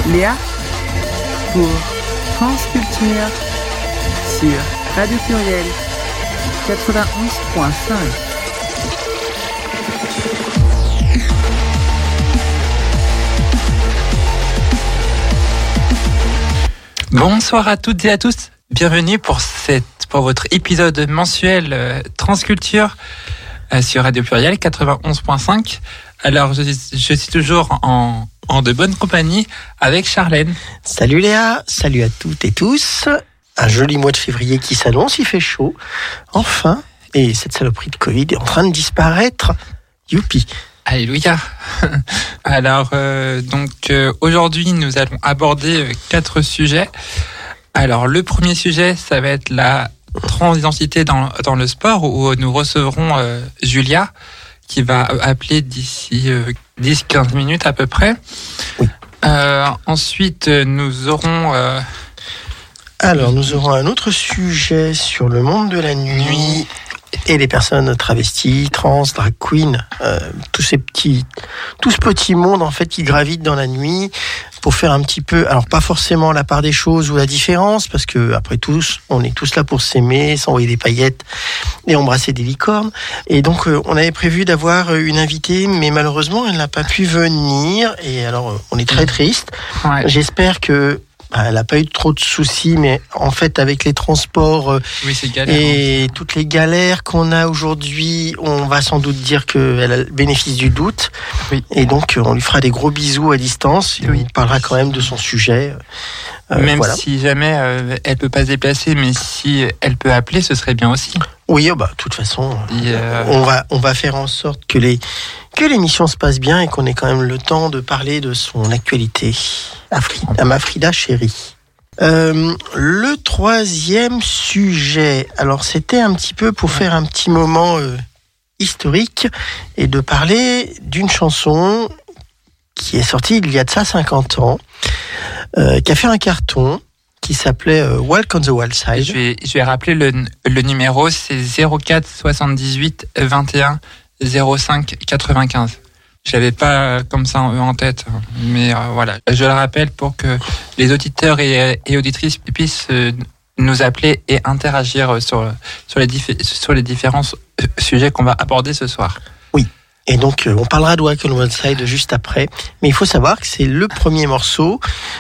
Léa pour France Culture sur Radio Pluriel 91.5. Bonsoir à toutes et à tous, bienvenue pour votre épisode mensuel Transculture sur Radio Pluriel 91.5. Alors je suis toujours en de bonne compagnie avec Charlène. Salut Léa, salut à toutes et tous. Un joli mois de février qui s'annonce, il fait chaud, enfin, et cette saloperie de Covid est en train de disparaître. Youpi. Alléluia. Alors, aujourd'hui, nous allons aborder 4 sujets. Alors, le premier sujet, ça va être la transidentité dans le sport, où nous recevrons Julia, qui va appeler d'ici 10-15 minutes à peu près. Oui. Ensuite, nous aurons... Alors, nous aurons un autre sujet sur le monde de la nuit et les personnes travesties, trans, drag queen, tout ce petit monde en fait qui gravite dans la nuit pour faire un petit peu, alors pas forcément la part des choses ou la différence, parce que après tous, on est tous là pour s'aimer, s'envoyer des paillettes et embrasser des licornes. Et donc on avait prévu d'avoir une invitée, mais malheureusement elle n'a pas pu venir. Et alors on est très triste. Ouais. J'espère que elle n'a pas eu trop de soucis, mais en fait, avec les transports c'est galère, et toutes les galères qu'on a aujourd'hui, on va sans doute dire qu'elle a le bénéfice du doute. Oui. Et donc, on lui fera des gros bisous à distance. Et on parlera quand même de son sujet. Même si jamais elle peut pas se déplacer, mais si elle peut appeler, ce serait bien aussi. Oui, de toute façon, on va faire en sorte que l'émission se passe bien et qu'on ait quand même le temps de parler de son actualité à ma Frida chérie. Le troisième sujet, alors c'était un petit peu pour faire un petit moment historique et de parler d'une chanson qui est sortie il y a de ça 50 ans, qui a fait un carton, qui s'appelait Walk on the Wild Side. Je vais rappeler le numéro, c'est 04 78 21 05 95. Je l'avais pas comme ça en tête, mais voilà. Je le rappelle pour que les auditeurs et auditrices puissent nous appeler et interagir sur les différents sujets qu'on va aborder ce soir. Oui. Et donc, on parlera de Walk on the Wild Side juste après. Mais il faut savoir que c'est le premier morceau.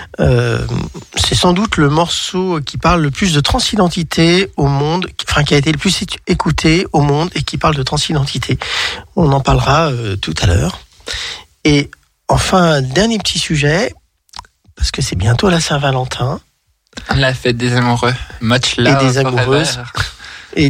C'est sans doute le morceau qui parle le plus de transidentité au monde, qui a été le plus écouté au monde et qui parle de transidentité. On en parlera tout à l'heure. Et enfin, dernier petit sujet, parce que c'est bientôt la Saint-Valentin. La fête des amoureux. Much love. Et des amoureuses. Et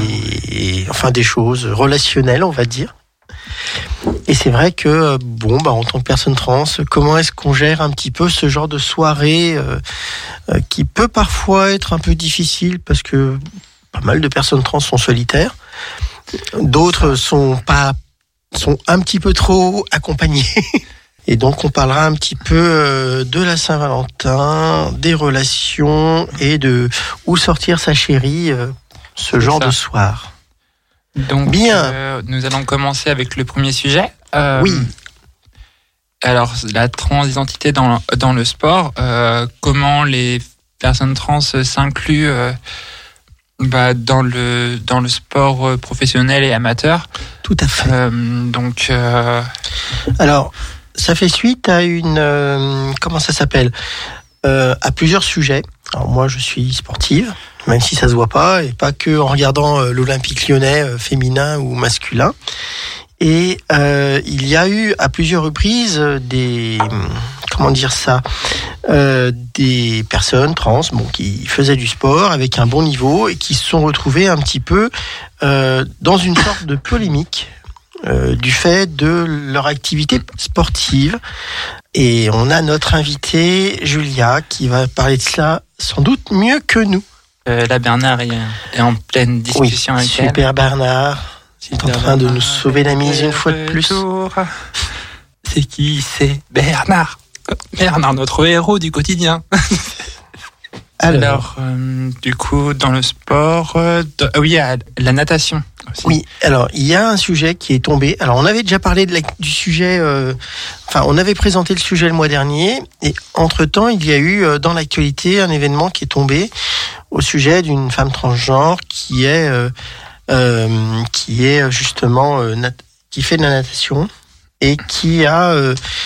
des choses relationnelles, on va dire. Et c'est vrai que, en tant que personne trans, comment est-ce qu'on gère un petit peu ce genre de soirée qui peut parfois être un peu difficile parce que pas mal de personnes trans sont solitaires. D'autres sont un petit peu trop accompagnées. Et donc on parlera un petit peu de la Saint-Valentin, des relations et de où sortir sa chérie ce genre de soir. Donc, bien. Nous allons commencer avec le premier sujet. Oui. Alors, la transidentité dans le sport. Comment les personnes trans s'incluent dans le sport professionnel et amateur. Tout à fait. Alors, ça fait suite à comment ça s'appelle à plusieurs sujets. Alors moi, je suis sportive, même si ça se voit pas, et pas que en regardant l'Olympique lyonnais féminin ou masculin. Et il y a eu à plusieurs reprises des personnes trans qui faisaient du sport avec un bon niveau et qui se sont retrouvées un petit peu dans une sorte de polémique du fait de leur activité sportive. Et on a notre invitée Julia qui va parler de cela sans doute mieux que nous. Là, Bernard est en pleine discussion avec elle. Super Bernard. C'est en train de nous sauver la mise une fois de plus. C'est qui? C'est Bernard. Bernard, notre héros du quotidien. Alors, du coup, dans le sport, oui, la natation aussi. Oui, alors il y a un sujet qui est tombé. Alors on avait déjà parlé du sujet, on avait présenté le sujet le mois dernier, et entre-temps il y a eu dans l'actualité un événement qui est tombé au sujet d'une femme transgenre qui est justement qui fait de la natation et qui a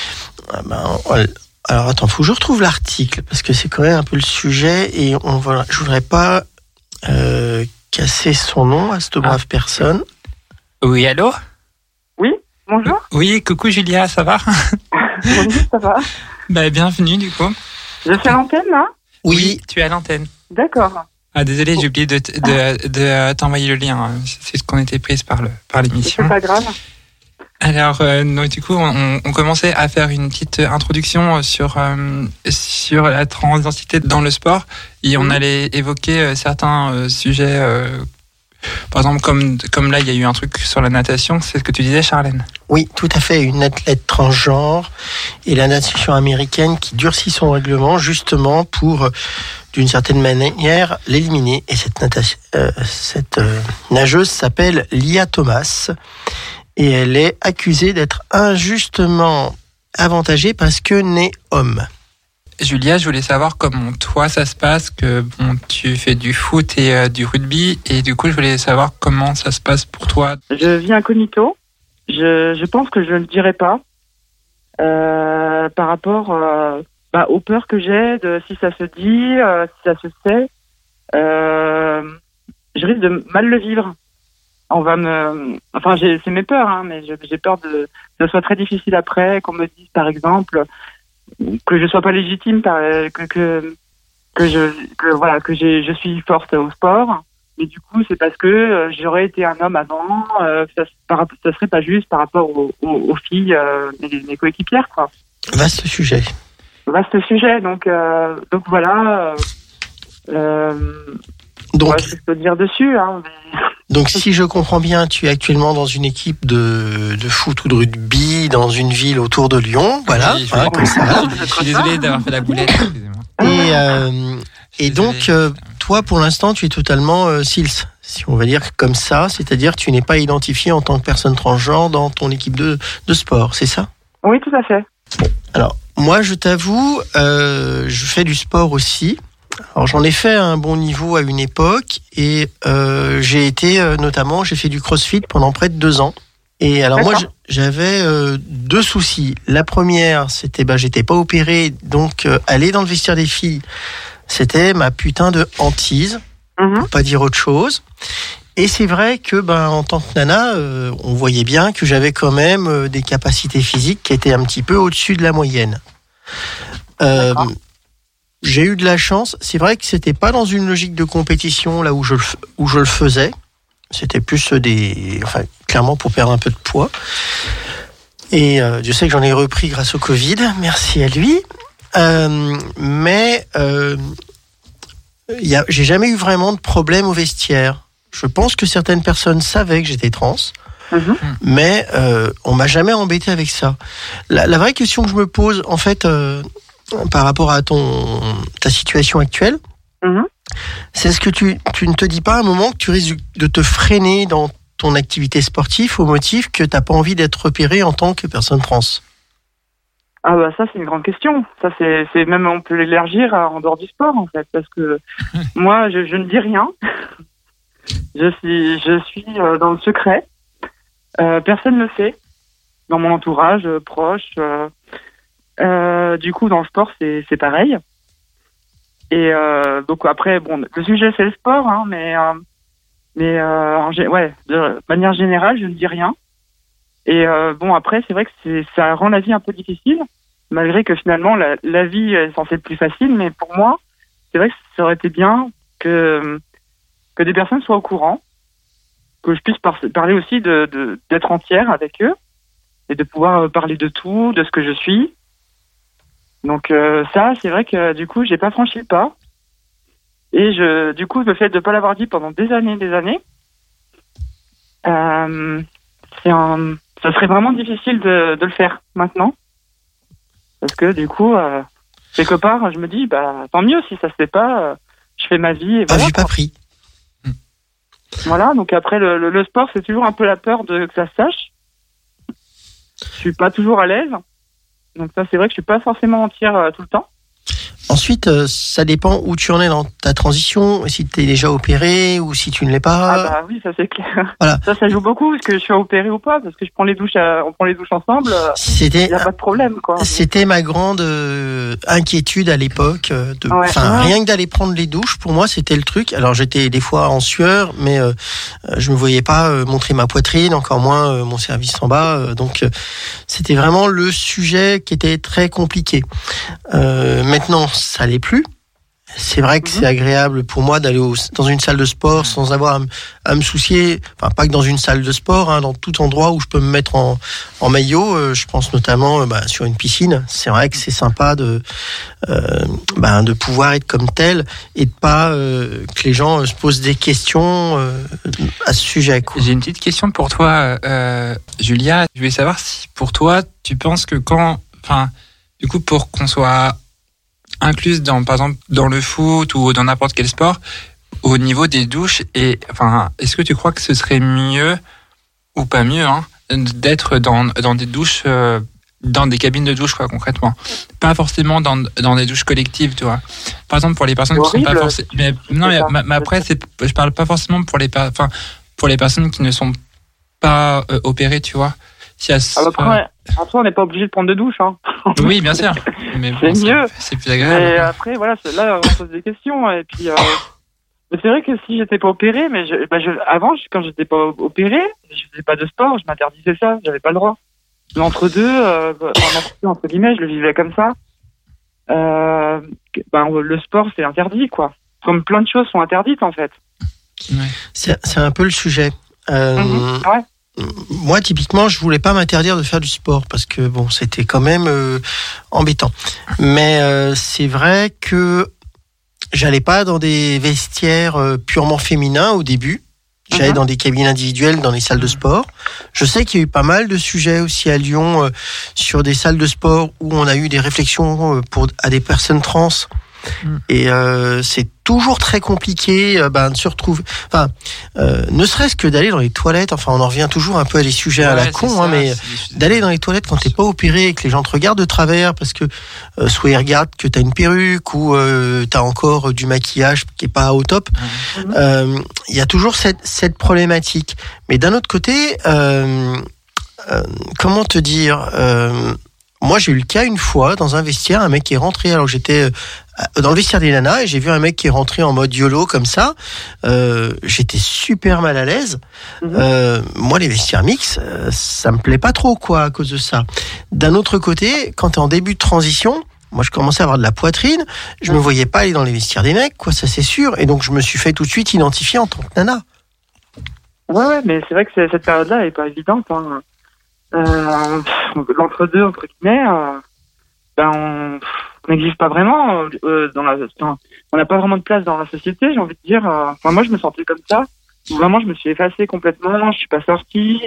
alors attends, faut que je retrouve l'article parce que c'est quand même un peu le sujet et je voudrais pas casser son nom à cette brave personne. Oui, allô? Oui, bonjour. Oui, coucou Julia, ça va? Bonjour, ça va? Bienvenue du coup. Je suis à l'antenne là? Oui, tu es à l'antenne. D'accord. Ah désolé, j'ai oublié de t'envoyer le lien. C'est ce qu'on était prise par l'émission. C'est pas grave. Alors, donc, du coup, on commençait à faire une petite introduction sur la transidentité dans le sport et on allait évoquer certains sujets. Par exemple, comme là, il y a eu un truc sur la natation, c'est ce que tu disais, Charlène. Oui, tout à fait, une athlète transgenre et la nation américaine qui durcit son règlement justement pour, d'une certaine manière, l'éliminer. Et cette nageuse s'appelle Lia Thomas. Et elle est accusée d'être injustement avantagée parce que née homme. Julia, je voulais savoir comment toi ça se passe, que tu fais du foot et du rugby, et du coup je voulais savoir comment ça se passe pour toi. Je vis incognito. Je pense que je ne le dirai pas par rapport aux peurs que j'ai de si ça se dit, si ça se sait. Je risque de mal le vivre. C'est mes peurs, mais j'ai peur que ce soit très difficile après, qu'on me dise par exemple que je sois pas légitime, que je suis forte au sport, mais du coup c'est parce que j'aurais été un homme avant, ça serait pas juste par rapport aux filles, mes coéquipières, quoi. Vaste sujet, donc voilà. Donc, je peux dire dessus, mais... Donc, si je comprends bien, tu es actuellement dans une équipe de foot ou de rugby dans une ville autour de Lyon, voilà. Oui, comme ça. Je suis désolé d'avoir fait la boulette, excusez-moi. Et donc, toi, pour l'instant, tu es totalement SILS, si on va dire comme ça, c'est-à-dire que tu n'es pas identifié en tant que personne transgenre dans ton équipe de sport, c'est ça? Oui, tout à fait. Bon, alors, moi, je t'avoue, je fais du sport aussi. Alors j'en ai fait à un bon niveau à une époque et j'ai fait du crossfit pendant près de 2 ans. Et alors moi j'avais 2 soucis. La première, c'était j'étais pas opéré, donc aller dans le vestiaire des filles, c'était ma putain de hantise, pour pas dire autre chose. Et c'est vrai que en tant que nana, on voyait bien que j'avais quand même des capacités physiques qui étaient un petit peu au-dessus de la moyenne. J'ai eu de la chance. C'est vrai que c'était pas dans une logique de compétition là où je le faisais. C'était plus clairement pour perdre un peu de poids. Et je sais que j'en ai repris grâce au Covid. Merci à lui. Mais j'ai jamais eu vraiment de problème au vestiaire. Je pense que certaines personnes savaient que j'étais trans. Mais on m'a jamais embêté avec ça. La vraie question que je me pose, en fait, par rapport à ta situation actuelle, c'est ce que tu ne te dis pas à un moment que tu risques de te freiner dans ton activité sportive au motif que tu n'as pas envie d'être repéré en tant que personne trans? Ah ça c'est une grande question. Ça c'est même, on peut l'élargir en dehors du sport en fait, parce que moi je ne dis rien. Je suis dans le secret. Personne ne le sait dans mon entourage proche. Du coup, dans le sport, c'est pareil. Et donc après, le sujet c'est le sport, mais de manière générale, je ne dis rien. Et après, c'est vrai que ça rend la vie un peu difficile, malgré que finalement la vie est censée être plus facile. Mais pour moi, c'est vrai que ça aurait été bien que des personnes soient au courant, que je puisse parler aussi d'être entière avec eux et de pouvoir parler de tout, de ce que je suis. Donc ça, c'est vrai que du coup, j'ai pas franchi le pas. Et du coup, le fait de pas l'avoir dit pendant des années, ça serait vraiment difficile de le faire maintenant. Parce que du coup, quelque part, je me dis, tant mieux si ça se fait pas. je fais ma vie. Et Pas voilà, vu, pas pris. Voilà, donc après, le sport, c'est toujours un peu la peur que ça se sache. Je suis pas toujours à l'aise. Donc ça, c'est vrai que je suis pas forcément entière tout le temps. Ensuite, ça dépend où tu en es dans ta transition, si tu es déjà opéré ou si tu ne l'es pas. Ah bah oui, ça c'est clair. Voilà. Ça joue beaucoup, parce que je suis opéré ou pas, parce que on prend les douches ensemble. Il n'y a pas de problème, quoi. C'était ma grande inquiétude à l'époque. Rien que d'aller prendre les douches, pour moi, c'était le truc. Alors j'étais des fois en sueur, mais je me voyais pas montrer ma poitrine, encore moins mon cervice en bas. Donc c'était vraiment le sujet qui était très compliqué. Maintenant, ça l'est plus. C'est vrai que c'est agréable pour moi d'aller dans une salle de sport sans avoir à me soucier, enfin pas que dans une salle de sport, hein, dans tout endroit où je peux me mettre en maillot. Je pense notamment sur une piscine. C'est vrai que c'est sympa de pouvoir être comme tel et de pas que les gens se posent des questions à ce sujet, quoi. J'ai une petite question pour toi, Julia. Je voulais savoir si pour toi, tu penses que du coup, pour qu'on soit incluse par exemple dans le foot ou dans n'importe quel sport, au niveau des douches, est-ce que tu crois que ce serait mieux ou pas mieux d'être dans des douches, dans des cabines de douche, quoi, concrètement, pas forcément dans des douches collectives, tu vois. Par exemple, pour les personnes qui sont pas forcément, mais après je parle pas forcément pour les personnes qui ne sont pas opérées, tu vois. Après, on n'est pas obligé de prendre de douche, hein. Oui, bien sûr. Mais c'est mieux. C'est plus agréable. Et après, voilà, là, on pose des questions. Et puis, mais c'est vrai que si j'étais pas opéré, mais avant, quand j'étais pas opéré, je faisais pas de sport, je m'interdisais ça, j'avais pas le droit. L'entre-deux, entre guillemets, je le vivais comme ça. Le sport, c'est interdit, quoi. Comme plein de choses sont interdites, en fait. Ouais. C'est un peu le sujet. Ouais. Moi, typiquement, je voulais pas m'interdire de faire du sport parce que c'était quand même embêtant. Mais c'est vrai que j'allais pas dans des vestiaires purement féminins au début. J'allais dans des cabines individuelles, dans les salles de sport. Je sais qu'il y a eu pas mal de sujets aussi à Lyon sur des salles de sport où on a eu des réflexions à des personnes trans. Et c'est toujours très compliqué de se retrouver. Ne serait-ce que d'aller dans les toilettes. Enfin, on en revient toujours un peu à des sujets à la con, mais d'aller dans les toilettes quand t'es pas opéré et que les gens te regardent de travers parce que soit ils regardent que t'as une perruque ou t'as encore du maquillage qui est pas au top. Il y a toujours cette problématique. Mais d'un autre côté, comment te dire, moi, j'ai eu le cas une fois dans un vestiaire, un mec qui est rentré, alors j'étais dans le vestiaire des nanas et j'ai vu un mec qui est rentré en mode YOLO comme ça. J'étais super mal à l'aise. Moi, les vestiaires mixtes, ça me plaît pas trop, quoi, à cause de ça. D'un autre côté, quand t'es en début de transition, moi, je commençais à avoir de la poitrine. Je me voyais pas aller dans les vestiaires des mecs, quoi, ça c'est sûr. Et donc, je me suis fait tout de suite identifier en tant que nana. Ouais, mais c'est vrai que cette période-là est pas évidente, hein. L'entre-deux, entre guillemets, on n'existe pas vraiment on n'a pas vraiment de place dans la société, j'ai envie de dire. Moi, je me sentais comme ça. Vraiment, je me suis effacée complètement. Je suis pas sortie.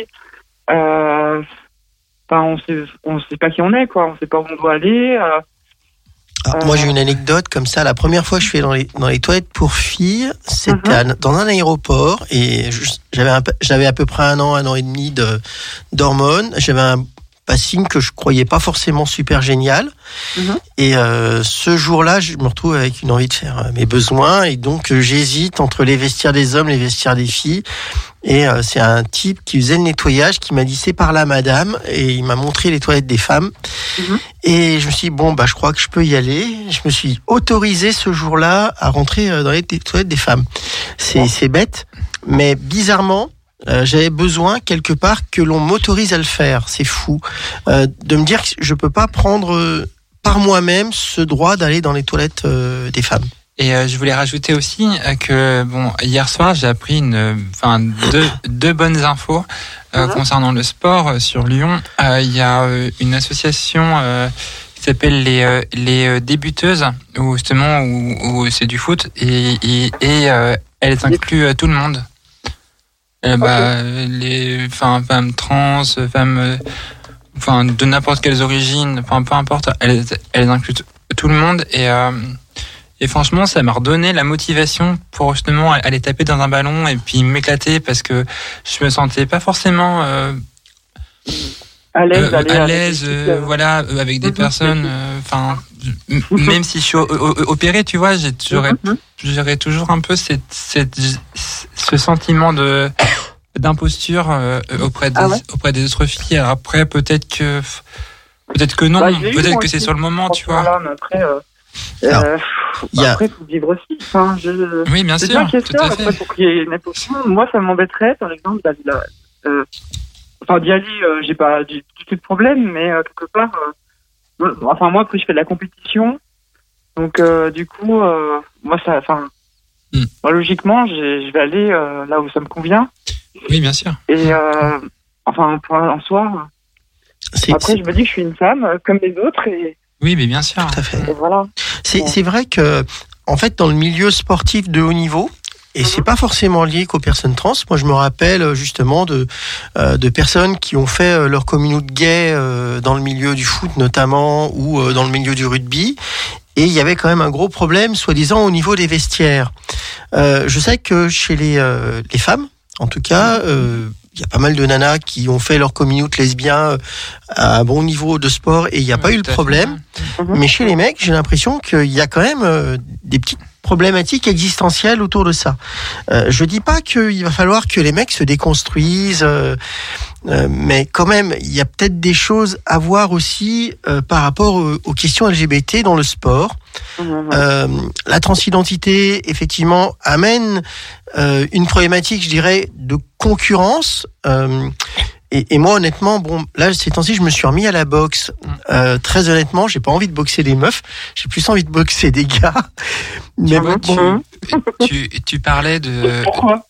On sait pas qui on est, quoi. On sait pas où on doit aller. Moi, j'ai une anecdote comme ça. La première fois que je suis dans les toilettes pour filles, c'était dans un aéroport et j'avais à peu près un an et demi d'hormones. J'avais un passing que je croyais pas forcément super génial. Et ce jour-là, je me retrouve avec une envie de faire mes besoins et donc j'hésite entre les vestiaires des hommes, les vestiaires des filles. Et c'est un type qui faisait le nettoyage qui m'a dit c'est par là madame et il m'a montré les toilettes des femmes. Et je me suis dit je crois que je peux y aller. Je me suis autorisé ce jour-là à rentrer dans les toilettes des femmes. C'est bête, mais bizarrement j'avais besoin quelque part que l'on m'autorise à le faire. C'est fou de me dire que je peux pas prendre par moi-même ce droit d'aller dans les toilettes des femmes. Et je voulais rajouter aussi que hier soir j'ai appris deux bonnes infos concernant le sport sur Lyon. Il y a une association qui s'appelle les débuteuses où justement où c'est du foot et elles incluent tout le monde. Les femmes trans, femmes de n'importe quelles origines, peu importe, elles incluent tout le monde Et franchement, ça m'a redonné la motivation pour justement aller taper dans un ballon et puis m'éclater parce que je me sentais pas forcément à l'aise, voilà, avec des personnes. Enfin, même si je suis opéré, tu vois, j'aurais toujours un peu ce sentiment d'imposture auprès des autres filles. Alors après, peut-être que non, peut-être que c'est sur le moment, tu vois. Mais après, après, faut vivre aussi. Enfin, oui, bien sûr. C'est bien qu'il y ait ça. Après, pour qu'il y ait une émotion. Moi, ça m'embêterait, par exemple, d'y aller, j'ai pas du tout de problème, mais quelque part, moi, après, je fais de la compétition. Donc, du coup, moi, moi, logiquement, je vais aller là où ça me convient. Oui, bien sûr. Et, en soi, après, je me dis que je suis une femme, comme les autres, et... Oui, mais bien sûr. Tout à fait. Et voilà. C'est vrai que, en fait, dans le milieu sportif de haut niveau, et c'est pas forcément lié qu'aux personnes trans. Moi, je me rappelle justement de personnes qui ont fait leur communauté gay dans le milieu du foot notamment ou dans le milieu du rugby. Et il y avait quand même un gros problème, soi-disant, au niveau des vestiaires. Je sais que chez les femmes, en tout cas, il y a pas mal de nanas qui ont fait leur communauté lesbien à un bon niveau de sport et il n'y a pas eu le problème. Mais chez les mecs, j'ai l'impression qu'il y a quand même des petites problématiques existentielles autour de ça. Je dis pas qu'il va falloir que les mecs se déconstruisent, mais quand même, il y a peut-être des choses à voir aussi par rapport aux questions LGBT dans le sport. La transidentité, effectivement, amène une problématique, je dirais, de concurrence. Et moi, honnêtement, bon, là, ces temps-ci, je me suis remis à la boxe. Très honnêtement, j'ai pas envie de boxer des meufs. J'ai plus envie de boxer des gars. Mais tu parlais de... Pourquoi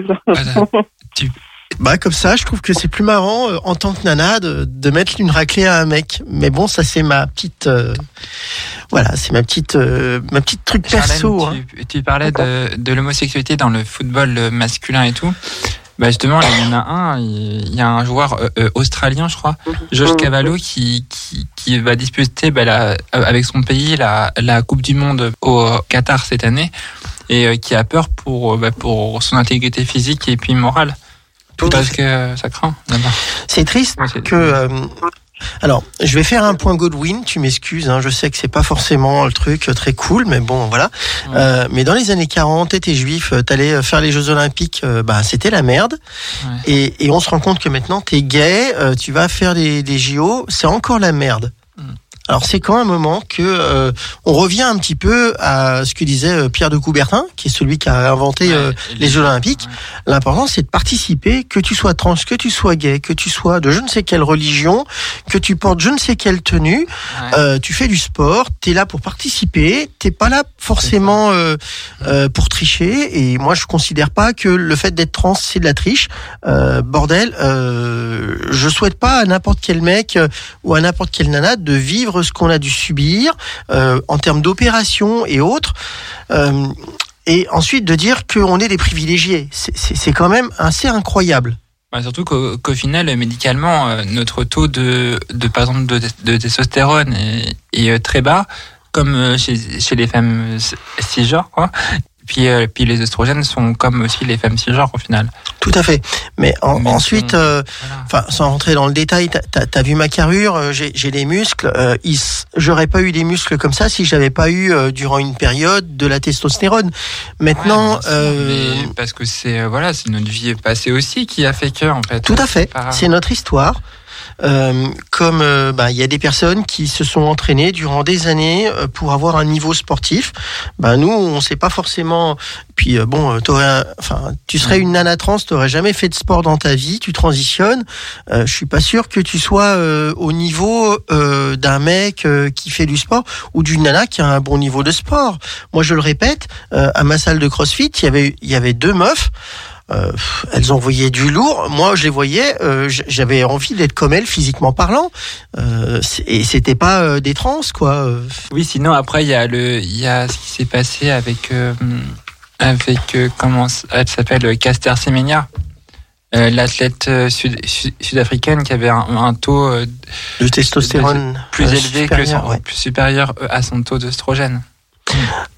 comme ça, je trouve que c'est plus marrant en tant que nana de mettre une raclée à un mec. Mais bon, ça c'est ma petite, c'est ma petite truc perso. Charlène, tu parlais de l'homosexualité dans le football masculin et tout. Bah justement, il y en a il y a un joueur australien, je crois, Josh Cavallo, qui va disputer avec son pays la Coupe du Monde au Qatar cette année et qui a peur pour son intégrité physique et puis morale. Parce que ça craint là-bas. C'est triste que... alors, je vais faire un point Godwin, tu m'excuses, je sais que c'est pas forcément le truc très cool, mais bon, voilà. Ouais. Mais dans les années 40, t'étais juif, t'allais faire les Jeux Olympiques, c'était la merde. Ouais. Et on se rend compte que maintenant, t'es gay, tu vas faire des JO, c'est encore la merde. Alors c'est quand un moment que on revient un petit peu à ce que disait Pierre de Coubertin, qui est celui qui a inventé les Jeux Olympiques. Ouais. L'important c'est de participer, que tu sois trans, que tu sois gay, que tu sois de je ne sais quelle religion, que tu portes je ne sais quelle tenue, tu fais du sport, t'es là pour participer, t'es pas là forcément pour tricher. Et moi je considère pas que le fait d'être trans c'est de la triche. Je souhaite pas à n'importe quel mec ou à n'importe quelle nana de vivre ce qu'on a dû subir en termes d'opération et autres, et ensuite de dire qu'on est des privilégiés. C'est quand même assez incroyable. Surtout qu'au final, médicalement, notre taux par exemple, de testostérone est très bas, comme chez les femmes cisgenres, quoi. Puis les oestrogènes sont comme aussi les femmes cisgenres au final. Tout à fait. Mais ensuite, sans rentrer dans le détail, t'as vu ma carrure, j'ai des muscles. J'aurais pas eu des muscles comme ça si j'avais pas eu durant une période de la testostérone. Maintenant, parce que c'est notre vie passée aussi qui a fait que en fait. Tout à fait. C'est notre histoire. Comme y a des personnes qui se sont entraînées durant des années pour avoir un niveau sportif. Nous, on sait pas forcément. Puis tu serais une nana trans, t'aurais jamais fait de sport dans ta vie, tu transitionnes. Je suis pas sûr que tu sois au niveau d'un mec qui fait du sport ou d'une nana qui a un bon niveau de sport. Moi, je le répète, à ma salle de CrossFit, il y avait deux meufs. Elles envoyaient du lourd. Moi, je les voyais. J'avais envie d'être comme elles, physiquement parlant. Et c'était pas des trans, quoi. Oui, sinon après il y a ce qui s'est passé avec comment elle s'appelle, Caster Semenya, l'athlète sud-africaine qui avait un taux de testostérone plus élevé plus supérieur à son taux d'œstrogène.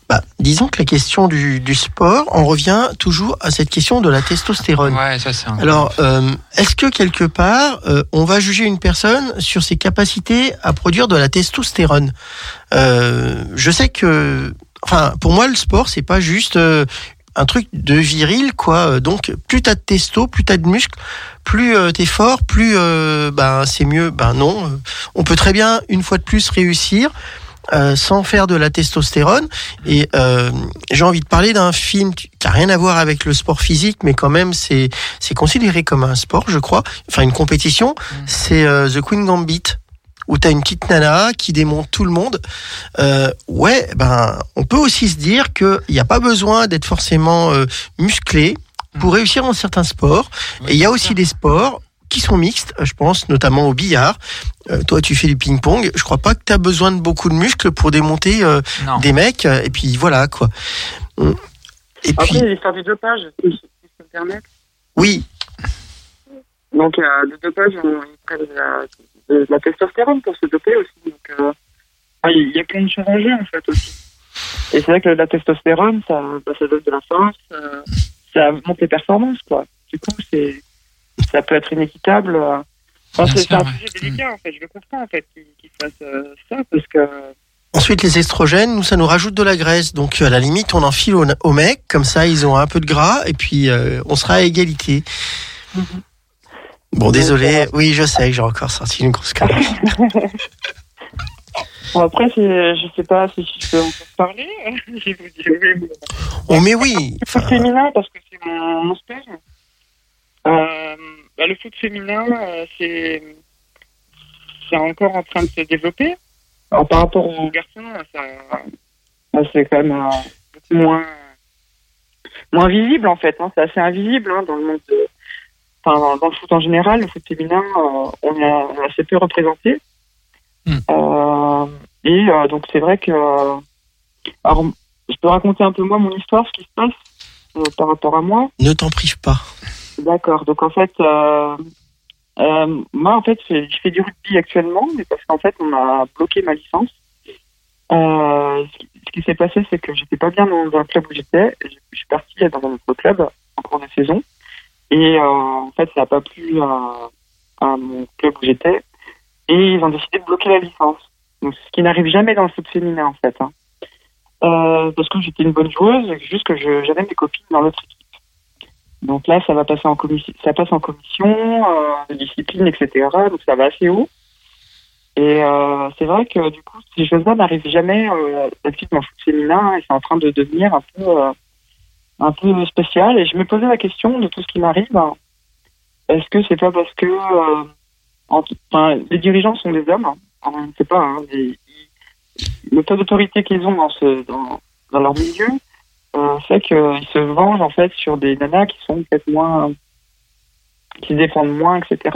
Disons que la question du sport, on revient toujours à cette question de la testostérone. Ouais, ça c'est. Alors, est-ce que quelque part, on va juger une personne sur ses capacités à produire de la testostérone ? Je sais que, pour moi, le sport, c'est pas juste un truc de viril, quoi. Donc, plus t'as de testo, plus t'as de muscles, plus t'es fort, plus c'est mieux. Non, on peut très bien une fois de plus réussir. Sans faire de la testostérone. Et j'ai envie de parler d'un film qui a rien à voir avec le sport physique, mais quand même c'est considéré comme un sport, je crois. Enfin, une compétition. C'est The Queen Gambit, où t'as une petite nana qui démonte tout le monde. On peut aussi se dire qu'il n'y a pas besoin d'être forcément musclé pour réussir dans certains sports. Et il y a aussi des sports qui sont mixtes, je pense notamment au billard. Toi, tu fais du ping-pong. Je crois pas que tu as besoin de beaucoup de muscles pour démonter des mecs. Et puis voilà, quoi. Et après, il y a l'histoire du dopage, si je peux me permettre. Oui. Donc, le dopage, ils prennent de la testostérone pour se doper aussi. Donc, il y a plein de choses en jeu, en fait, aussi. Et c'est vrai que la testostérone, ça donne de la force, ça monte les performances, quoi. Du coup, ça peut être inéquitable. C'est un sujet délicat, en fait. Je le comprends, en fait, qu'ils fassent ça, parce que... Ensuite, les estrogènes, nous, ça nous rajoute de la graisse. Donc, à la limite, on enfile aux mecs. Comme ça, ils ont un peu de gras. Et puis, on sera à égalité. Mm-hmm. Bon, désolé. Oui, je sais que j'ai encore sorti une grosse connerie. Bon, après, je sais pas si je peux encore parler. Je vais vous dire oui. Oh, mais oui. Le foot féminin, parce que c'est mon stage. Le foot féminin, c'est encore en train de se développer. Alors, par rapport aux garçons, c'est quand même beaucoup moins visible, en fait. Hein. C'est assez invisible dans le monde dans le foot en général. Le foot féminin, on est assez peu représenté. Donc, c'est vrai que... alors, je peux raconter un peu moi mon histoire, ce qui se passe par rapport à moi. Ne t'en prive pas. D'accord. Donc, en fait, moi, en fait, je fais du rugby actuellement, mais parce qu'en fait, on a bloqué ma licence. Ce qui s'est passé, c'est que j'étais pas bien dans le club où j'étais. Je suis partie dans un autre club en cours de saison. Et en fait, ça n'a pas plu à mon club où j'étais. Et ils ont décidé de bloquer la licence. Donc, ce qui n'arrive jamais dans le foot féminin, en fait. Hein. Parce que j'étais une bonne joueuse, juste que j'avais mes copines dans l'autre équipe. Donc là, ça va passer en commission, ça passe en commission de discipline, etc. Donc ça va assez haut. Et c'est vrai que du coup, ces choses-là n'arrivent jamais d'habitude dans le foot féminin, et c'est en train de devenir un peu spécial. Et je me posais la question de tout ce qui m'arrive. Est-ce que c'est pas parce que les dirigeants sont des hommes, je ne sais pas, le taux d'autorité qu'ils ont dans leur milieu fait qu'ils se vengent en fait sur des nanas qui sont peut-être moins, qui se défendent moins, etc.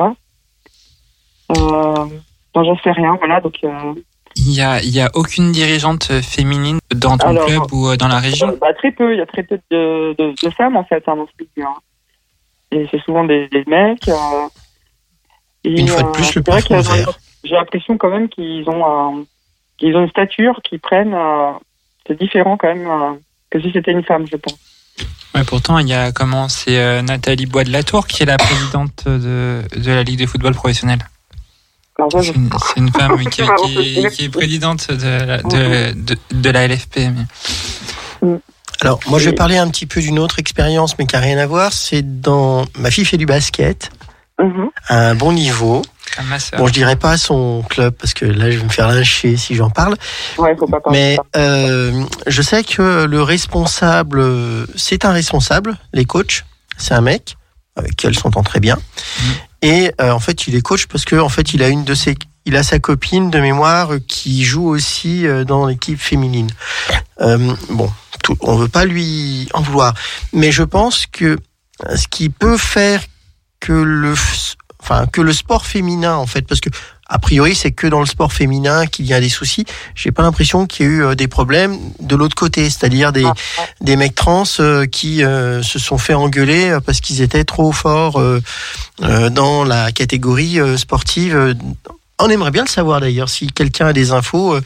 J'en sais rien, voilà. Donc il y a aucune dirigeante féminine dans ton club ou dans la région. Très peu. Il y a très peu de femmes en fait dans ce milieu. Et c'est souvent des mecs. Une fois de plus, le plafond vert. J'ai l'impression quand même qu'ils ont une stature qui prennent. C'est différent quand même que si c'était une femme, je pense. Ouais, pourtant, c'est Nathalie Bois de la Tour qui est la présidente de la Ligue de football professionnel. C'est une femme qui est présidente de la LFP. Mais... Alors, moi, je vais parler un petit peu d'une autre expérience, mais qui n'a rien à voir. Ma fille fait du basket à un bon niveau. Bon, je dirais pas son club parce que là, je vais me faire lyncher si j'en parle. Ouais, faut pas parler. Mais je sais que le responsable, c'est un responsable. Les coachs, c'est un mec avec qui elle s'entend très bien. Et en fait, il est coach parce que en fait, il a sa copine de mémoire qui joue aussi dans l'équipe féminine. On veut pas lui en vouloir, mais je pense que ce qui peut faire que le sport féminin, en fait, parce que a priori c'est que dans le sport féminin qu'il y a des soucis. J'ai pas l'impression qu'il y a eu des problèmes de l'autre côté, c'est-à-dire des mecs trans qui se sont fait engueuler parce qu'ils étaient trop forts dans la catégorie sportive. On aimerait bien le savoir d'ailleurs, si quelqu'un a des infos,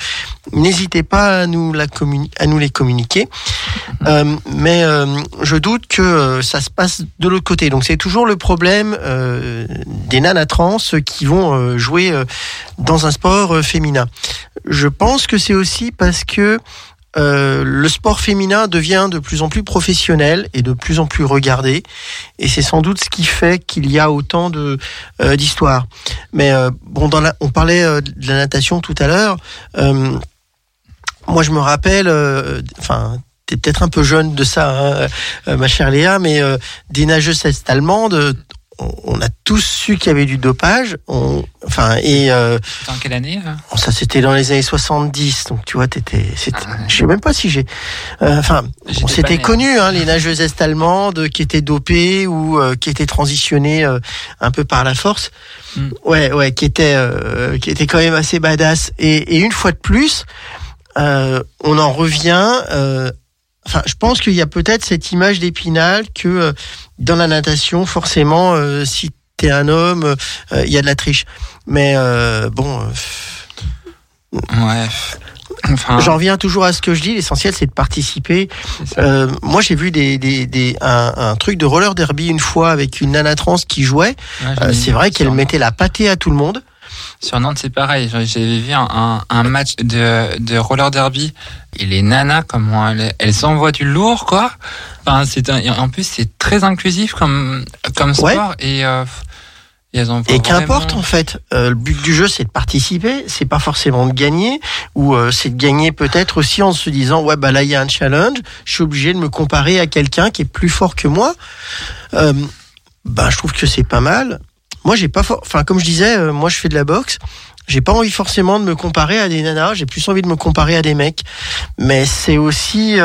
n'hésitez pas à nous les communiquer. Mais je doute que ça se passe de l'autre côté. Donc c'est toujours le problème des nanas trans qui vont jouer dans un sport féminin. Je pense que c'est aussi parce que le sport féminin devient de plus en plus professionnel et de plus en plus regardé, et c'est sans doute ce qui fait qu'il y a autant d'histoires. Mais bon, on parlait de la natation tout à l'heure. Moi, je me rappelle, t'es peut-être un peu jeune de ça, hein, ma chère Léa, mais des nageuses est-allemandes. On a tous su qu'il y avait du dopage. Dans quelle année ça, c'était dans les années 70. Donc, tu vois, je sais même pas si j'ai... c'était connu, hein, les nageuses est-allemandes qui étaient dopées ou qui étaient transitionnées un peu par la force. Ouais, qui étaient quand même assez badass. Et une fois de plus, on en revient... je pense qu'il y a peut-être cette image d'Épinal que dans la natation, forcément, si t'es un homme, il y a de la triche. Mais j'en reviens toujours à ce que je dis. L'essentiel, c'est de participer. Moi, j'ai vu un truc de roller derby une fois avec une nana trans qui jouait. C'est vrai qu'elle mettait la pâtée à tout le monde. Sur Nantes, c'est pareil. J'avais vu un match de roller derby et les nanas, comment elles envoient du lourd, quoi. En plus, c'est très inclusif comme sport et elles envoient. Et qu'importe, en fait, le but du jeu, c'est de participer. C'est pas forcément de gagner, ou c'est de gagner peut-être aussi en se disant là, il y a un challenge. Je suis obligé de me comparer à quelqu'un qui est plus fort que moi. Je trouve que c'est pas mal. Moi, j'ai pas comme je disais, moi je fais de la boxe. J'ai pas envie forcément de me comparer à des nanas. J'ai plus envie de me comparer à des mecs. Mais c'est aussi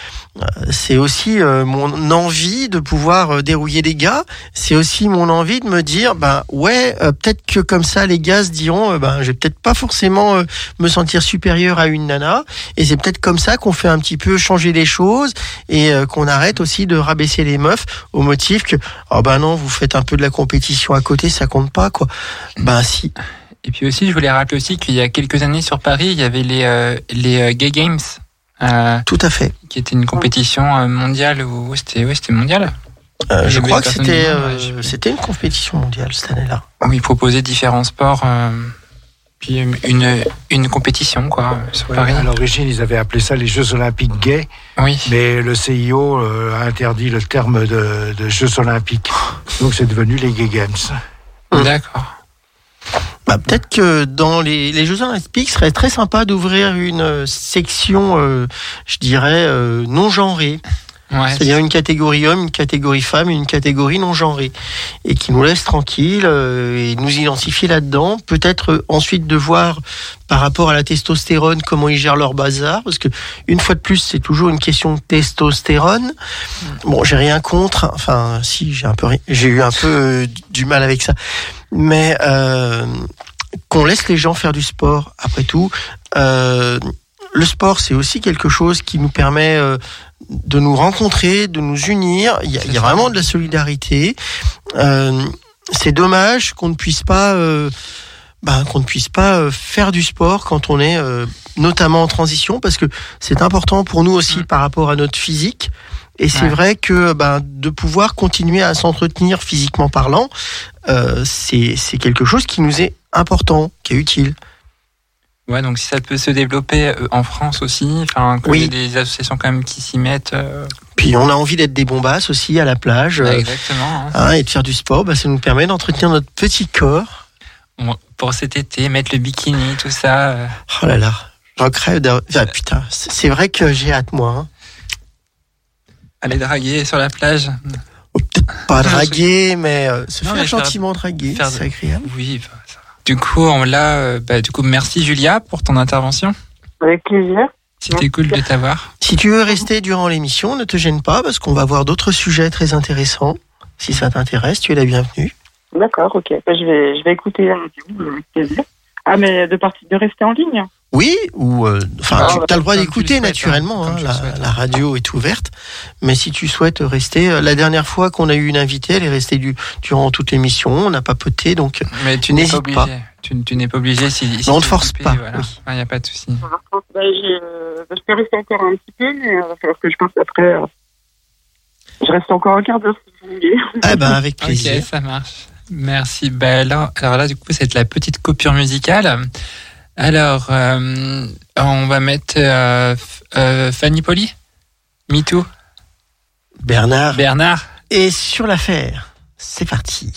mon envie de pouvoir dérouiller les gars. C'est aussi mon envie de me dire, peut-être que comme ça, les gars se diront, je vais peut-être pas forcément me sentir supérieur à une nana. Et c'est peut-être comme ça qu'on fait un petit peu changer les choses et qu'on arrête aussi de rabaisser les meufs au motif que, non, vous faites un peu de la compétition à côté, ça compte pas, quoi. Si. Et puis aussi, je voulais rappeler aussi qu'il y a quelques années sur Paris, il y avait les Gay Games. Tout à fait. Qui était une compétition mondiale ou c'était mondial. Je crois que c'était une compétition mondiale cette année-là. Où ils proposaient différents sports, puis une compétition, quoi, sur Paris. À l'origine, ils avaient appelé ça les Jeux Olympiques gays. Oui. Mais le CIO a interdit le terme de Jeux Olympiques. Donc c'est devenu les Gay Games. D'accord. Peut-être que dans les Jeux Olympiques, ce serait très sympa d'ouvrir une section, je dirais, non genrée. Ouais, c'est-à-dire une catégorie homme, une catégorie femme, une catégorie non genrée. Et qui nous laisse tranquille et nous identifier là-dedans. Peut-être ensuite de voir par rapport à la testostérone comment ils gèrent leur bazar. Parce que une fois de plus, c'est toujours une question de testostérone. Bon, j'ai rien contre. Enfin, si, j'ai eu un peu du mal avec ça. Mais qu'on laisse les gens faire du sport, après tout. Le sport, c'est aussi quelque chose qui nous permet de nous rencontrer, de nous unir. Il y a vraiment de la solidarité. C'est dommage qu'on ne puisse pas faire du sport quand on est notamment en transition, parce que c'est important pour nous aussi par rapport à notre physique. Et c'est vrai que de pouvoir continuer à s'entretenir physiquement parlant, c'est quelque chose qui nous est important, qui est utile. Ouais, donc si ça peut se développer en France aussi, qu'il y ait des associations quand même qui s'y mettent. Puis on a envie d'être des bombasses aussi à la plage. Exactement. Et de faire du sport, ça nous permet d'entretenir notre petit corps. Pour cet été, mettre le bikini, tout ça. Oh là là, j'en crève. Putain, c'est vrai que j'ai hâte, moi. Hein. Aller draguer sur la plage. Peut-être pas draguer, mais se faire gentiment draguer, c'est agréable. Oui, ça va. Du coup, merci Julia pour ton intervention. Avec plaisir. C'était cool de t'avoir. Si tu veux rester durant l'émission, ne te gêne pas, parce qu'on va voir d'autres sujets très intéressants. Si ça t'intéresse, tu es la bienvenue. D'accord, ok. Je vais écouter avec plaisir. Ah, mais de rester en ligne? Oui, ou tu as le droit d'écouter naturellement. La radio est ouverte, mais si tu souhaites rester, la dernière fois qu'on a eu une invitée, elle est restée durant toute l'émission. On n'a pas papoté, donc mais tu n'hésite pas. Tu n'es pas obligé si mais on ne force pas. Voilà. Oui. Il n'y a pas de souci. Je peux rester encore un petit peu, mais il va falloir que je pense après. Je reste encore un quart d'heure si vous voulez. Ah ben avec plaisir. Ok, ça marche. Merci. Alors là, du coup, c'est la petite coupure musicale. Alors, on va mettre Fanny Poli, Me Too. Bernard Et sur l'affaire. C'est parti.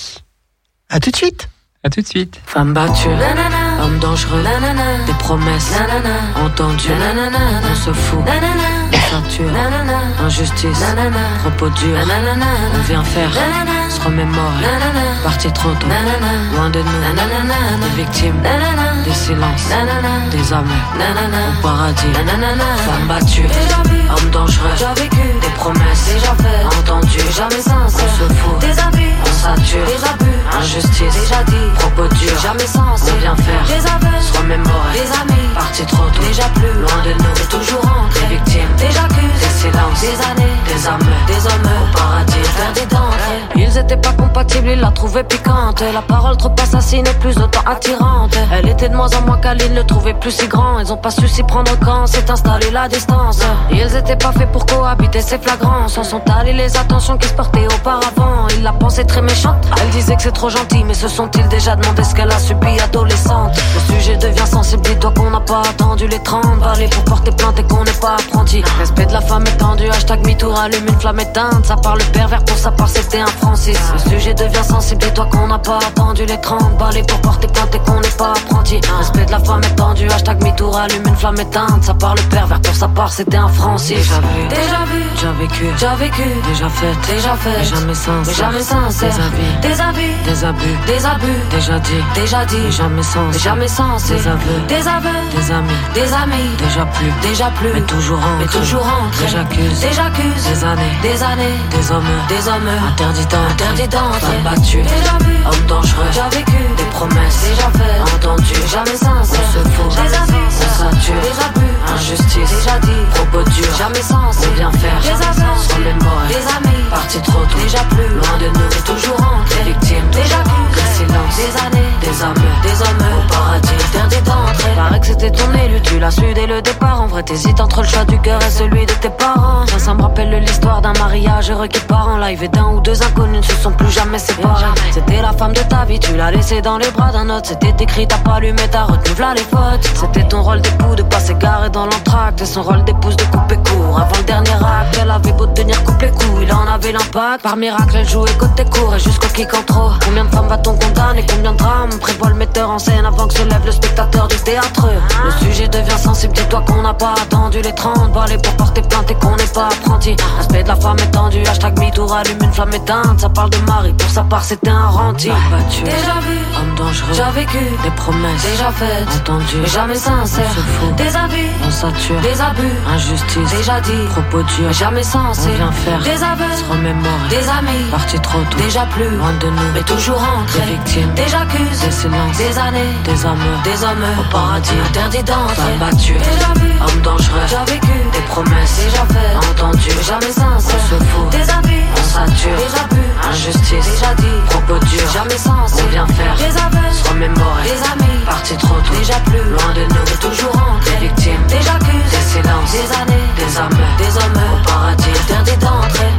À tout de suite. À tout de suite. Femme battue, homme dangereux, des promesses, entendues, on se fout, satire, injustice, propos durs, on vient faire, se remémorer, parti trop tôt, loin de nous, des victimes, des silences, des âmes, au paradis, femme battue, homme dangereux, des promesses, entendues, jamais sincères, on se fout, on sature, injustice, déjà dit, propos durs, jamais sensé, bien faire, des aveux, se remémorer, des amis, partis trop tôt, déjà plus loin de nous, mais toujours rentrés, victimes, des j'accuse, des silences, des années, des âmes, des hommes, au paradis, faire des dents, ils étaient pas compatibles, il la trouvait piquante, la parole trop assassine et plus autant attirante, elle était de moins en moins câline, le trouvait plus si grand, ils ont pas su s'y prendre quand s'est installée la distance, ils étaient pas faits pour cohabiter, c'est flagrant, s'en sont allées les attentions qui se portaient auparavant, il la pensait très méchante, elle disait que c'est trop gentil, mais se sont-ils déjà demandé ce qu'elle a subi adolescente, le sujet devient sensible, dis-toi qu'on n'a pas attendu les 30 balais pour porter plainte et qu'on n'est pas apprenti, respect de la femme étendue, hashtag MeToo, allume une flamme éteinte, ça parle pervers pour sa part c'était un Francis, le sujet devient sensible, dis-toi qu'on n'a pas attendu les 30 balais pour porter plainte et qu'on n'est pas apprenti, respect de la femme étendue, hashtag MeToo, allume une flamme éteinte, ça parle pervers pour sa part c'était un Francis, déjà vu, déjà vécu, déjà fait, jamais sincère, des avis, des abus, déjà dit, jamais sensé, des aveux, des amis, déjà plus, mais toujours rentré, j'accuse, des années, des hommes, interdit d'entrer, femme battue, homme dangereux, déjà vécu, des promesses, déjà fait, entendu, jamais sincère, on se fout, des avis, on sature, des abus, injustice, déjà dit, propos durs, jamais sensé, bien faire, des aveux, se remémorer, des amis, partis trop tôt, déjà plus loin de nous, mais toujours rentré, victime, déjà plus, des silences, des années, des âmes, des hommes, au paradis, interdit d'entrer, paraît que c'était ton élu, tu l'as su dès le départ, en vrai t'hésites entre le choix du cœur et celui de tes parents, ça me rappelle l'histoire d'un mariage heureux qui part en live et d'un ou deux inconnus ne se sont plus jamais séparés, c'était la femme de ta vie, tu l'as laissée dans les bras d'un autre, c'était écrit, t'as pas allumé, t'as retenu v'là les fautes, c'était ton rôle d'époux de pas s'égarer dans l'entracte, et son rôle d'épouse de couper court, avant le dernier acte, elle avait beau tenir coupe les coups, il en avait l'impact, par miracle elle jouait côté court et jusqu'au kick en trop, combien de femmes va-t-on condamner, combien de drames prévoit le metteur en scène avant que se lève le spectateur du théâtre, le sujet devient sensible, dis-toi qu'on n'a pas attendu les 30 balais pour porter plainte et qu'on n'est pas apprenti, respect de la femme étendue, hashtag MeToo, allume une flamme éteinte, ça parle de mari, pour sa part c'était un rentier, battu, déjà vu, homme dangereux, déjà vécu, des promesses, déjà faites, entendues, mais jamais sincères, on se fout, des avis, on sature, des abus, injustice, déjà dit, propos durs, mais jamais sensé, on vient faire, des aveux, se remémorer, des amis, partis trop tôt, déjà plus loin de nous, mais toujours rentré, des victimes, des j'accuse, des silences, des années, des hommes, au paradis, interdit d'entrer, femme battue, déjà vu, homme dangereux, déjà vécu, des promesses, déjà faites, entendues, mais jamais sincères, on se fout, des avis, on sature, des abus, injustice, déjà dit, propos durs, jamais sensé, on vient faire, des aveux, se remémorer, des amis, partis trop tôt, déjà plus loin de nous, mais toujours rentré, des victimes, des j'accuse, des silences, des années, des hommes, au paradis, interdit d'entrer.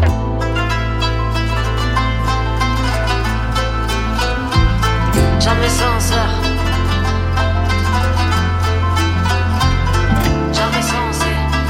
Jamais sincère, jamais sensé.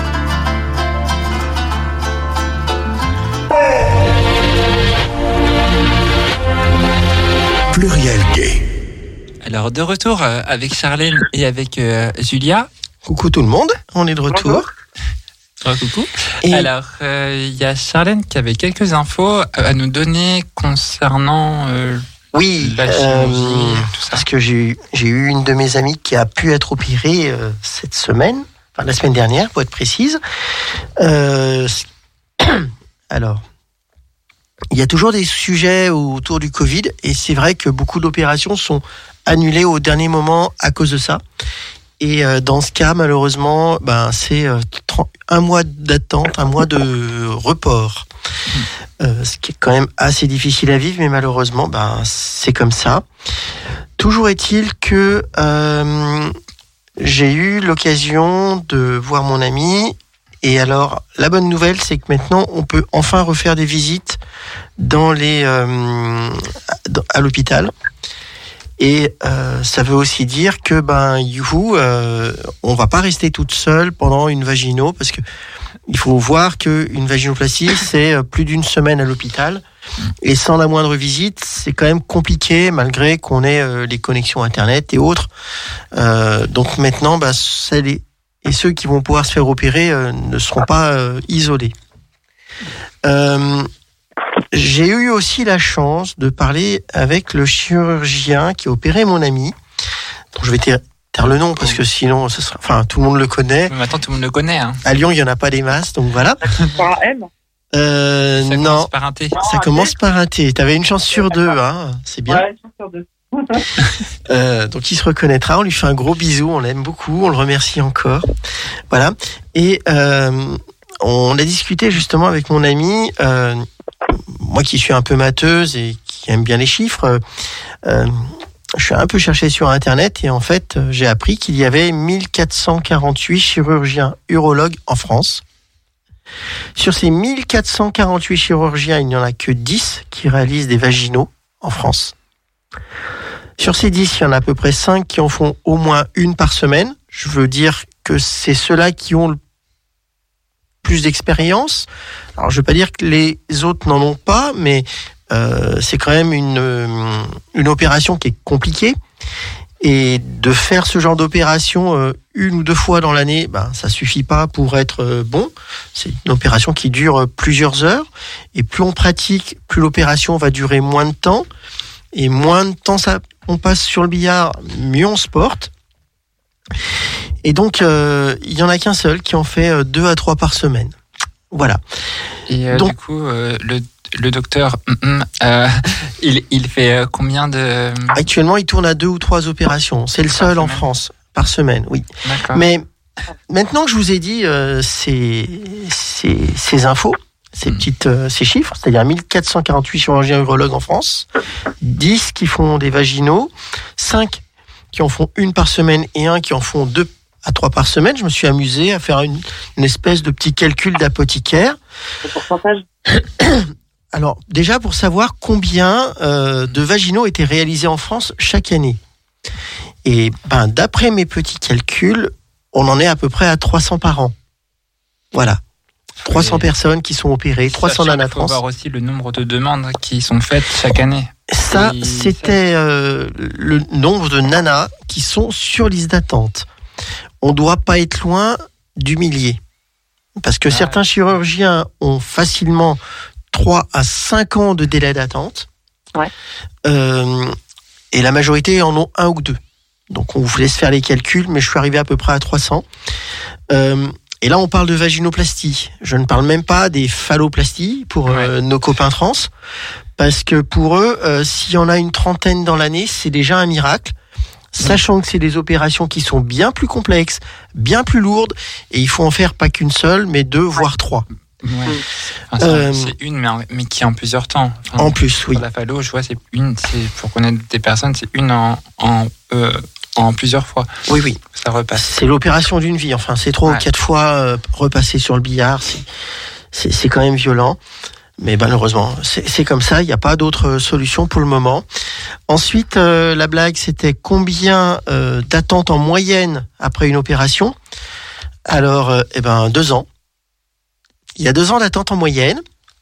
Pluriel gay. Alors de retour avec Charlène et avec Julia. Coucou tout le monde, on est de retour. Coucou. Et alors il y a Charlène qui avait quelques infos à nous donner concernant oui, la chirurgie, tout ça. parce que j'ai eu une de mes amies qui a pu être opérée cette semaine, enfin la semaine dernière pour être précise. Alors, il y a toujours des sujets autour du Covid et c'est vrai que beaucoup d'opérations sont annulées au dernier moment à cause de ça. Et dans ce cas, malheureusement, c'est un mois d'attente, un mois de report. Ce qui est quand même assez difficile à vivre, mais malheureusement, c'est comme ça. Toujours est-il que j'ai eu l'occasion de voir mon ami. Et alors, la bonne nouvelle, c'est que maintenant, on peut enfin refaire des visites à l'hôpital. Et ça veut aussi dire que, on va pas rester toute seule pendant une vagino, parce que il faut voir qu'une vaginoplastie, c'est plus d'une semaine à l'hôpital. Et sans la moindre visite, c'est quand même compliqué, malgré qu'on ait les connexions Internet et autres. Donc maintenant, et ceux qui vont pouvoir se faire opérer ne seront pas isolés. J'ai eu aussi la chance de parler avec le chirurgien qui a opéré mon ami. Donc je vais taire le nom parce que sinon, tout le monde le connaît. Mais maintenant, tout le monde le connaît. Hein. À Lyon, il y en a pas des masses, donc voilà. Par un M. Ça non. commence par un T. Ça commence par un T. T'avais une chance sur deux, hein. C'est bien. Ouais, une chance sur deux. Donc il se reconnaîtra, on lui fait un gros bisou, on l'aime beaucoup, on le remercie encore. Voilà. Et on a discuté justement avec mon ami, moi qui suis un peu matheuse et qui aime bien les chiffres, je suis un peu cherché sur Internet et en fait j'ai appris qu'il y avait 1448 chirurgiens urologues en France. Sur ces 1448 chirurgiens, il n'y en a que 10 qui réalisent des vaginaux en France. Sur ces 10, il y en a à peu près 5 qui en font au moins une par semaine. Je veux dire que c'est ceux-là qui ont le plus d'expérience. Alors, je ne veux pas dire que les autres n'en ont pas, mais c'est quand même une opération qui est compliquée. Et de faire ce genre d'opération une ou deux fois dans l'année, ça suffit pas pour être bon. C'est une opération qui dure plusieurs heures. Et plus on pratique, plus l'opération va durer moins de temps. Et moins de temps on passe sur le billard, mieux on se porte. Et donc, il y en a qu'un seul qui en fait 2 à 3 par semaine. Voilà. Et donc, du coup, le docteur, il fait combien de... Actuellement, il tourne à 2 ou 3 opérations. C'est le seul en France. Par semaine, oui. D'accord. Mais maintenant que je vous ai dit ces infos, ces chiffres, c'est-à-dire 1448 chirurgiens urologues en France, 10 qui font des vaginaux, 5 qui en font une par semaine et 1 qui en font 2 à 3 par semaine, je me suis amusé à faire une espèce de petit calcul d'apothicaire. Le pourcentage ? Alors, déjà pour savoir combien de vaginaux étaient réalisés en France chaque année. Et d'après mes petits calculs, on en est à peu près à 300 par an. Voilà. 300 personnes qui sont opérées, 300 nanas trans. Il faut voir aussi le nombre de demandes qui sont faites chaque année. Ça, c'était le nombre de nanas qui sont sur liste d'attente. On doit pas être loin du millier. Parce que certains chirurgiens ont facilement 3 à 5 ans de délai d'attente. Ouais. Et la majorité en ont 1 ou 2. Donc on vous laisse faire les calculs, mais je suis arrivé à peu près à 300. Et là, on parle de vaginoplastie. Je ne parle même pas des phalloplasties pour nos copains trans. Parce que pour eux, s'il y en a une trentaine dans l'année, c'est déjà un miracle. Sachant que c'est des opérations qui sont bien plus complexes, bien plus lourdes, et il faut en faire pas qu'une seule, mais 2, voire 3. Ouais. Enfin, c'est une, mais qui est en plusieurs temps. Enfin, en plus, oui. Pour la phallo, je vois, c'est pour connaître des personnes, c'est une en plusieurs fois. Oui, oui. Ça repasse. C'est l'opération d'une vie. Enfin, c'est 3 ou 4 fois repasser sur le billard. C'est quand même violent. Mais malheureusement, c'est comme ça. Il n'y a pas d'autre solution pour le moment. Ensuite, la blague, c'était combien d'attente en moyenne après une opération ? Alors, 2 ans. Il y a 2 ans d'attente en moyenne.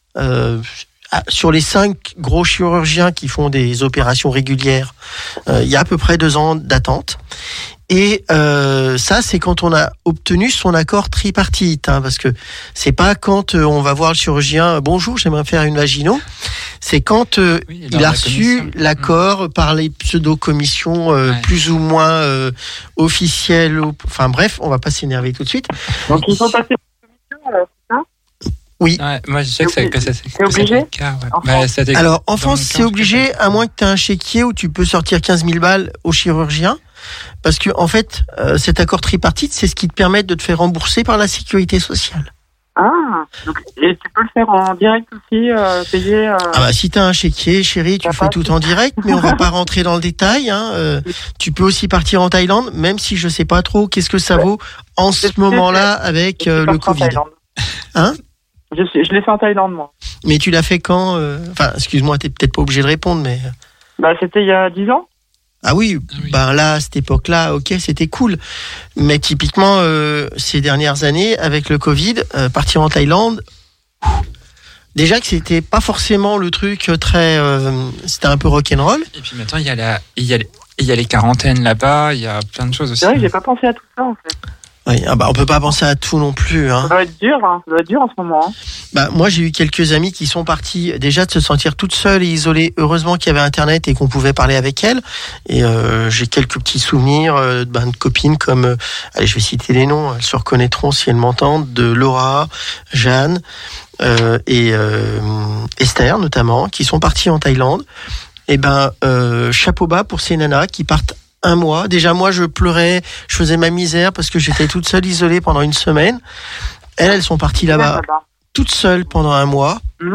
Sur les 5 gros chirurgiens qui font des opérations régulières, il y a à peu près 2 ans d'attente. Et ça, c'est quand on a obtenu son accord tripartite, parce que c'est pas quand on va voir le chirurgien. Bonjour, j'aimerais faire une vagino. C'est quand il a reçu l'accord par les pseudo-commissions plus ou moins officielles. Enfin bref, on va pas s'énerver tout de suite. Donc il faut passer par la commission, c'est ça ? Oui. Ouais, moi, je sais que c'est obligé. Le cas, ouais. Alors, en France, c'est obligé, à moins que tu aies un chéquier où tu peux sortir 15 000 balles au chirurgien. Parce que, en fait, cet accord tripartite, c'est ce qui te permet de te faire rembourser par la sécurité sociale. Ah, donc, et tu peux le faire en direct aussi, payer. Ah bah si t'as un chéquier, chérie, tu fais tout en direct, mais on va pas rentrer dans le détail. Tu peux aussi partir en Thaïlande, même si je sais pas trop qu'est-ce que ça vaut en ce moment-là avec le Covid. Hein? Je l'ai fait en Thaïlande, moi. Mais tu l'as fait quand Enfin, excuse-moi, t'es peut-être pas obligé de répondre, mais. Bah, c'était il y a 10 ans. Ah oui, ben là, à cette époque-là, ok, c'était cool. Mais typiquement, ces dernières années, avec le Covid, partir en Thaïlande, déjà que c'était pas forcément le truc très... c'était un peu rock'n'roll. Et puis maintenant, il y a les quarantaines là-bas, il y a plein de choses aussi. C'est vrai que j'ai pas pensé à tout ça, en fait. Oui, ah bah, on peut pas penser à tout non plus. Hein. Ça doit être dur en ce moment. Hein. Bah, moi, j'ai eu quelques amis qui sont partis déjà de se sentir toutes seules et isolées. Heureusement qu'il y avait Internet et qu'on pouvait parler avec elles. Et j'ai quelques petits souvenirs de copines comme, allez, je vais citer les noms, elles se reconnaîtront si elles m'entendent, de Laura, Jeanne et Esther notamment, qui sont parties en Thaïlande. Et chapeau bas pour ces nanas qui partent un mois. Déjà, moi, je pleurais, je faisais ma misère parce que j'étais toute seule, isolée pendant une semaine. Elles sont parties là-bas toutes seules pendant un mois,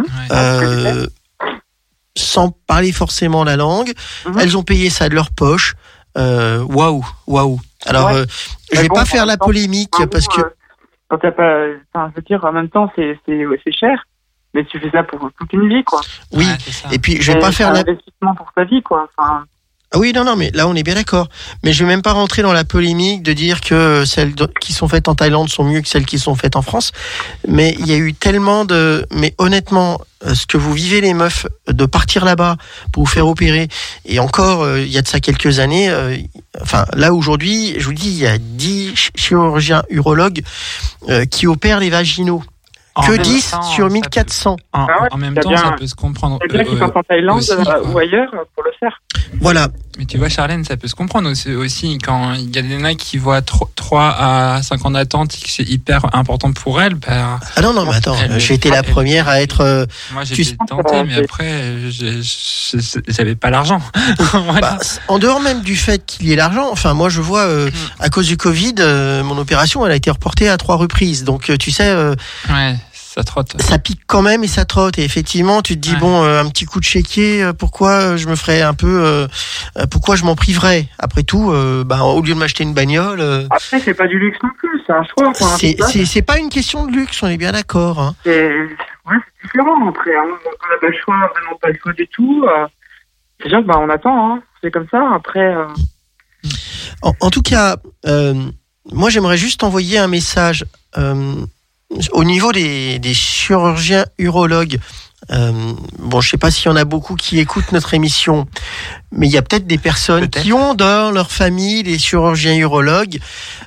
sans parler forcément la langue. Elles ont payé ça de leur poche. Waouh. Alors, je vais pas faire la polémique parce que... Quand t'as pas... Enfin, je veux dire, en même temps, c'est cher. Mais tu fais ça pour toute une vie, quoi. Oui, et puis je vais pas faire un investissement pour ta vie, quoi. Enfin... Ah oui, non, mais là on est bien d'accord. Mais je vais même pas rentrer dans la polémique de dire que celles qui sont faites en Thaïlande sont mieux que celles qui sont faites en France. Mais il y a eu tellement de... Mais honnêtement, ce que vous vivez les meufs, de partir là-bas pour vous faire opérer, et encore, il y a de ça quelques années, là aujourd'hui, je vous dis, il y a 10 chirurgiens urologues qui opèrent les vaginaux. Que 10 sur 1400. En même temps, ça peut se comprendre. Il y a bien qui partent en Thaïlande ou ailleurs pour le faire. Voilà. Mais tu vois, Charlène, ça peut se comprendre aussi quand il y a des nains qui voient 3 à 5 ans d'attente et que c'est hyper important pour elles. Ah non, mais attends, j'ai été la première à être... Moi, j'étais tentée, mais après, j'avais pas l'argent. Voilà. En dehors même du fait qu'il y ait l'argent, enfin, moi, je vois, à cause du Covid, mon opération, elle a été reportée à 3 reprises. Donc, tu sais... Ouais. Ça trotte. Ça pique quand même et ça trotte. Et effectivement, tu te dis, un petit coup de chéquier, pourquoi je me ferais un peu... pourquoi je m'en priverais? Après tout, au lieu de m'acheter une bagnole... Après, c'est pas du luxe non plus, c'est un choix. C'est pas une question de luxe, on est bien d'accord. Hein. C'est différent après. Hein. On n'a pas le choix, vraiment pas le choix du tout. C'est sûr on attend, hein. C'est comme ça. Après... En tout cas, moi, j'aimerais juste envoyer un message... au niveau des chirurgiens urologues, je sais pas s'il y en a beaucoup qui écoutent notre émission, mais il y a peut-être des personnes qui ont dans leur famille des chirurgiens urologues.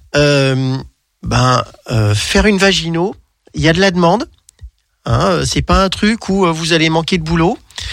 Faire une vagino, il y a de la demande. Hein, c'est pas un truc où vous allez manquer de boulot.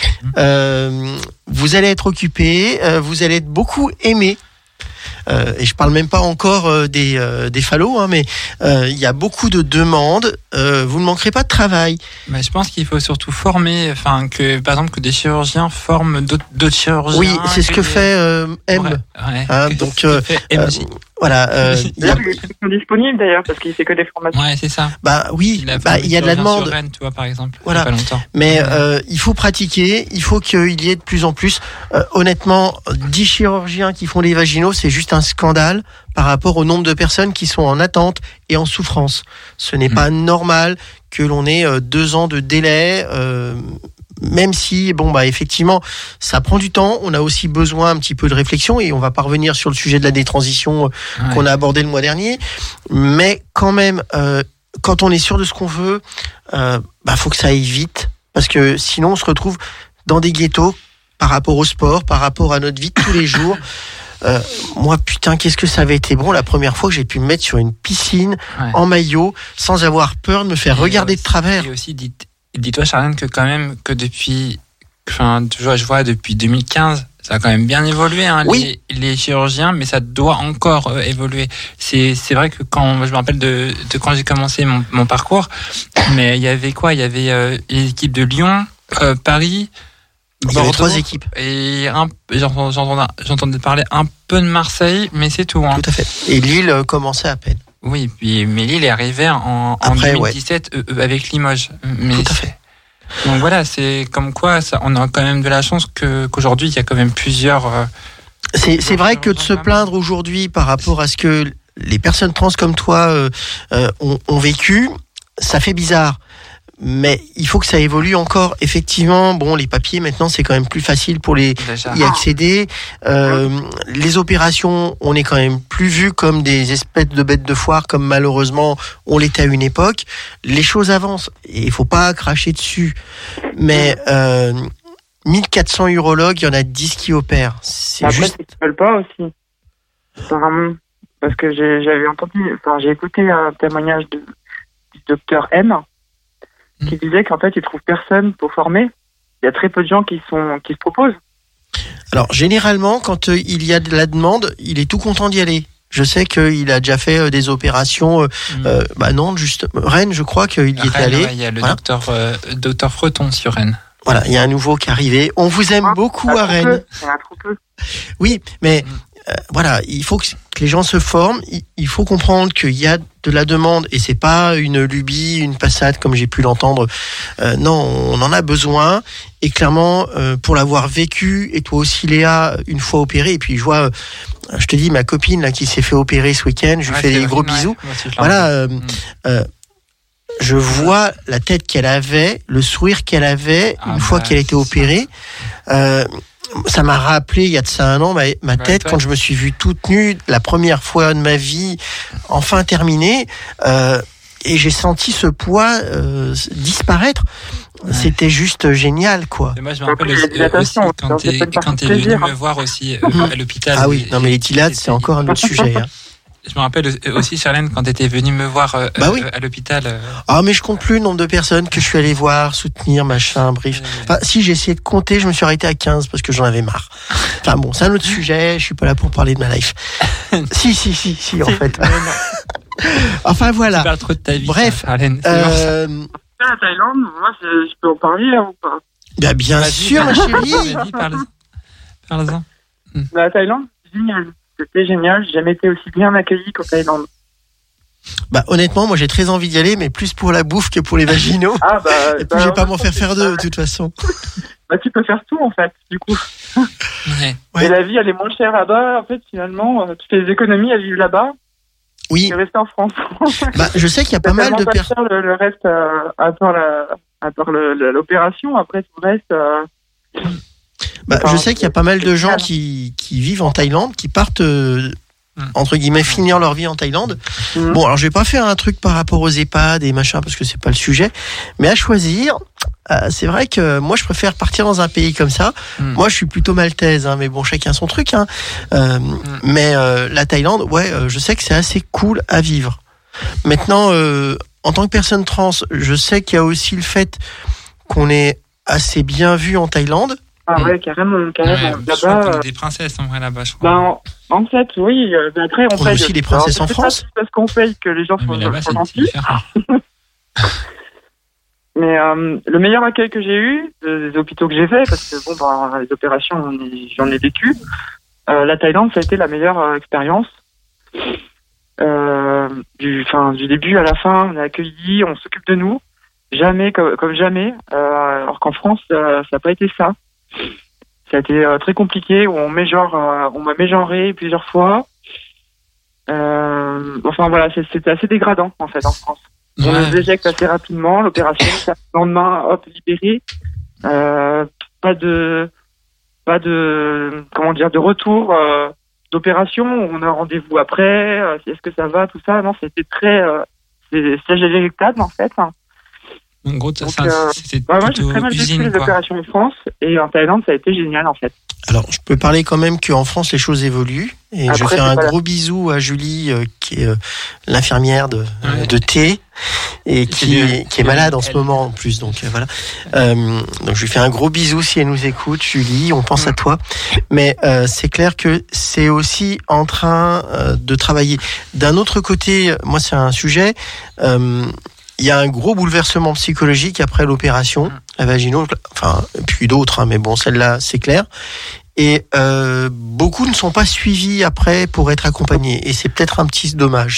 Vous allez être occupé, vous allez être beaucoup aimé. Et je parle même pas encore des phallos, hein, mais il y a beaucoup de demandes. Vous ne manquerez pas de travail. Mais je pense qu'il faut surtout former, que par exemple que des chirurgiens forment d'autres chirurgiens. Oui, c'est ce que fait M. Donc voilà. Ils sont disponibles d'ailleurs parce qu'il fait que des formations. Ouais, c'est ça. Oui, il y a de la demande. Sur Rennes, tu vois, par exemple. Voilà. Il y a pas longtemps. Mais il faut pratiquer. Il faut qu'il y ait de plus en plus. Honnêtement, 10 chirurgiens qui font les vaginaux, c'est juste un scandale par rapport au nombre de personnes qui sont en attente et en souffrance. Ce n'est pas normal que l'on ait 2 ans de délai. Même si, effectivement, ça prend du temps. On a aussi besoin un petit peu de réflexion et on va pas revenir sur le sujet de la détransition qu'on a abordé le mois dernier. Mais quand même, quand on est sûr de ce qu'on veut, faut que ça aille vite parce que sinon on se retrouve dans des ghettos par rapport au sport, par rapport à notre vie de tous les jours. Moi, putain, qu'est-ce que ça avait été bon la première fois que j'ai pu me mettre sur une piscine en maillot sans avoir peur de me faire regarder de travers. Et aussi, dis-toi, Charlène, que quand même, que depuis, je vois depuis 2015, ça a quand même bien évolué, hein, les chirurgiens, mais ça doit encore évoluer. C'est vrai que quand je me rappelle de quand j'ai commencé mon parcours, mais il y avait quoi? Il y avait les équipes de Lyon, Paris, Bordeaux, il y avait 3 équipes. Et j'entendais parler un peu de Marseille, mais c'est tout. Hein. Tout à fait. Et Lille commençait à peine. Oui, puis mais Lille est arrivé en Après, 2017 avec Limoges. Mais Tout à fait. donc voilà, c'est comme quoi ça, on a quand même de la chance qu'aujourd'hui il y a quand même plusieurs. C'est vrai que de se plaindre aujourd'hui par rapport à ce que les personnes trans comme toi ont vécu, ça fait bizarre. Mais il faut que ça évolue encore. Effectivement, bon, les papiers maintenant c'est quand même plus facile pour y accéder. Les opérations, on est quand même plus vu comme des espèces de bêtes de foire, comme malheureusement on l'était à une époque. Les choses avancent et il faut pas cracher dessus. Mais 1400 urologues, il y en a 10 qui opèrent. C'est Après, juste. c'est qu'ils veulent pas aussi. Apparemment. Parce que j'ai écouté un témoignage du docteur M qui disait qu'en fait, il trouve personne pour former. Il y a très peu de gens qui se proposent. Alors, généralement, quand il y a de la demande, il est tout content d'y aller. Je sais qu'il a déjà fait des opérations. Non, juste Rennes, je crois qu'il y est allé. Ouais, il y a le docteur Freton sur Rennes. Voilà, il y a un nouveau qui est arrivé. On vous aime beaucoup à Rennes. Il y en a trop peu. Oui, mais voilà, il faut que les gens se forment. Il faut comprendre qu'il y a de la demande et c'est pas une lubie, une passade comme j'ai pu l'entendre. Non, on en a besoin. Et clairement, pour l'avoir vécu, et toi aussi Léa, une fois opérée, et puis je vois, je te dis, ma copine là qui s'est fait opérer ce week-end, je lui fais des gros bisous. Voilà. Je vois la tête qu'elle avait, le sourire qu'elle avait une fois qu'elle était opérée. Ça m'a rappelé, il y a de ça un an, ma tête quand je me suis vu toute nue, la première fois de ma vie, enfin terminée, et j'ai senti ce poids disparaître. Ouais. C'était juste génial, quoi. Et moi, je me rappelle aussi quand t'es venu me voir aussi à l'hôpital. Ah oui, non mais les tilades, c'est encore un autre sujet. Hein. Je me rappelle aussi, Charlène, quand tu étais venue me voir à l'hôpital. Ah, mais je compte plus le nombre de personnes que je suis allé voir, soutenir, machin, bref. Enfin, si j'ai essayé de compter, je me suis arrêté à 15 parce que j'en avais marre. Enfin bon, c'est un autre sujet, je suis pas là pour parler de ma life. si, en fait. Enfin voilà. Tu parles trop de ta vie. Bref. Charlène, La Thaïlande, moi, je peux en parler là, ou pas? Bien sûr, ma chérie. Parle-en. La Thaïlande, c'est génial. C'était génial, j'ai jamais été aussi bien accueilli qu'en Thaïlande. Honnêtement, moi j'ai très envie d'y aller, mais plus pour la bouffe que pour les vaginaux. Et puis je vais pas m'en faire deux de toute façon. Tu peux faire tout en fait, du coup. Ouais. Et la vie elle est moins chère là-bas, en fait finalement, tu fais des économies à vivre là-bas. Oui. Et rester en France. Je sais qu'il y a pas mal de personnes. Le reste, à part l'opération, après tout le reste. Je sais qu'il y a pas mal de gens qui vivent en Thaïlande, qui partent entre guillemets finir leur vie en Thaïlande. Bon, alors je vais pas faire un truc par rapport aux EHPAD et machin parce que c'est pas le sujet, mais à choisir, c'est vrai que moi je préfère partir dans un pays comme ça. Moi je suis plutôt maltaise, mais bon, chacun son truc. Mais la Thaïlande, je sais que c'est assez cool à vivre. Maintenant, en tant que personne trans, je sais qu'il y a aussi le fait qu'on est assez bien vu en Thaïlande. Ah ouais, carrément. Ouais, là-bas, on est des princesses en vrai là-bas, je crois. En fait, oui. Après, on paye aussi des princesses en France. C'est parce qu'on paye que les gens sont gentils. Mais le meilleur accueil que j'ai eu des hôpitaux que j'ai fait, parce que les opérations, j'en ai vécu. La Thaïlande, ça a été la meilleure expérience. Du début à la fin, on est accueillis, on s'occupe de nous. Jamais comme jamais. Alors qu'en France, ça n'a pas été ça. Ça a été très compliqué, où on m'a mégenré plusieurs fois. Voilà, c'était assez dégradant en fait en France. On nous éjecte assez rapidement, l'opération, le lendemain, hop, libéré. Pas de retour d'opération. On a un rendez-vous après. Est-ce que ça va, tout ça? Non, c'était très siège éjectable en fait. En gros, c'était moi, j'ai très mal vécu les opérations en France et en Thaïlande, ça a été génial en fait. Alors, je peux parler quand même qu'en France, les choses évoluent. Et je fais un gros bisou à Julie, qui est l'infirmière de T et qui est malade en ce moment en plus. Donc voilà. Donc je lui fais un gros bisou si elle nous écoute, Julie. On pense à toi. Mais c'est clair que c'est aussi en train de travailler. D'un autre côté, moi, c'est un sujet. Il y a un gros bouleversement psychologique après l'opération, la vaginale, puis d'autres, mais bon, celle-là, c'est clair. Et beaucoup ne sont pas suivis après pour être accompagnés. Et c'est peut-être un petit dommage, ça.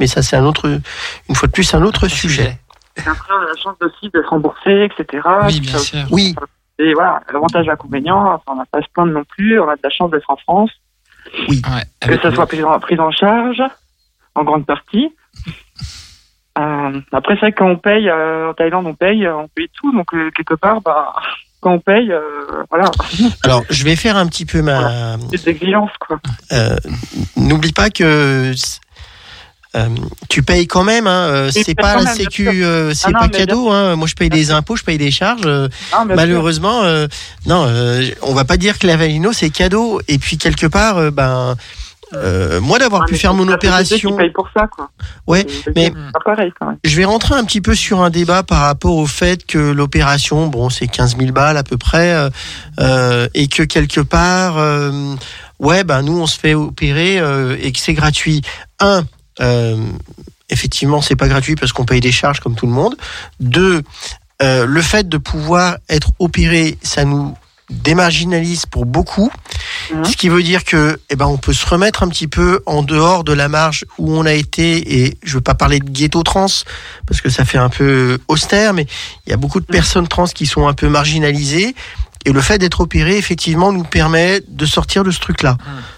Mais ça, c'est une fois de plus, un autre sujet. Et après, on a la chance aussi d'être remboursé, etc. Oui, bien sûr. Oui. Et voilà, l'avantage et l'inconvénient, on n'a pas à se plaindre non plus, on a de la chance d'être en France, Oui. Ouais, que ça soit pris en charge, en grande partie. Après, c'est vrai que quand on paye, en Thaïlande, on paye tout, donc quelque part, quand on paye, voilà. Alors, je vais faire un petit peu C'est des exigences, quoi. N'oublie pas que tu payes quand même, hein. C'est pas la sécu, c'est pas cadeau, hein. Moi, je paye des impôts, je paye des charges. Malheureusement, on va pas dire que la Valino c'est cadeau. Et puis quelque part, moi d'avoir pu faire mon opération. Qui paye pour ça, quoi. Ouais, mais c'est pas pareil quand même. je vais rentrer un petit peu sur un débat par rapport au fait que l'opération, bon, c'est 15 000 balles à peu près, et que quelque part, nous on se fait opérer et que c'est gratuit. Effectivement, c'est pas gratuit parce qu'on paye des charges comme tout le monde. 2, le fait de pouvoir être opéré, ça nous démarginalise pour beaucoup. Ce qui veut dire que, on peut se remettre un petit peu en dehors de la marge où on a été, et je veux pas parler de ghetto trans parce que ça fait un peu austère, mais il y a beaucoup de personnes trans qui sont un peu marginalisées, et le fait d'être opéré, effectivement, nous permet de sortir de ce truc-là.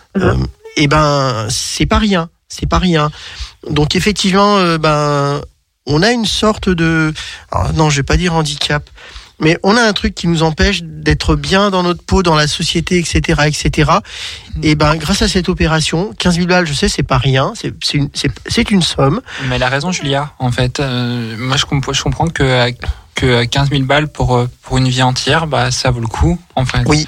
C'est pas rien. C'est pas rien. Donc effectivement, on a une sorte de, alors, non, je vais pas dire handicap, mais on a un truc qui nous empêche d'être bien dans notre peau, dans la société, etc., etc. Et grâce à cette opération, 15 000 balles, je sais, c'est pas rien, c'est une somme. Mais elle a raison, Julia. En fait, moi, je comprends que 15 000 balles pour une vie entière, ça vaut le coup. En fait. Oui.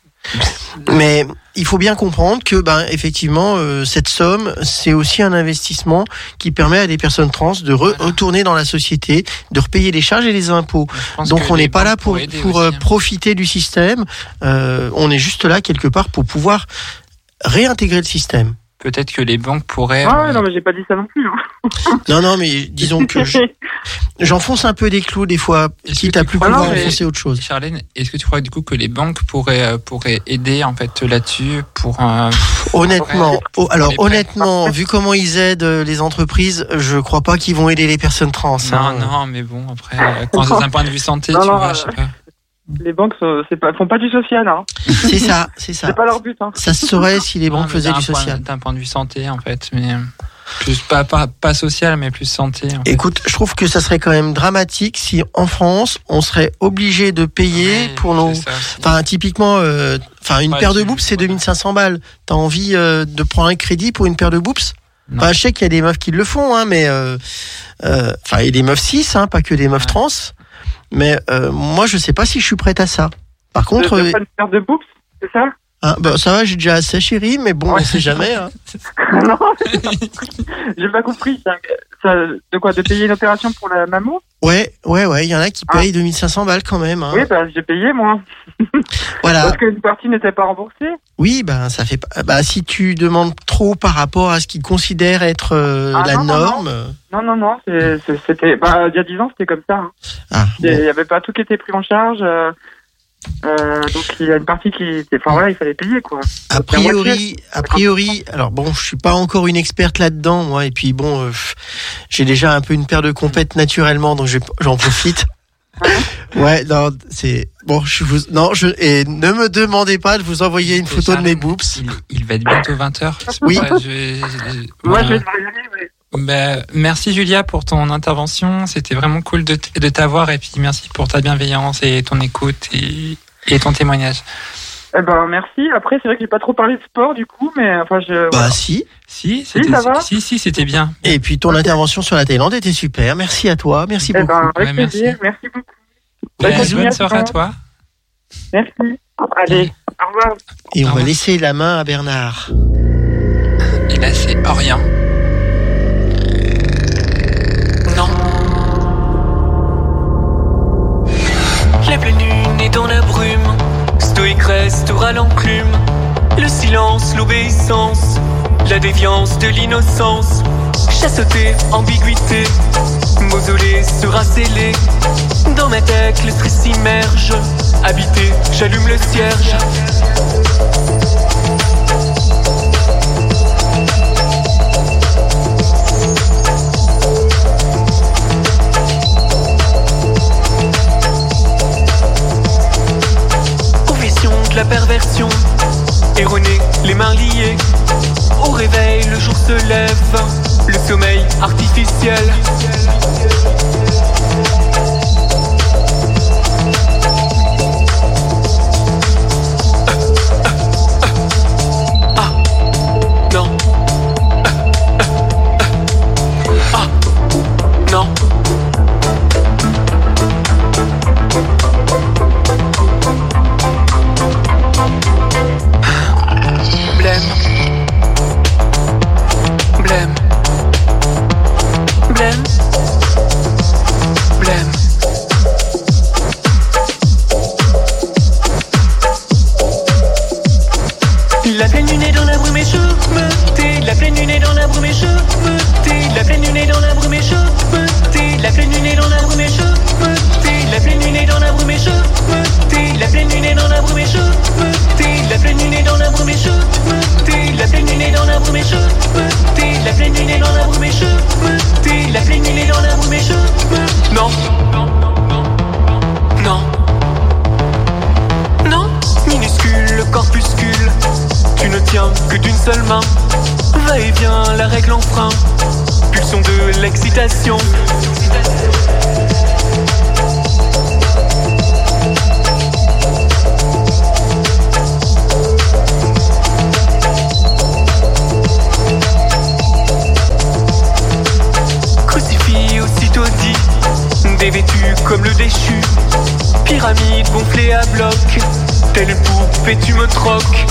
Mais il faut bien comprendre que effectivement cette somme, c'est aussi un investissement qui permet à des personnes trans de retourner dans la société, de repayer les charges et les impôts. Donc on n'est pas là pour profiter du système, on est juste là quelque part pour pouvoir réintégrer le système. Peut-être que les banques pourraient... non, mais j'ai pas dit ça non plus. Hein. Non, mais disons que j'enfonce un peu des clous des fois, quitte à plus pouvoir enfoncer autre chose. Charlène, est-ce que tu crois du coup que les banques pourraient aider en fait là-dessus pour Honnêtement, honnêtement, vu comment ils aident les entreprises, je crois pas qu'ils vont aider les personnes trans. Non, mais bon, après, quand c'est un point de vue santé, je sais pas. Les banques font pas du social, hein. C'est ça. C'est pas leur but, hein. Ça se saurait si les banques faisaient du social. D'un point de vue santé, en fait, mais plus pas social, mais plus santé. Écoute, je trouve que ça serait quand même dramatique si en France on serait obligé de payer pour nos. Enfin, typiquement, une paire de boobs c'est 2500 balles. T'as envie de prendre un crédit pour une paire de boobs? Je sais qu'il y a des meufs qui le font, hein, mais il y a des meufs cis, hein, pas que des meufs trans. Mais moi, je sais pas si je suis prête à ça. Par contre, pas une paire de boobs, c'est ça? Ça va, j'ai déjà assez, chérie, mais bon, on sait jamais. Hein. Non, j'ai pas compris. De quoi? De payer une opération pour la maman? Ouais, il y en a qui payent 2500 balles quand même. Hein. Oui, j'ai payé, moi. Voilà. Parce qu'une partie n'était pas remboursée. Oui, ça fait pas. Si tu demandes trop par rapport à ce qu'ils considèrent être la norme. Non, c'était. Il y a 10 ans, c'était comme ça. Hein. Il y avait pas tout qui était pris en charge. Donc il y a une partie qui était, il fallait payer, quoi. A priori, alors bon, je suis pas encore une experte là-dedans, moi, et puis bon, j'ai déjà un peu une paire de compètes naturellement, donc j'en profite. Ouais, non, c'est bon. Et ne me demandez pas de vous envoyer une photo de mes boobs. Il va être bientôt 20h. Oui. Moi, je vais y aller. Merci Julia pour ton intervention. C'était vraiment cool de t'avoir, et puis merci pour ta bienveillance et ton écoute et ton témoignage. Merci. Après, c'est vrai que j'ai pas trop parlé de sport du coup, mais voilà. Si, c'était bien. Et puis ton intervention sur la Thaïlande était super. Merci à toi. Merci beaucoup. Avec plaisir. Merci beaucoup. Bonne soirée à toi. Merci. Allez, au revoir. Et on va laisser la main à Bernard. Et là, c'est Orient. Non. La pleine lune est dans la brume. Stoïque restera l'enclume. Le silence, l'obéissance, la déviance de l'innocence. Chasseté, ambiguïté, mausolée sera scellé. Dans ma tête, le stress s'immerge. Habité, j'allume le cierge. seule main. Va-et-vient, la règle en frein. Pulsion de l'excitation. Crucifix aussitôt dit, dévêtu comme le déchu. Pyramide gonflée à bloc, telle une poupée tu me troques.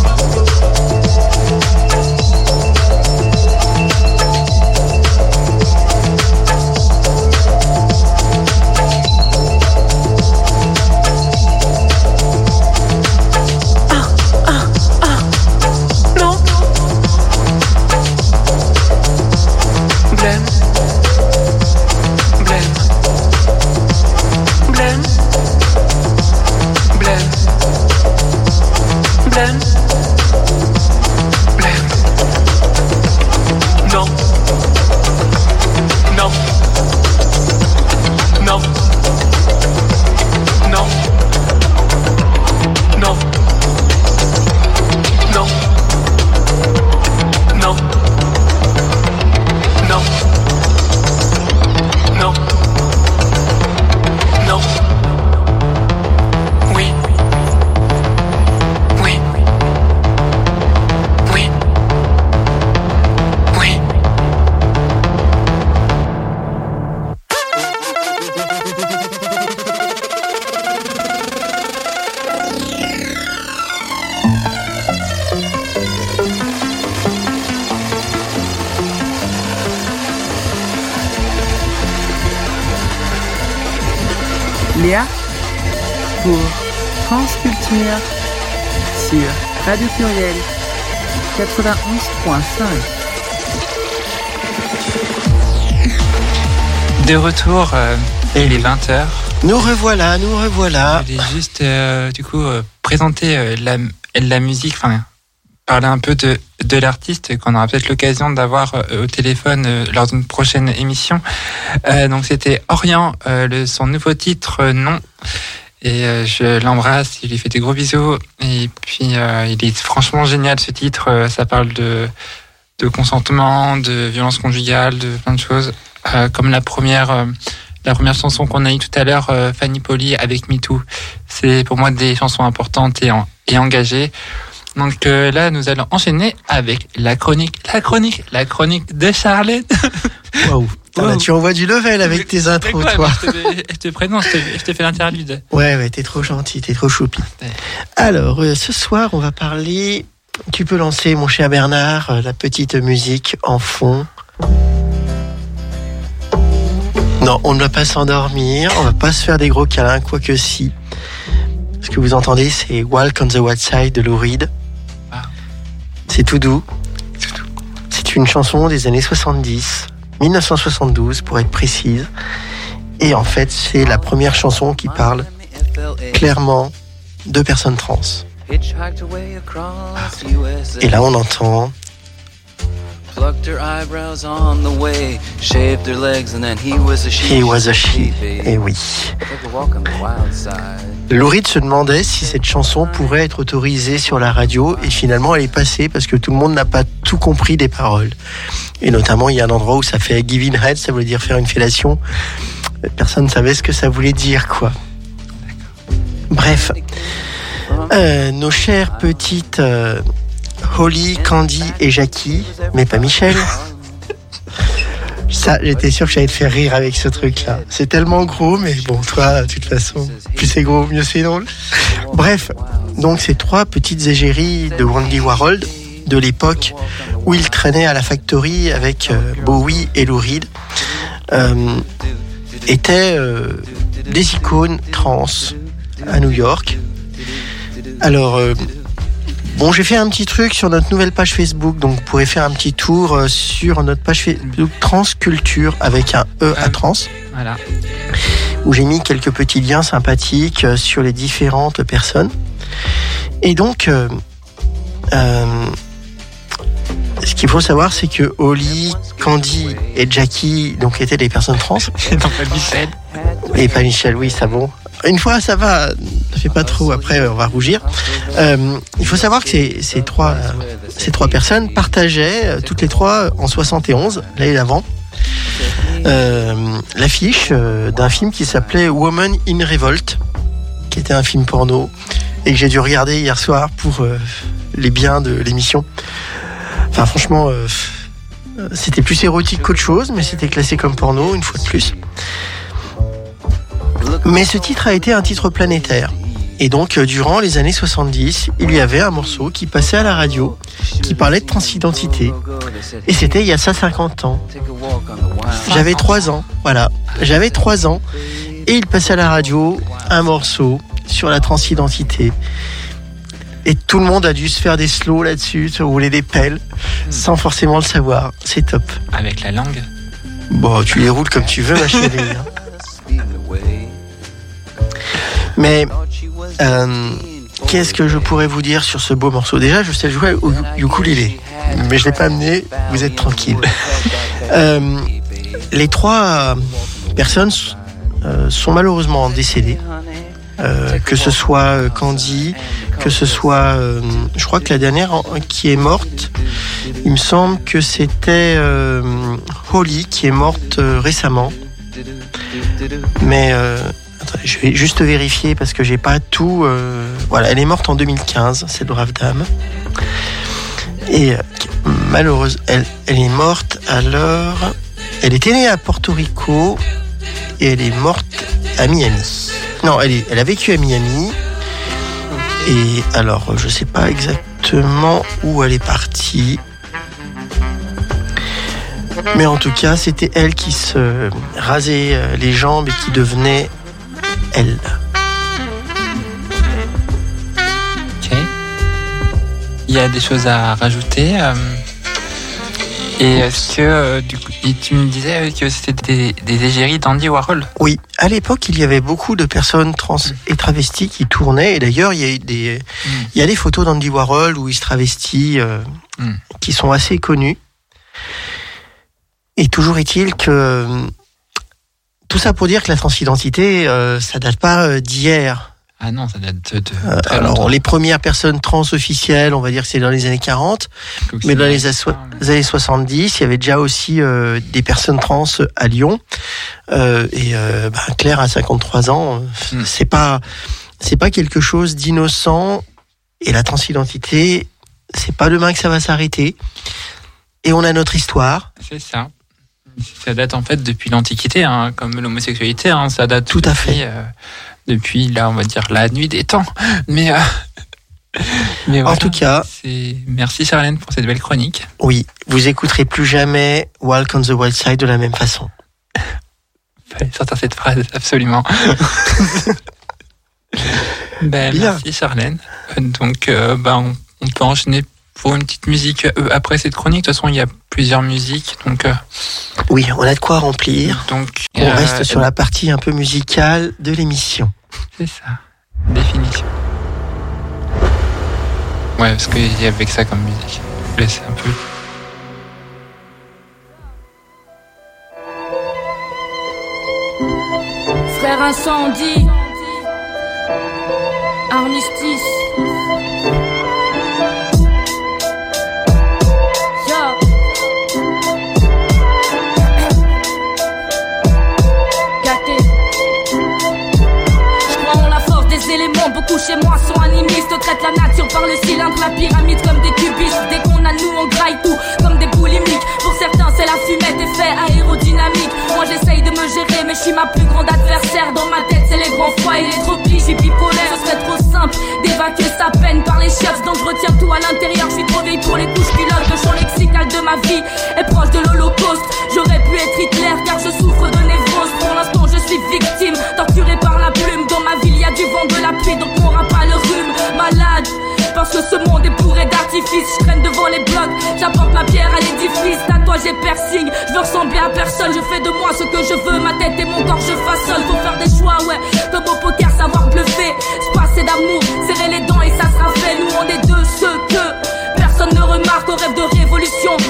Non. Blême. Blême. Blême. Blême. Blême. Blême. Non. Non. Non. Non. Non. Non. Non. Non. Non. Non. Oui. Oui. Oui. Oui. Léa pour France Culture sur Radio Pluriel 91.5. De retour, il est 20h. Nous revoilà. Je voulais juste présenter la musique, enfin parler un peu de l'artiste qu'on aura peut-être l'occasion d'avoir au téléphone lors d'une prochaine émission. Donc c'était Orient, son nouveau titre Non. Et je l'embrasse, je lui fais des gros bisous. Et puis il est franchement génial ce titre. Ça parle de consentement, de violence conjugale, de plein de choses. Comme la première chanson qu'on a eue tout à l'heure, Fanny Polly avec Me Too. C'est pour moi des chansons importantes et engagées. Donc là, nous allons enchaîner avec la chronique de Charlotte. Waouh. Wow. Tu envoies du level avec tes intros, toi. Je te présente, je te fais l'interlude. Ouais, t'es trop gentil, t'es trop choupi. Ouais. Alors, ce soir, on va parler... Tu peux lancer, mon cher Bernard, la petite musique en fond. Non, on ne va pas s'endormir, on va pas se faire des gros câlins, quoique si. Ce que vous entendez, c'est Walk on the Wild Side de Lou Reed. Ah. C'est tout doux. C'est une chanson des années 70, 1972 pour être précise. Et en fait, c'est la première chanson qui parle clairement de personnes trans. Et là, on entend... He was a she. Et oui. Lou Reed se demandait si cette chanson pourrait être autorisée sur la radio et finalement elle est passée parce que tout le monde n'a pas tout compris des paroles. Et notamment il y a un endroit où ça fait giving head, ça voulait dire faire une fellation. Personne ne savait ce que ça voulait dire, quoi. Bref, nos chères petites Holly, Candy et Jackie, mais pas Michel. Ça, j'étais sûr que j'allais te faire rire avec ce truc-là. C'est tellement gros, mais bon, toi, de toute façon, plus c'est gros, mieux c'est drôle. Bref, donc ces trois petites égéries de Andy Warhol, de l'époque où il traînait à la Factory avec Bowie et Lou Reed, étaient des icônes trans à New York. Alors... Bon, j'ai fait un petit truc sur notre nouvelle page Facebook, donc vous pourrez faire un petit tour sur notre page Facebook Transculture avec un E à trans. Voilà. Où j'ai mis quelques petits liens sympathiques sur les différentes personnes. Et donc, ce qu'il faut savoir, c'est que Holly, Candy et Jackie donc étaient des personnes trans. Non, pas Michel. Et pas Michel, oui, ça bon. Une fois, ça va, ne fait pas trop, après on va rougir. Il faut savoir que ces trois personnes partageaient, toutes les trois, en 71, l'année d'avant, l'affiche d'un film qui s'appelait Woman in Revolt, qui était un film porno, et que j'ai dû regarder hier soir pour les biens de l'émission. Enfin, franchement, c'était plus érotique qu'autre chose, mais c'était classé comme porno, une fois de plus. Mais ce titre a été un titre planétaire. Et donc, durant les années 70, il y avait un morceau qui passait à la radio, qui parlait de transidentité. Et c'était il y a ça 50 ans. J'avais 3 ans, voilà. J'avais 3 ans. Et il passait à la radio un morceau sur la transidentité. Et tout le monde a dû se faire des slows là-dessus, se rouler des pelles, sans forcément le savoir. C'est top. Avec la langue. Bon, tu les roules comme tu veux, ma chérie. Mais qu'est-ce que je pourrais vous dire sur ce beau morceau? Déjà, je sais jouer au ukulélé, mais je ne l'ai pas amené, vous êtes tranquille. Les 3 personnes sont malheureusement décédées, que ce soit Candy, que ce soit, je crois que la dernière qui est morte, il me semble que c'était Holly qui est morte récemment. Mais je vais juste vérifier parce que j'ai pas tout. Voilà, elle est morte en 2015, cette brave dame. Et malheureuse, elle est morte alors. Elle était née à Porto Rico et elle est morte à Miami. Non, elle a vécu à Miami. Et alors, je sais pas exactement où elle est partie. Mais en tout cas, c'était elle qui se rasait les jambes et qui devenait elle. Ok. Il y a des choses à rajouter. Et est-ce que du coup, tu me disais que c'était des égéries d'Andy Warhol? Oui, à l'époque, il y avait beaucoup de personnes trans et travesties qui tournaient. Et d'ailleurs, il y a des photos d'Andy Warhol où il se travestit, qui sont assez connues. Et toujours est-il que tout ça pour dire que la transidentité, ça date pas d'hier. Ah non, ça date de très alors, longtemps. les premières personnes trans officielles, on va dire que c'est dans les années 40, mais dans les années 70, il y avait déjà aussi des personnes trans à Lyon. Claire, à 53 ans, c'est pas quelque chose d'innocent. Et la transidentité, c'est pas demain que ça va s'arrêter. Et on a notre histoire. C'est ça. Ça date en fait depuis l'Antiquité, hein, comme l'homosexualité, hein, ça date tout à fait. Depuis, là, on va dire, la nuit des temps. Mais voilà, en tout cas, merci Charlène pour cette belle chronique. Oui, vous écouterez plus jamais Walk on the Wild Side de la même façon. Fallait sortir cette phrase, absolument. Merci Charlène. Donc, on peut enchaîner pour une petite musique après cette chronique. De toute façon, il y a plusieurs musiques, donc. Oui, on a de quoi remplir. Donc, on reste sur la partie un peu musicale de l'émission. C'est ça. Définition. Ouais, parce qu'il y avait que ça comme musique. Je laisse un peu. Frère incendie, armistice. Éléments, beaucoup chez moi sont animistes. Traitent la nature par le cylindre, la pyramide comme des cubistes. Dès qu'on a nous on graille tout comme des boulimiques. Pour certains c'est la fumette, effet aérodynamique. Moi j'essaye de me gérer mais je suis ma plus grande adversaire. Dans ma tête c'est les grands froids et les tropies. J'suis bipolaire, ce serait trop simple d'évacuer sa peine par les chiottes. Donc je retiens tout à l'intérieur, je suis trop vieille pour les couches culottes. Le champ lexical de ma vie est proche de l'Holocauste. J'aurais pu être Hitler car je souffre de névrose. Pour l'instant je suis victime, torturée par la plume. Dans ma ville y a du vent, de la pluie, donc on n'aura pas le rhume. Malade, parce que ce monde est bourré d'artifices. Je traîne devant les blocs, j'apporte la pierre à l'édifice. Tatouage et piercing, je veux ressembler à personne. Je fais de moi ce que je veux, ma tête et mon corps je façonne. Faut faire des choix, ouais, comme au poker, savoir bluffer. Se passer d'amour, serrer les dents et ça sera fait. Nous on est de ceux que personne ne remarque. Au rêve de révolution,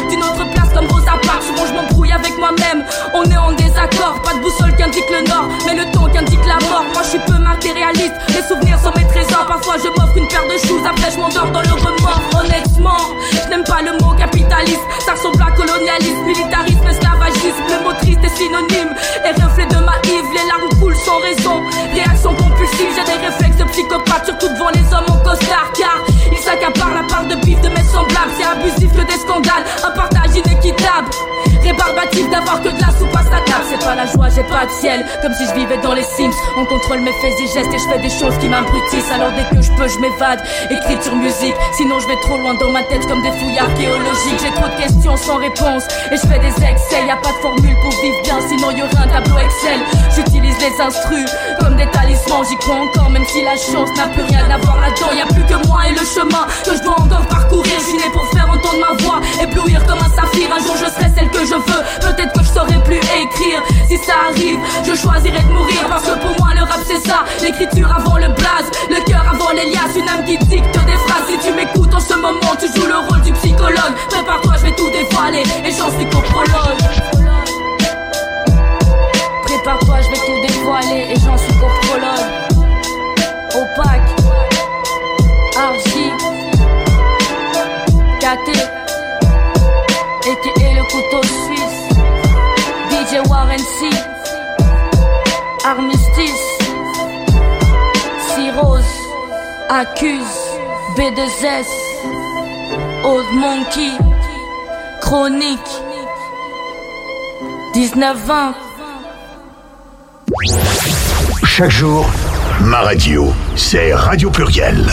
même. On est en désaccord, pas de boussole qui indique le nord, mais le temps qui indique la mort. Moi je suis peu matérialiste, mes souvenirs sont mes trésors. Parfois je m'offre une paire de shoes, après je m'endors dans le remords. Honnêtement, je n'aime pas le mot capitalisme, ça ressemble à colonialisme, militarisme, esclavagisme. Le mot triste est synonyme et reflet de ma Yves. Les larmes coulent sans raison, réaction compulsive. J'ai des réflexes de psychopathe, surtout devant les hommes en costard, car ils s'accaparent la part de bif de mes semblables. C'est abusif que des scandales, un partage inéquitable, rébarbatif d'avoir que de la soupe à sa table. C'est pas la joie, j'ai pas de ciel, comme si je vivais dans les Sims. On contrôle mes faits et gestes et je fais des choses qui m'abrutissent. Alors dès que je peux je m'évade, écriture, musique. Sinon je vais trop loin dans ma tête comme des fouilles archéologiques. J'ai trop de questions sans réponse et je fais des excès. Y'a pas de formule pour vivre bien, sinon y'aurait un tableau Excel. J'utilise les instrus comme des talismans. J'y crois encore même si la chance n'a plus rien à voir là-dedans. Y'a plus que moi et le chemin que je dois encore parcourir. Je suis né pour faire entendre ma voix, éblouir comme un saphir. Un jour je serai celle que je veux, peut-être que je saurai plus écrire. Si ça arrive, je choisirai de mourir, parce que pour moi le rap c'est ça, l'écriture avant le blaze, le cœur avant les liasses, une âme qui dicte des phrases. Si tu m'écoutes en ce moment, tu joues le rôle du psychologue. Prépare-toi, je vais tout dévoiler et j'en suis qu'au prologue. Prépare-toi, je vais tout dévoiler et j'en suis qu'au prologue. Opaque, Argy, KT, a.k.a. le couteau suisse, DJ Warren C, Armistice, C-Rose, Accuse, B2S, Old Monkey, Chronique, 19-20. Chaque jour, ma radio, c'est Radio Pluriel.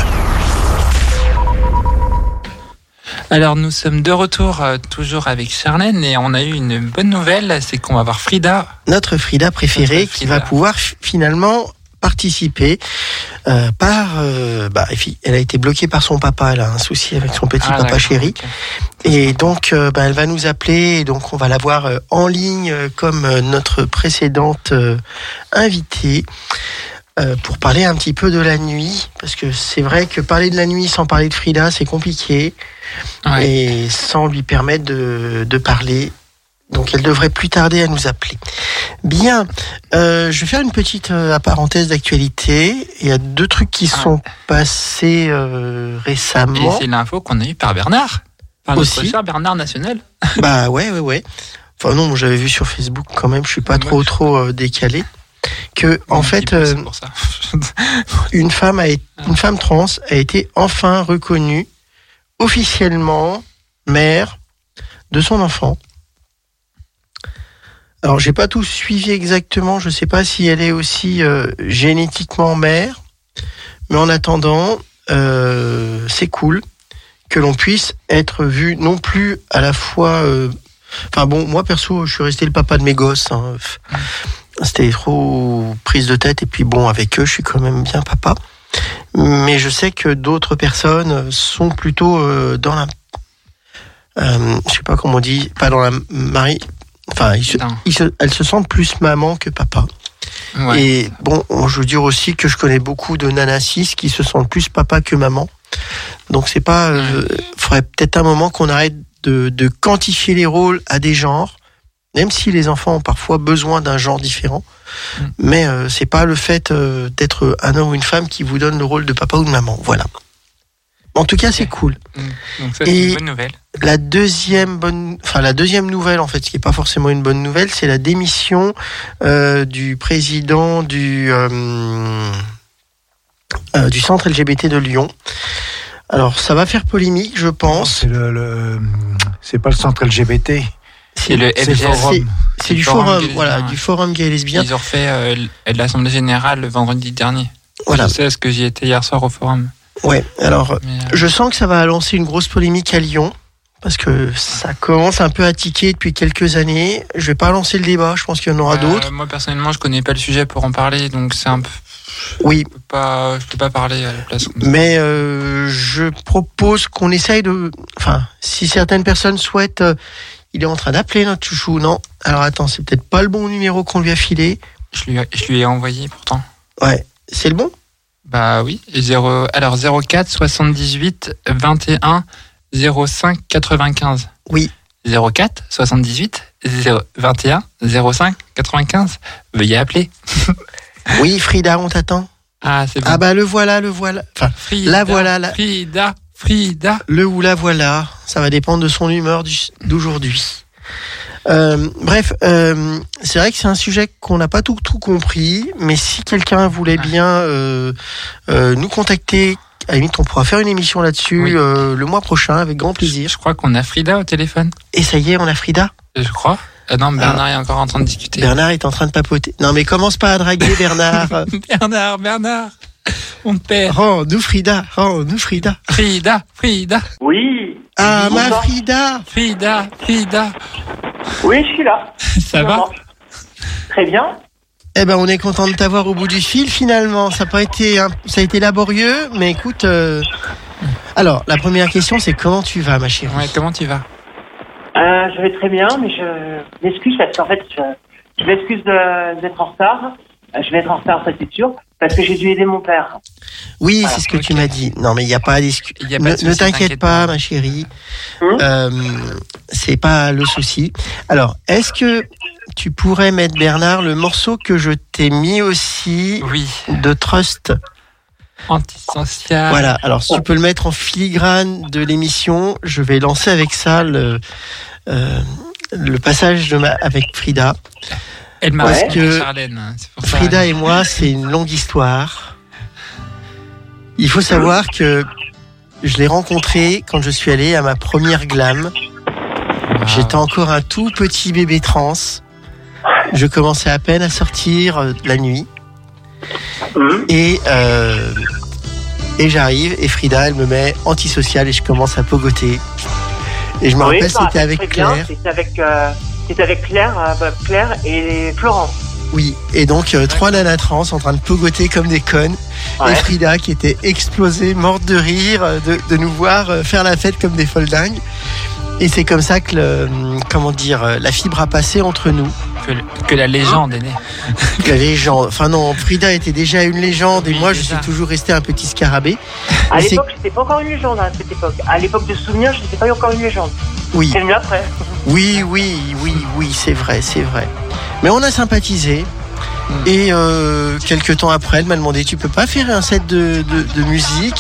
Alors nous sommes de retour toujours avec Charlène et on a eu une bonne nouvelle, c'est qu'on va voir Frida. Notre Frida préférée qui va pouvoir finalement participer elle a été bloquée par son papa, elle a un souci avec son petit papa chéri. Okay. Et donc elle va nous appeler et donc on va la voir en ligne comme notre précédente invitée. Pour parler un petit peu de la nuit, parce que c'est vrai que parler de la nuit sans parler de Frida, c'est compliqué, et sans lui permettre de parler. Donc elle devrait plus tarder à nous appeler. Bien, je vais faire une petite parenthèse d'actualité. Il y a 2 trucs qui sont passés récemment. Et c'est l'info qu'on a eue par Bernard, par notre cher Bernard National. Bah ouais. Enfin non, j'avais vu sur Facebook quand même, je suis pas trop décalé. Que en fait une femme trans a été enfin reconnue officiellement mère de son enfant. Alors j'ai pas tout suivi exactement, je sais pas si elle est aussi génétiquement mère, mais en attendant c'est cool que l'on puisse être vu non plus à la fois moi perso je suis resté le papa de mes gosses, hein. C'était trop prise de tête et puis avec eux je suis quand même bien papa, mais je sais que d'autres personnes sont plutôt dans la je sais pas comment on dit, pas dans la mari, elles se sentent plus maman que papa. Et je veux dire aussi que je connais beaucoup de nanas cis qui se sentent plus papa que maman, donc c'est pas faudrait peut-être un moment qu'on arrête de quantifier les rôles à des genres. Même si les enfants ont parfois besoin d'un genre différent, mais c'est pas le fait d'être un homme ou une femme qui vous donne le rôle de papa ou de maman. Voilà. En tout cas, c'est cool. Donc ça, c'est une bonne nouvelle. La deuxième nouvelle, en fait, ce qui est pas forcément une bonne nouvelle, c'est la démission du président du centre LGBT de Lyon. Alors, ça va faire polémique, je pense. C'est pas le centre LGBT. C'est le FGS. C'est du forum, du forum gay et lesbien. Ils ont refait l'Assemblée Générale le vendredi dernier. Voilà. Je sais, parce que j'y étais hier soir au forum. Ouais, alors, je sens que ça va lancer une grosse polémique à Lyon, parce que ça commence un peu à tiquer depuis quelques années. Je vais pas lancer le débat, je pense qu'il y en aura d'autres. Moi, personnellement, je connais pas le sujet pour en parler, donc c'est un peu... Oui. Je peux pas parler à la place. Mais je propose qu'on essaye de... Enfin, si certaines personnes souhaitent... il est en train d'appeler notre chouchou, non? Alors attends, c'est peut-être pas le bon numéro qu'on lui a filé. Je lui ai envoyé pourtant. Ouais, c'est le bon? Bah oui. 04 78 21 05 95. Oui. 04 78 21 05 95. Veuillez appeler. Oui, Frida, on t'attend. Ah, c'est bon. Ah bah le voilà. Enfin, Frida, la voilà. Frida. Le ou la voilà. Ça va dépendre de son humeur d'aujourd'hui. Bref, c'est vrai que c'est un sujet qu'on n'a pas tout compris, mais si quelqu'un voulait bien nous contacter, à la limite, on pourra faire une émission là-dessus le mois prochain avec grand plaisir. Je crois qu'on a Frida au téléphone. Et ça y est, on a Frida ? Je crois. Non, Bernard est encore en train de discuter. Bernard est en train de papoter. Non, mais commence pas à draguer, Bernard. Bernard. On te perd. Rends-nous Frida. Frida. Oui. Ah, Bonsoir. ma Frida. Frida. Oui, je suis là. Ça va ? Très bien. Eh ben, on est content de t'avoir au bout du fil, finalement. Ça a été laborieux, mais écoute... Alors, la première question, c'est comment tu vas, ma chérie ? Ouais, comment tu vas ? Je vais très bien, mais je m'excuse parce qu'en fait, je m'excuse d'être en retard. Je vais être en retard, ça c'est sûr, parce que j'ai dû aider mon père. Oui, voilà, c'est ce que tu m'as dit. Non, mais il n'y a pas à discuter. Ne t'inquiète pas, ma chérie. C'est pas le souci. Alors, est-ce que tu pourrais mettre, Bernard, le morceau que je t'ai mis aussi de Trust Antisocial. Voilà, alors si tu peux le mettre en filigrane de l'émission, je vais lancer avec ça le passage avec Frida. Elle m'a parce que Charlène, c'est pour Frida ça. et moi, c'est une longue histoire. Il faut savoir que je l'ai rencontrée quand je suis allé à ma première glam. J'étais encore un tout petit bébé trans. Je commençais à peine à sortir la nuit. Et j'arrive et Frida, elle me met antisocial et je commence à pogoter. Et je me rappelle, c'était avec Claire. C'était avec Claire et Florence. Oui, et donc 3 nanas trans en train de pogoter comme des connes. Ouais. Et Frida qui était explosée, morte de rire, de nous voir faire la fête comme des folles dingues. Et c'est comme ça que la fibre a passé entre nous. Que la légende est née. La légende. Enfin non, Frida était déjà une légende et moi je suis toujours resté un petit scarabée. À l'époque, j'étais pas encore une légende à cette époque. À l'époque de Souvenirs, je n'étais pas encore une légende. Oui. C'est venu après. Oui, c'est vrai. Mais on a sympathisé. Et quelques temps après, elle m'a demandé, tu peux pas faire un set de musique ?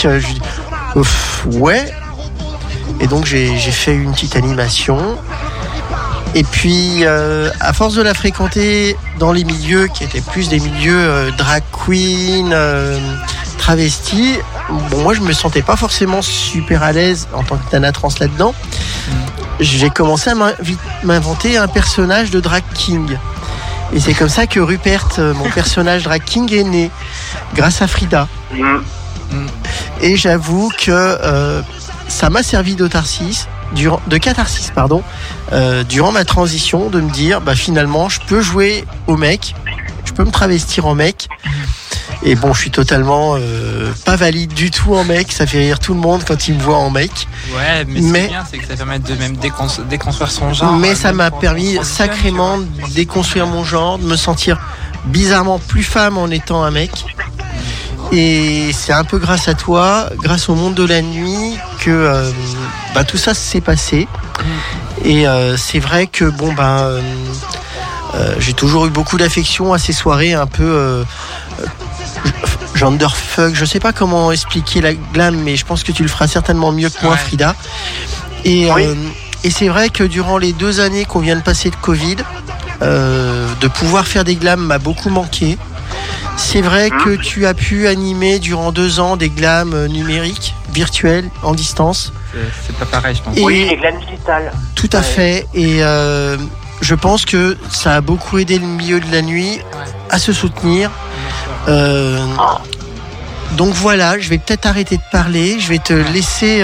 Je lui ai dit, ouais. Et donc j'ai fait une petite animation. Et puis, à force de la fréquenter dans les milieux qui étaient plus des milieux drag queen, travesti, bon, moi je me sentais pas forcément super à l'aise en tant que nana trans là-dedans. J'ai commencé à m'inventer un personnage de drag king. Et c'est comme ça que Rupert, mon personnage drag king, est né, grâce à Frida. Et j'avoue que ça m'a servi de catharsis, durant ma transition, de me dire, finalement, je peux jouer au mec, je peux me travestir en mec. Et bon, je suis totalement pas valide du tout en mec. Ça fait rire tout le monde quand il me voit en mec. Ouais, mais bien, c'est que ça permet de même déconstruire son genre. Mais ça m'a permis sacrément de déconstruire mon genre, de me sentir bizarrement plus femme en étant un mec. Et c'est un peu grâce à toi, grâce au monde de la nuit, que tout ça s'est passé. Et c'est vrai que j'ai toujours eu beaucoup d'affection à ces soirées un peu genderfuck. Je sais pas comment expliquer la glam, mais je pense que tu le feras certainement mieux que moi, Frida. Et c'est vrai que durant les 2 années qu'on vient de passer de Covid, de pouvoir faire des glams m'a beaucoup manqué. C'est vrai que tu as pu animer durant 2 ans des glams numériques, virtuels, en distance. C'est pas pareil, je pense. Oui, les glams digitales. Tout à fait. Et je pense que ça a beaucoup aidé le milieu de la nuit à se soutenir. Donc voilà, je vais peut-être arrêter de parler. Je vais te laisser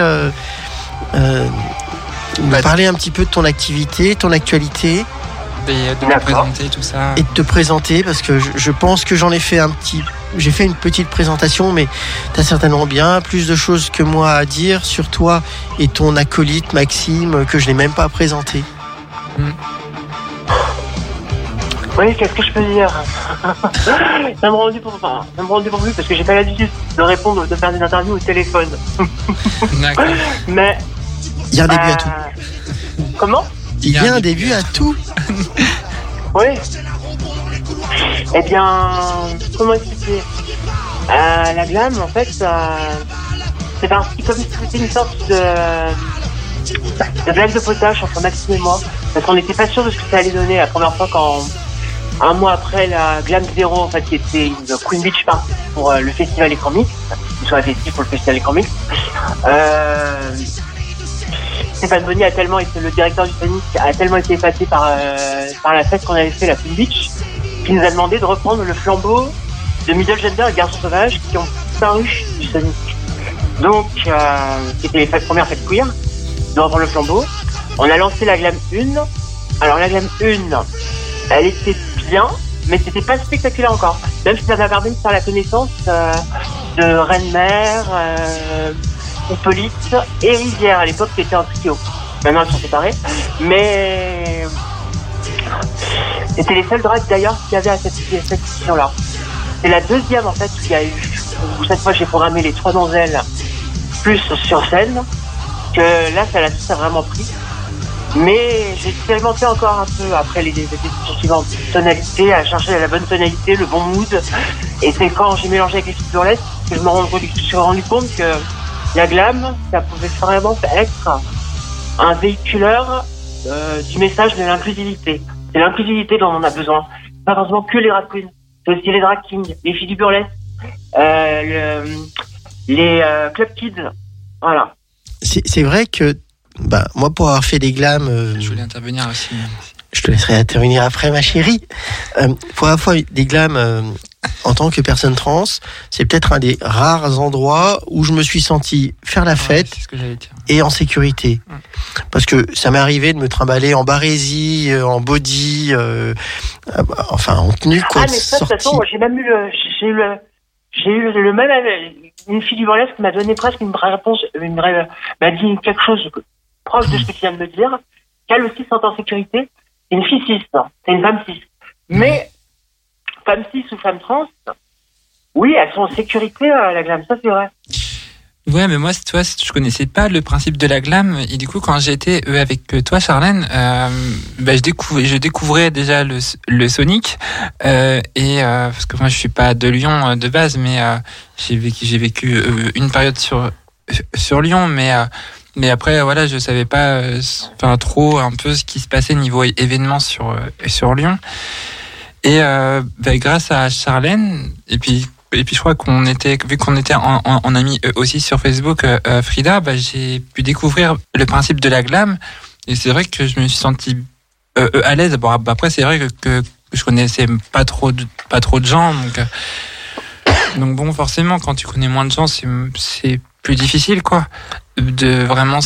me parler un petit peu de ton activité, ton actualité. De me présenter, tout ça. Et de te présenter, parce que je pense que j'ai fait une petite présentation, mais tu as certainement bien plus de choses que moi à dire sur toi et ton acolyte Maxime, que je n'ai même pas présenté. Oui, qu'est-ce que je peux dire? Ça me rend du pourvu parce que j'ai pas l'habitude de répondre, de faire des interviews au téléphone. D'accord. Mais il y a un début à tout. Comment? Il Il y a un début à tout. Oui. Eh bien, comment expliquer la glam, en fait, c'est parti comme si c'était une sorte de blague de potage entre Maxime et moi. Parce qu'on n'était pas sûr de ce que ça allait donner la première fois quand, un mois après la Glam 0, en fait, qui était une Queen Beach Party pour le festival Écran Mix, une soirée festive pour le festival Écran Mix. Stéphane Bonny a tellement été, le directeur du Sonic, a tellement été épaté par la fête qu'on avait fait, la Queen Beach, qu'il nous a demandé de reprendre le flambeau de Middle Gender et Garçons Sauvages qui ont paru du Sonic. Donc, c'était les premières fêtes queer, de reprendre le flambeau. On a lancé la Glam 1. Alors, la Glam 1, elle était bien, mais c'était pas spectaculaire encore. Même si ça m'a permis de faire la connaissance de Reine-Mère, Hippolyte et Rivière, à l'époque qui était en trio. Maintenant elles sont séparées, mais c'était les seuls drags d'ailleurs qu'il y avait à cette édition-là. C'est la deuxième en fait où il y a eu, où cette fois j'ai programmé les 3 donzelles plus sur scène, que là ça a vraiment pris. Mais j'ai expérimenté encore un peu après les éditions suivantes, tonalité, à chercher la bonne tonalité, le bon mood. Et c'est quand j'ai mélangé avec les filles burlesques que je me suis rendu compte que la glam, ça pouvait vraiment être un véhiculeur du message de l'inclusivité. C'est l'inclusivité dont on a besoin. Pas forcément que les drag queens, c'est aussi les drag kings, les filles du burlesque, les club kids. Voilà. C'est vrai que moi, pour avoir fait des glams... je voulais intervenir aussi. Je te laisserai intervenir après, ma chérie. Pour avoir fait des glams en tant que personne trans, c'est peut-être un des rares endroits où je me suis senti faire la fête et en sécurité. Parce que ça m'est arrivé de me trimballer en barésie, en body, enfin en tenue, quoi. Ah, mais ça, de toute façon, j'ai même eu le même... Une fille du burlesque m'a donné presque une réponse, m'a dit quelque chose proche de ce que tu viens de me dire, qu'elle aussi se sent en sécurité. C'est une fille cis, c'est une femme cis. Mais, femme cis ou femme trans, oui, elles sont en sécurité à la glam, ça c'est vrai. Ouais, mais moi, tu vois, je connaissais pas le principe de la glam, et du coup, quand j'étais avec toi, Charlène, je découvrais déjà le Sonic, parce que moi, je suis pas de Lyon de base, mais j'ai vécu une période sur Lyon, mais après, voilà, je savais pas, trop un peu ce qui se passait niveau événements sur Lyon. Et grâce à Charlène, et puis je crois vu qu'on était en amis aussi sur Facebook, Frida, j'ai pu découvrir le principe de la glam. Et c'est vrai que je me suis senti à l'aise. Bon, après, c'est vrai que je connaissais pas trop de gens, donc bon, forcément, quand tu connais moins de gens, c'est plus difficile, quoi, de vraiment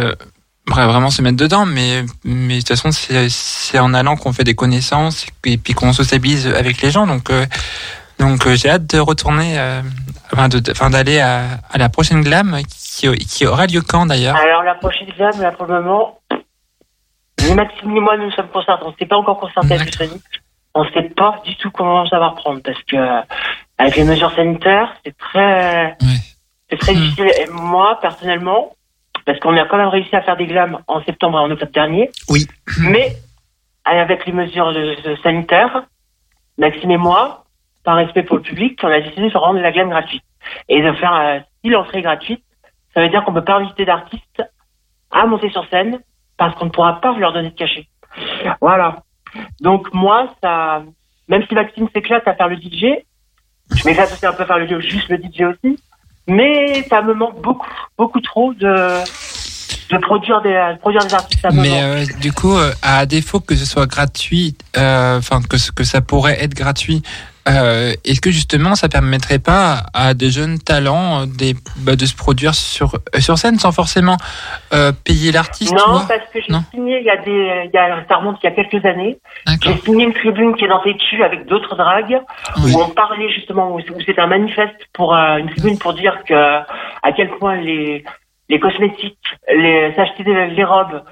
se mettre dedans, mais de toute façon, c'est en allant qu'on fait des connaissances et puis qu'on sociabilise avec les gens. Donc j'ai hâte de retourner, d'aller à la prochaine glam qui aura lieu quand d'ailleurs? Alors la prochaine glam, là pour le moment, ni Maxime ni moi nous sommes concertés. On ne s'est pas encore concertés avec le Sonic. On ne sait pas du tout comment ça va reprendre parce que avec les mesures sanitaires, c'est très difficile. Et moi personnellement, parce qu'on a quand même réussi à faire des glams en septembre et en octobre dernier. Oui. Mais avec les mesures sanitaires, Maxime et moi, par respect pour le public, on a décidé de rendre la glam gratuite. Et de faire, si l'entrée est gratuite, ça veut dire qu'on ne peut pas inviter d'artistes à monter sur scène parce qu'on ne pourra pas leur donner de cachet. Voilà. Donc moi, ça, même si Maxime s'éclate à faire le DJ, je m'éclate aussi un peu à faire juste le DJ aussi, mais ça me manque beaucoup trop de produire des artistes. Mais du coup, à défaut que ce soit gratuit, que ça pourrait être gratuit, est-ce que justement ça permettrait pas à des jeunes talents de se produire sur scène sans forcément payer l'artiste? Non, parce que j'ai signé, ça remonte il y a quelques années. J'ai signé une tribune qui est dans TQ avec d'autres dragues où on parlait justement, où c'était un manifeste pour une tribune pour dire que à quel point les cosmétiques, s'acheter les robes,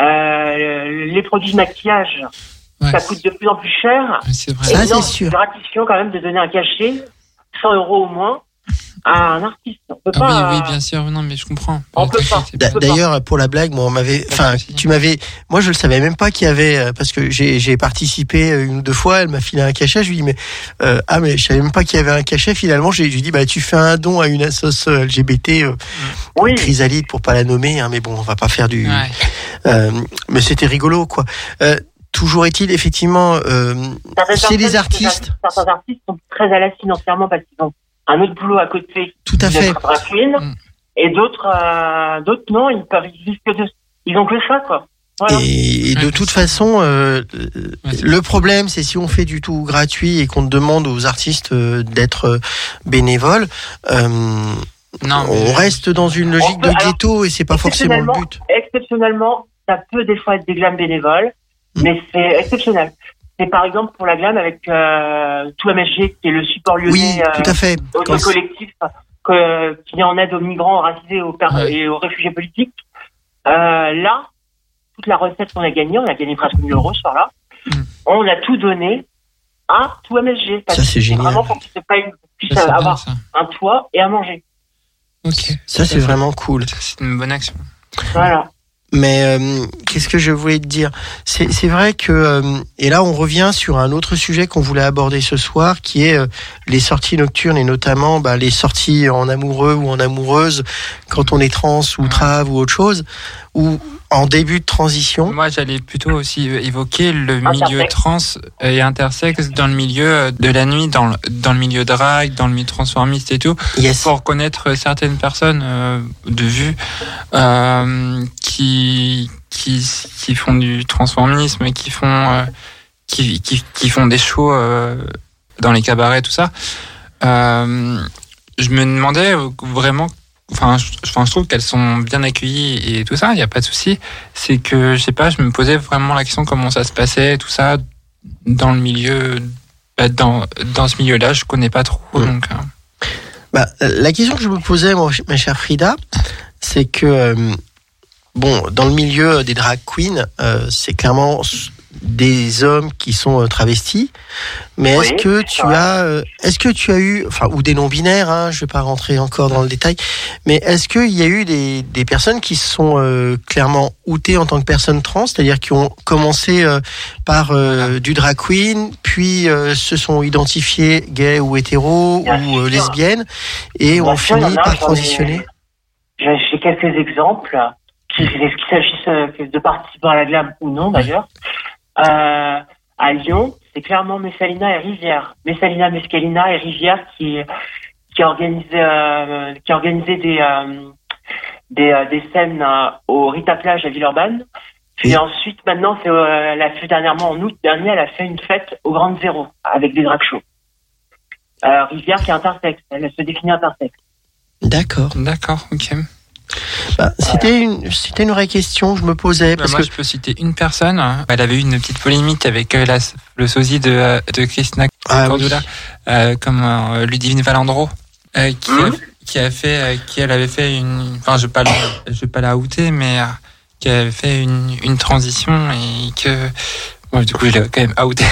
les produits de maquillage, ça coûte de plus en plus cher. C'est vrai. Ça, c'est sûr. C'est gratifiant quand même de donner un cachet, 100 € au moins, un artiste. On peut Ah pas. oui, bien sûr, non, mais je comprends. On peut pas. D'ailleurs, pour la blague, moi, moi, je le savais même pas qu'il y avait, parce que j'ai participé une ou deux fois. Elle m'a filé un cachet. Je lui dis mais je savais même pas qu'il y avait un cachet. Finalement, j'ai dit tu fais un don à une assoce LGBT, Chrysalide pour pas la nommer, hein, mais bon, on va pas faire du. Ouais. Mais c'était rigolo, quoi. Toujours est-il, effectivement, c'est les artistes. Certains artistes sont très à l'aise financièrement parce qu'ils ont un autre boulot à côté. Tout à fait. Et d'autres non, ils vivent que ils ont que ça, quoi. Voilà. Et de toute façon, le problème, c'est si on fait du tout gratuit et qu'on demande aux artistes d'être bénévoles, on reste dans une logique de ghetto et c'est pas forcément le but. Exceptionnellement, ça peut des fois être des glams bénévoles, mais c'est exceptionnel. C'est par exemple pour la glam avec Tout MSG, qui est le support lyonnais, tout à fait. collectif qui vient en aide aux migrants racisés et aux réfugiés politiques. Là, toute la recette qu'on a gagnée, on a gagné presque 1 000 euros ce soir-là, on a tout donné à Tout MSG. Ça, c'est génial. Vraiment pour qu'ils puissent avoir un toit et à manger. Ok. Ça, c'est vraiment cool. C'est une bonne action. Voilà. Mais qu'est-ce que je voulais te dire ? C'est vrai que et là on revient sur un autre sujet qu'on voulait aborder ce soir, qui est les sorties nocturnes et notamment les sorties en amoureux ou en amoureuse quand on est trans ou trave ou autre chose, ou en début de transition. Moi, j'allais plutôt aussi évoquer le milieu trans et intersexe dans le milieu de la nuit, dans le milieu drag, dans le milieu transformiste et tout, pour connaître certaines personnes de vue qui font du transformisme, qui font des shows dans les cabarets, tout ça. Je me demandais vraiment. Enfin, je trouve qu'elles sont bien accueillies et tout ça, il n'y a pas de souci. C'est que, je sais pas, je me posais vraiment la question comment ça se passait, tout ça, dans le milieu, dans ce milieu-là, je connais pas trop. Donc, la question que je me posais, moi, ma chère Frida, c'est que, dans le milieu des drag queens, c'est clairement des hommes qui sont travestis, mais est-ce que tu as eu, ou des non-binaires, hein, je vais pas rentrer encore dans le détail, mais est-ce qu'il y a eu des personnes qui se sont clairement outées en tant que personnes trans, c'est-à-dire qui ont commencé par du drag queen, puis se sont identifiées gays ou hétéros ou lesbiennes, et ont fini par transitionner? J'ai quelques exemples, qu'il s'agisse de participants à la glam ou non d'ailleurs. À Lyon, c'est clairement Messalina et Rivière. Messalina, Mescalina et Rivière qui organisait des scènes au Rita Plage à Villeurbanne. Puis ensuite, maintenant, elle a fait dernièrement, en août dernier, elle a fait une fête au Grand Zéro avec des drag shows. Rivière qui est intersexe, elle se définit intersexe. D'accord, ok. C'était une vraie question que je me posais. Parce que je peux citer une personne. Elle avait eu une petite polémique avec le sosie de Christina Cordula, comme Ludivine Valandro, qui elle avait fait une. Enfin, je vais pas la outer, mais qui avait fait une transition et que. Bon, du coup, je l'ai quand même outé.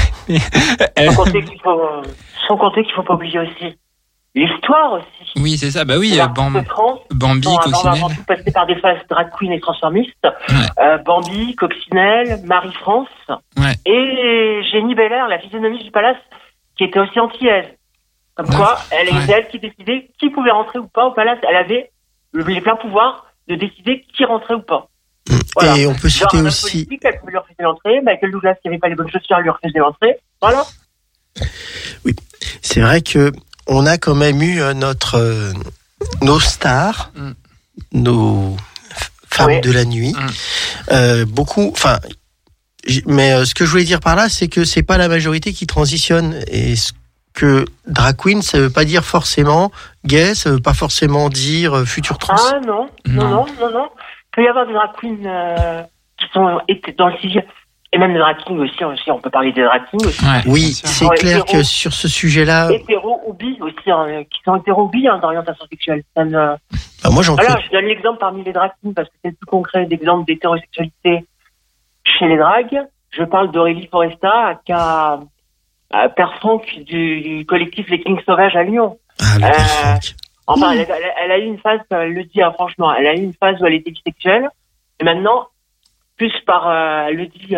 Sans compter qu'il faut pas oublier aussi l'histoire aussi. Oui, c'est ça. Bambi, Coccinelle. Avant tout passé par des phases drag queen et transformistes. Ouais. Bambi, Coccinelle, Marie-France. Ouais. Et Jenny Belair, la physionomiste du palace, qui était aussi antillaise. Comme quoi, c'est elle qui décidait qui pouvait rentrer ou pas au palace. Elle avait les pleins pouvoirs de décider qui rentrait ou pas. Voilà. Et on peut citer aussi. Politique, elle pouvait lui refuser l'entrée. Michael Douglas, qui n'avait pas les bonnes chaussures, lui refusait l'entrée. Voilà. Oui, c'est vrai que on a quand même eu nos stars, nos femmes de la nuit, beaucoup. Enfin, mais ce que je voulais dire par là, c'est que c'est pas la majorité qui transitionne. Et ce que drag queen, ça veut pas dire forcément gay, ça veut pas forcément dire futur trans. Ah non. Il peut y avoir des drag queens qui sont dans le sixième. Et même les drag kings aussi, on peut parler des drag kings aussi. Ouais, oui, c'est clair que sur ce sujet-là. Hétéro ou bi aussi, qui sont hétéro ou bi d'orientation sexuelle. Moi, j'en Alors, je donne l'exemple parmi les drag kings parce que c'est le plus concret d'exemple d'hétérosexualité chez les drags. Je parle d'Aurélie Foresta, qui a père Franck du collectif Les Kings Sauvages à Lyon. Enfin, elle a eu une phase, elle le dit franchement, elle a eu une phase où elle était bisexuelle. Et maintenant, plus elle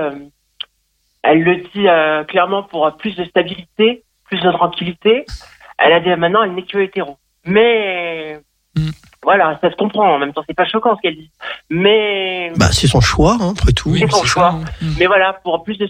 le dit clairement pour plus de stabilité, plus de tranquillité. Maintenant, elle n'est que hétéro. Mais voilà, ça se comprend. En même temps, c'est pas choquant ce qu'elle dit. Mais c'est son choix, après tout. C'est son choix. Mais voilà, pour plus de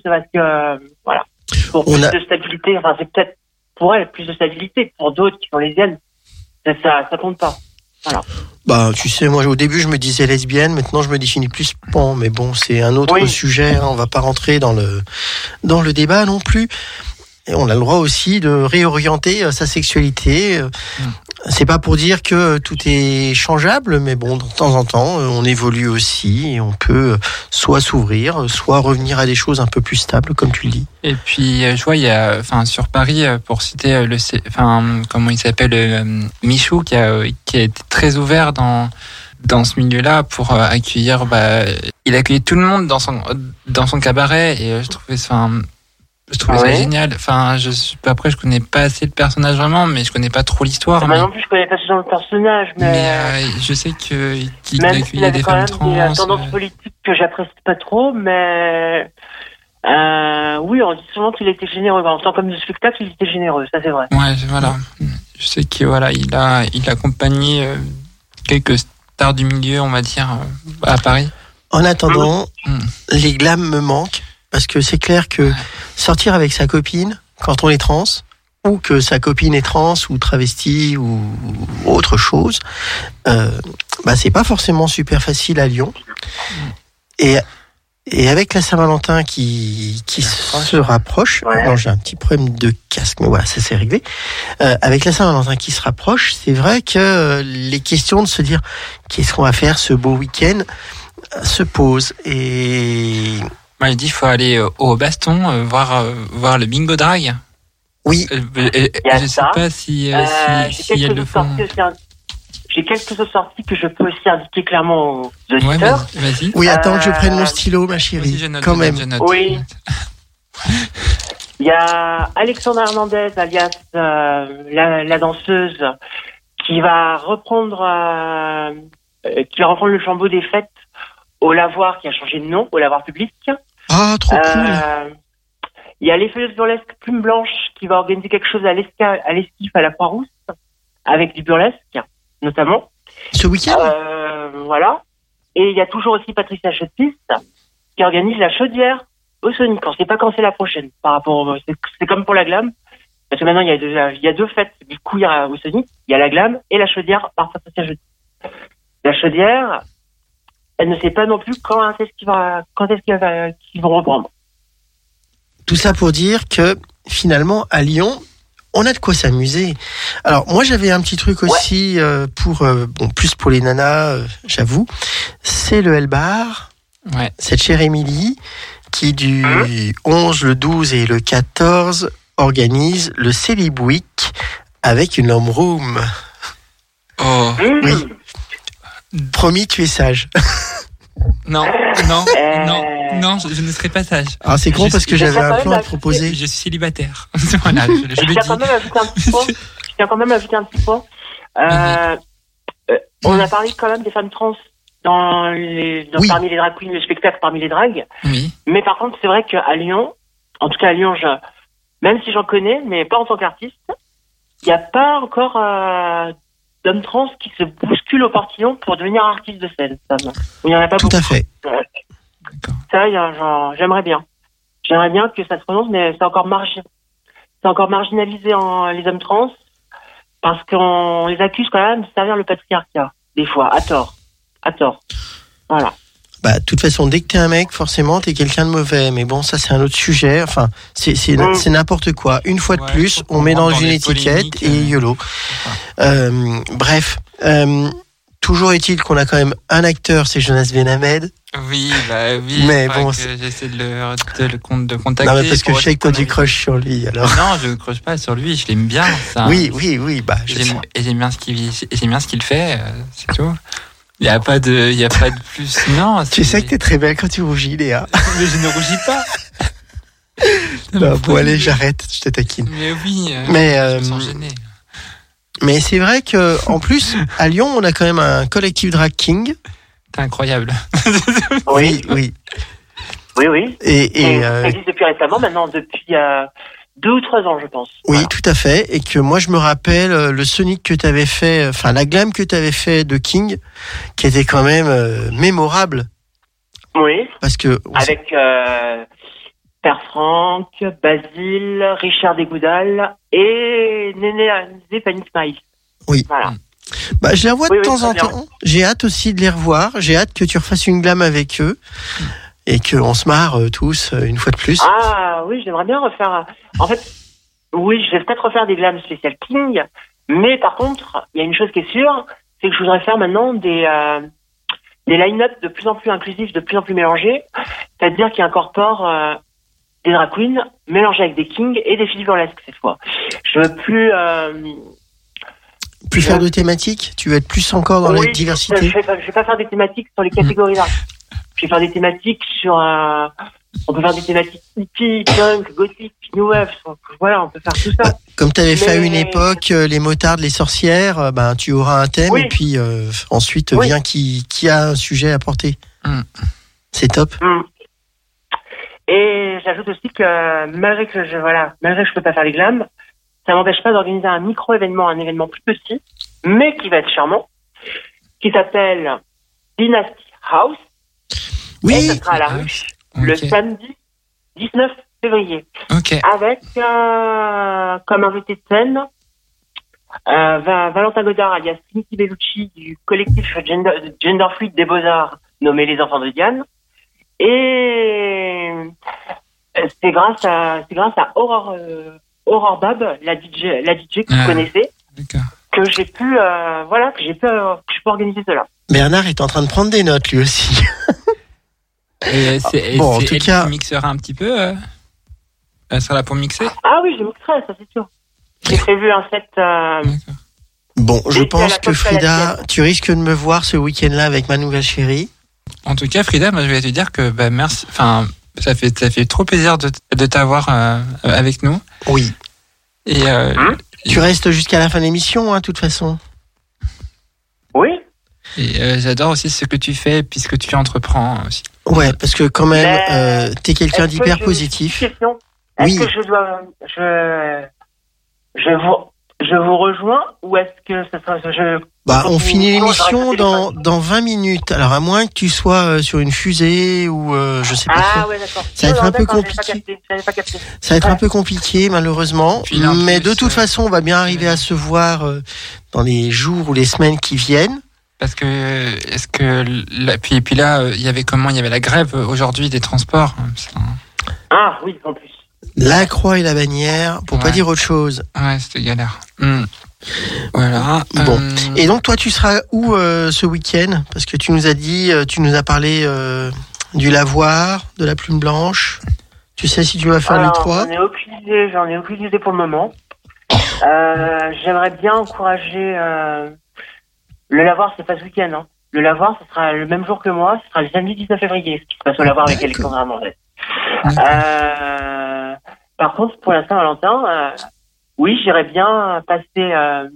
de stabilité. Enfin, c'est peut-être pour elle plus de stabilité. Pour d'autres qui sont lesbiennes, ça compte pas. Voilà. Tu sais, moi au début je me disais lesbienne, maintenant je me définis plus pan, mais bon, c'est un autre sujet, on va pas rentrer dans le débat non plus. Et on a le droit aussi de réorienter sa sexualité. C'est pas pour dire que tout est changeable, mais bon, de temps en temps, on évolue aussi et on peut soit s'ouvrir, soit revenir à des choses un peu plus stables, comme tu le dis. Et puis, je vois, il y a, sur Paris, pour citer comment il s'appelle, Michou, qui a été très ouvert dans ce milieu-là pour accueillir, il accueillait tout le monde dans son cabaret et je trouvais ça génial. Enfin, après, je connais pas assez le personnage vraiment, mais je connais pas trop l'histoire. Moi non plus, je connais pas ce genre de personnage, mais je sais qu'il accueillait des femmes trans. Même s'il avait quand même des tendances politiques que j'apprécie pas trop, mais oui, on dit souvent qu'il était généreux. En tant qu'homme de spectacle, il était généreux, ça c'est vrai. Ouais, voilà. Je sais qu'il il a accompagné quelques stars du milieu, on va dire, à Paris. En attendant, les glams me manquent. Parce que c'est clair que sortir avec sa copine, quand on est trans, ou que sa copine est trans, ou travestie, ou autre chose, c'est pas forcément super facile à Lyon. Et avec la Saint-Valentin qui se rapproche, non, j'ai un petit problème de casque, mais voilà, ça s'est réglé. Avec la Saint-Valentin qui se rapproche, c'est vrai que les questions de se dire qu'est-ce qu'on va faire ce beau week-end se posent. Et il dit qu'il faut aller au Baston, voir le bingo drag. Oui. Je sais pas si elles le font. J'ai quelques autres sorties que je peux aussi indiquer clairement aux auditeurs. Vas-y. Oui, attends que je prenne mon stylo, ma chérie. Quand même. Oui. Il y a Alexandra Hernandez, alias la danseuse, qui va reprendre le flambeau des fêtes au Lavoir, qui a changé de nom, au Lavoir public. Ah, trop cool. Il y a l'effeuilleuse burlesque Plume Blanche qui va organiser quelque chose à l'Esquif à la Croix-Rousse, avec du burlesque, notamment. Ce week-end voilà. Et il y a toujours aussi Patricia Chaude-Piste qui organise la Chaudière au Sonic. On ne sait pas quand c'est la prochaine. C'est comme pour la Glam. Parce que maintenant, il y a deux fêtes. Du coup, il y a au Sonic, il y a la Glam et la Chaudière par Patricia Chaude-Piste. La Chaudière, elle ne sait pas non plus quand est-ce qu'ils vont reprendre. Tout ça pour dire que finalement à Lyon, on a de quoi s'amuser. Alors moi j'avais un petit truc aussi plus pour les nanas, j'avoue, c'est le L-Bar. Ouais. Cette chère Émilie qui du 11, le 12 et le 14 organise le Célib Week avec une home room. Oh. Oui. Promis, tu es sage. Non, je ne serai pas sage. Ah, c'est con parce que j'avais un plan à te proposer. Je suis célibataire. Voilà, je le dis. Je tiens quand même à ajouter un petit point. On a parlé quand même des femmes trans parmi les drag queens, les spectacles parmi les drags. Oui. Mais par contre, c'est vrai qu'à Lyon, en tout cas à Lyon, même si j'en connais, mais pas en tant qu'artiste, il n'y a pas encore d'hommes trans qui se bousculent au portillon pour devenir artiste de scène. Il n'y en a pas beaucoup. Tout à fait. Ça, j'aimerais bien. J'aimerais bien que ça se prononce, mais c'est encore marginalisé les hommes trans parce qu'on les accuse quand même de servir le patriarcat, des fois, à tort. Voilà. De toute façon, dès que t'es un mec, forcément, t'es quelqu'un de mauvais. Mais bon, ça, c'est un autre sujet. Enfin, c'est n'importe quoi. Une fois de plus, on met dans une étiquette et YOLO. Bref. Toujours est-il qu'on a quand même un acteur, c'est Jonas Benhamed. Oui. Mais bon, j'essaie de le contacter. Non, mais parce que je sais que toi, tu croches sur lui, alors. Non, je ne croche pas sur lui. Je l'aime bien. Ça. Oui. J'aime bien ce qu'il fait. C'est tout. Il n'y a pas de plus. Non. Tu sais que t'es très belle quand tu rougis, Léa. Mais je ne rougis pas. Non, bon, allez, j'arrête, je te taquine. Mais oui. Mais je me sens gêné. Mais c'est vrai que en plus, à Lyon, on a quand même un collectif drag king. C'est incroyable. Oui. Oui. Et ça existe depuis récemment, maintenant depuis 2 ou 3 ans, je pense. Oui, Voilà. tout à fait. Et que moi, je me rappelle le Sonic que tu avais fait, enfin la glam que tu avais fait de King, qui était quand même mémorable. Oui. Parce que avec Père Franck, Basile, Richard Desgoudal et Néné Panic Smile. Oui. Voilà. Bah, je les revois de temps très en bien. temps. J'ai hâte aussi de les revoir. J'ai hâte que tu refasses une glam avec eux et qu'on se marre tous une fois de plus. Ah oui, j'aimerais bien refaire. En fait, oui, je vais peut-être refaire des glams spéciales King, mais par contre, il y a une chose qui est sûre, c'est que je voudrais faire maintenant des line-up de plus en plus inclusifs, de plus en plus mélangés, c'est-à-dire qui incorporent des drag queens mélangés avec des kings et des filles burlesques cette fois. Je veux plus Plus faire de thématiques. Tu veux être plus encore dans la diversité. Je vais pas faire des thématiques sur les catégories là. Je vais faire des thématiques sur on peut faire des thématiques hippie, punk, gothique, new wave. Voilà, on peut faire tout ça. Comme tu avais fait à une époque, les motards, les sorcières, ben tu auras un thème et puis ensuite vient qui a un sujet à porter. C'est top. Et j'ajoute aussi que malgré que je peux pas faire les glams, ça m'empêche pas d'organiser un micro-événement, un événement plus petit, mais qui va être charmant, qui s'appelle Dynasty House. Oui. Et ça sera à la Ruche le samedi 19 février. Avec comme invité de scène Valentin Godard alias Niki Bellucci du collectif Gender Fluid des Beaux-Arts nommé Les Enfants de Diane. Et c'est grâce à Aurore Bab, la DJ que vous connaissez, que j'ai pu organiser cela. Bernard est en train de prendre des notes lui aussi. Bon, en tout cas, tu mixeras un petit peu. Elle sera là pour mixer. Ah oui, je mixerai, ça c'est sûr. J'ai prévu un set. Bon, je pense que Frida, tu risques de me voir ce week-end-là avec ma nouvelle chérie. En tout cas, Frida, moi je vais te dire que merci. Enfin, ça fait trop plaisir de t'avoir avec nous. Oui. Et tu restes jusqu'à la fin de l'émission, de toute façon. Oui. Et j'adore aussi ce que tu fais et puis ce que tu entreprends aussi. Ouais, parce que quand même, t'es quelqu'un d'hyper positif. Est-ce que je vous rejoins ou est-ce que ça sera on finit l'émission dans 20 minutes. Alors à moins que tu sois sur une fusée ou je sais pas. Ah ouais, d'accord. Ça va être un peu compliqué. Ça va être un peu compliqué malheureusement, mais de toute façon, on va bien arriver à se voir dans les jours ou les semaines qui viennent. Parce que puis là, il y avait la grève aujourd'hui des transports. Ah oui, en plus. La croix et la bannière, pour pas dire autre chose. Ouais, c'était galère. Voilà. Bon. Et donc toi, tu seras où ce week-end ? Parce que tu nous as parlé du lavoir, de la plume blanche. Tu sais si tu vas faire les trois ? J'en ai aucune idée pour le moment. J'aimerais bien encourager. Le lavoir, c'est pas ce week-end. Le lavoir, ce sera le même jour que moi. Ce sera le samedi 19 février, ce qui se passe au lavoir avec Alexandra Mordet. Par contre, pour la Saint-Valentin, oui, j'irais bien passer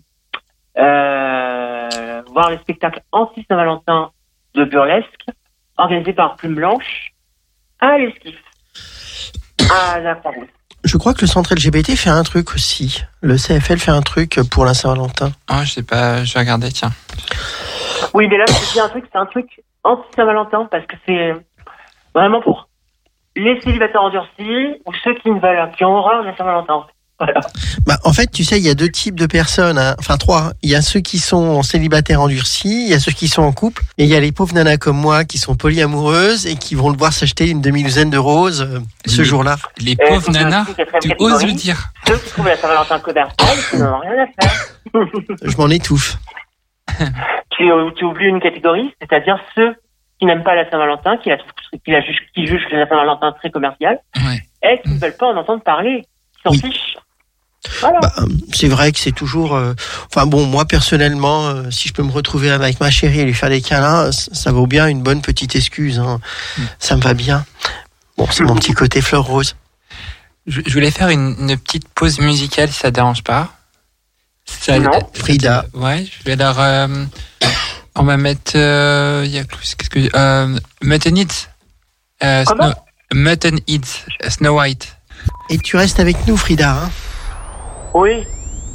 voir les spectacles anti-Saint-Valentin de burlesque organisés par Plume Blanche à l'Esquif, à la Croix-Rouge. Je crois que le centre LGBT fait un truc aussi. Le CFL fait un truc pour la Saint-Valentin. Ah, je sais pas, je vais regarder, tiens. Oui, mais là, c'est un truc anti-Saint-Valentin parce que c'est vraiment pour les célibataires endurcis ou ceux qui ont horreur de la Saint-Valentin. Voilà. En fait, tu sais, il y a deux types de personnes, enfin trois. Il y a ceux qui sont célibataires endurcis, il y a ceux qui sont en couple, et il y a les pauvres nanas comme moi qui sont polyamoureuses et qui vont le voir s'acheter une demi-douzaine de roses ce jour-là. Les pauvres nanas, tu oses le dire. Ceux qui trouvent la Saint-Valentin commerciale, ils n'ont rien à faire. Je m'en étouffe. Tu oublies une catégorie, c'est-à-dire ceux qui n'aiment pas la Saint-Valentin, qui jugent la Saint-Valentin très commerciale, et qui ne veulent pas en entendre parler, qui s'en fichent. Voilà. C'est vrai que c'est toujours. Moi personnellement, si je peux me retrouver avec ma chérie et lui faire des câlins, ça vaut bien une bonne petite excuse. Ça me va bien. Bon, c'est mon petit côté fleur rose. Je voulais faire une petite pause musicale si ça te dérange pas. Non. Frida. Ouais, je vais leur... on va mettre... qu'est-ce que... Mutton Eats. Mutton Eats. Snow White. Et tu restes avec nous, Frida. Hein? Oui.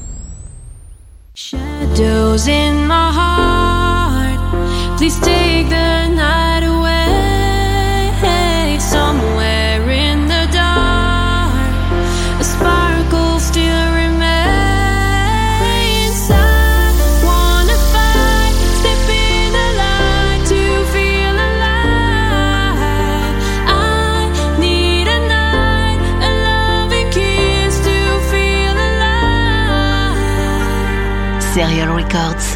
Shadows in my heart, please take the night away. Somewhere in the dark, a sparkle still remains. I wanna fight, step in the light to feel alive. I need a night, a loving kiss to feel alive. Serial Records.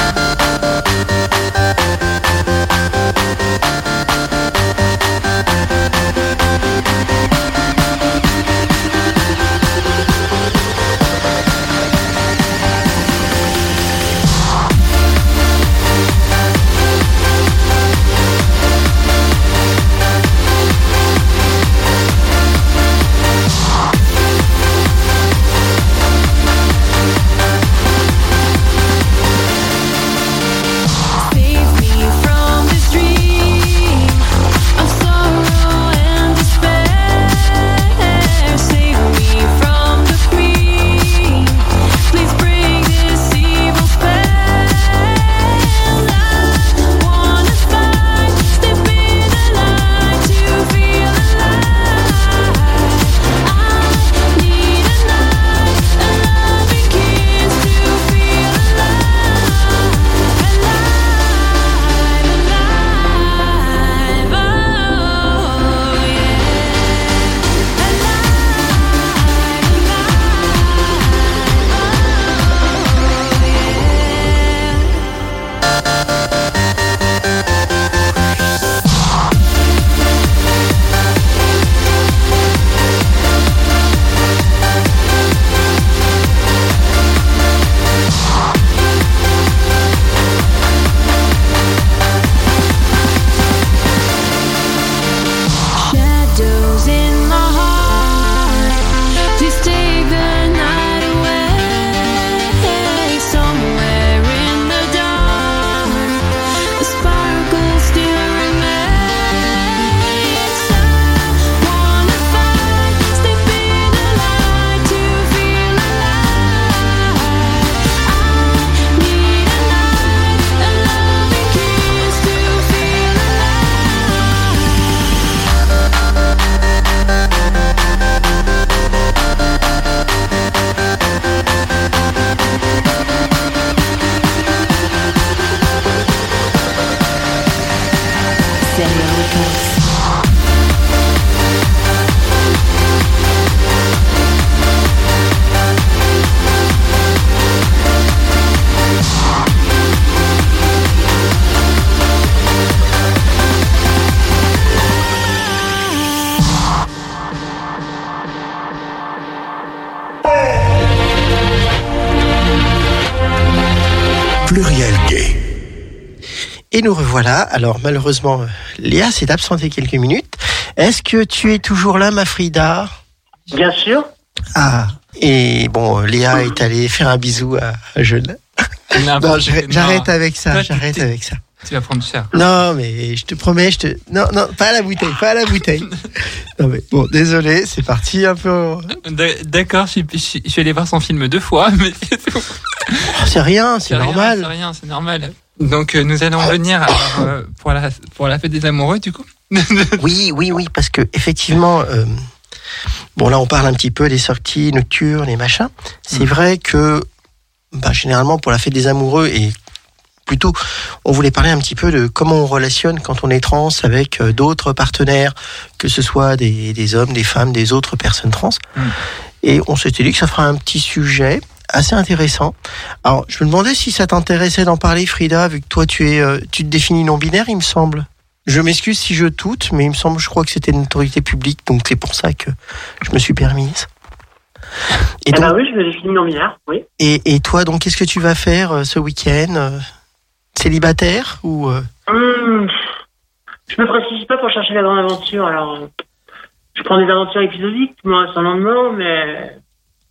Pluriel Gay. Et nous revoilà. Alors malheureusement, Léa s'est absentée quelques minutes. Est-ce que tu es toujours là, ma Frida? Bien sûr. Ah, et bon, Léa est allée faire un bisou à Jeune. Non, j'arrête avec ça, Toi, j'arrête avec ça. Tu vas prendre cher. Non, mais je te promets, Non, pas à la bouteille, pas à la bouteille. Non, mais bon, désolé, c'est parti un peu... D'accord, je suis allé voir son film 2 fois, mais c'est tout. Oh, c'est rien, c'est normal. C'est normal. Donc, nous allons venir alors, pour la fête des amoureux, du coup. Oui, parce que effectivement... bon, là, on parle un petit peu des sorties nocturnes et machin. C'est vrai que, généralement, pour la fête des amoureux, et plutôt, on voulait parler un petit peu de comment on relationne quand on est trans avec d'autres partenaires, que ce soit des hommes, des femmes, des autres personnes trans. Et on s'était dit que ça fera un petit sujet assez intéressant. Alors, je me demandais si ça t'intéressait d'en parler, Frida, vu que toi, tu te définis non-binaire, il me semble. Je m'excuse si je doute, mais il me semble, je crois que c'était une autorité publique, donc c'est pour ça que je me suis permise. Et donc, oui, je me définis non-binaire, oui. Et toi, donc, qu'est-ce que tu vas faire ce week-end? Célibataire ou Je me précise pas pour chercher la grande aventure, alors je prends des aventures épisodiques, moi, sans lendemain, mais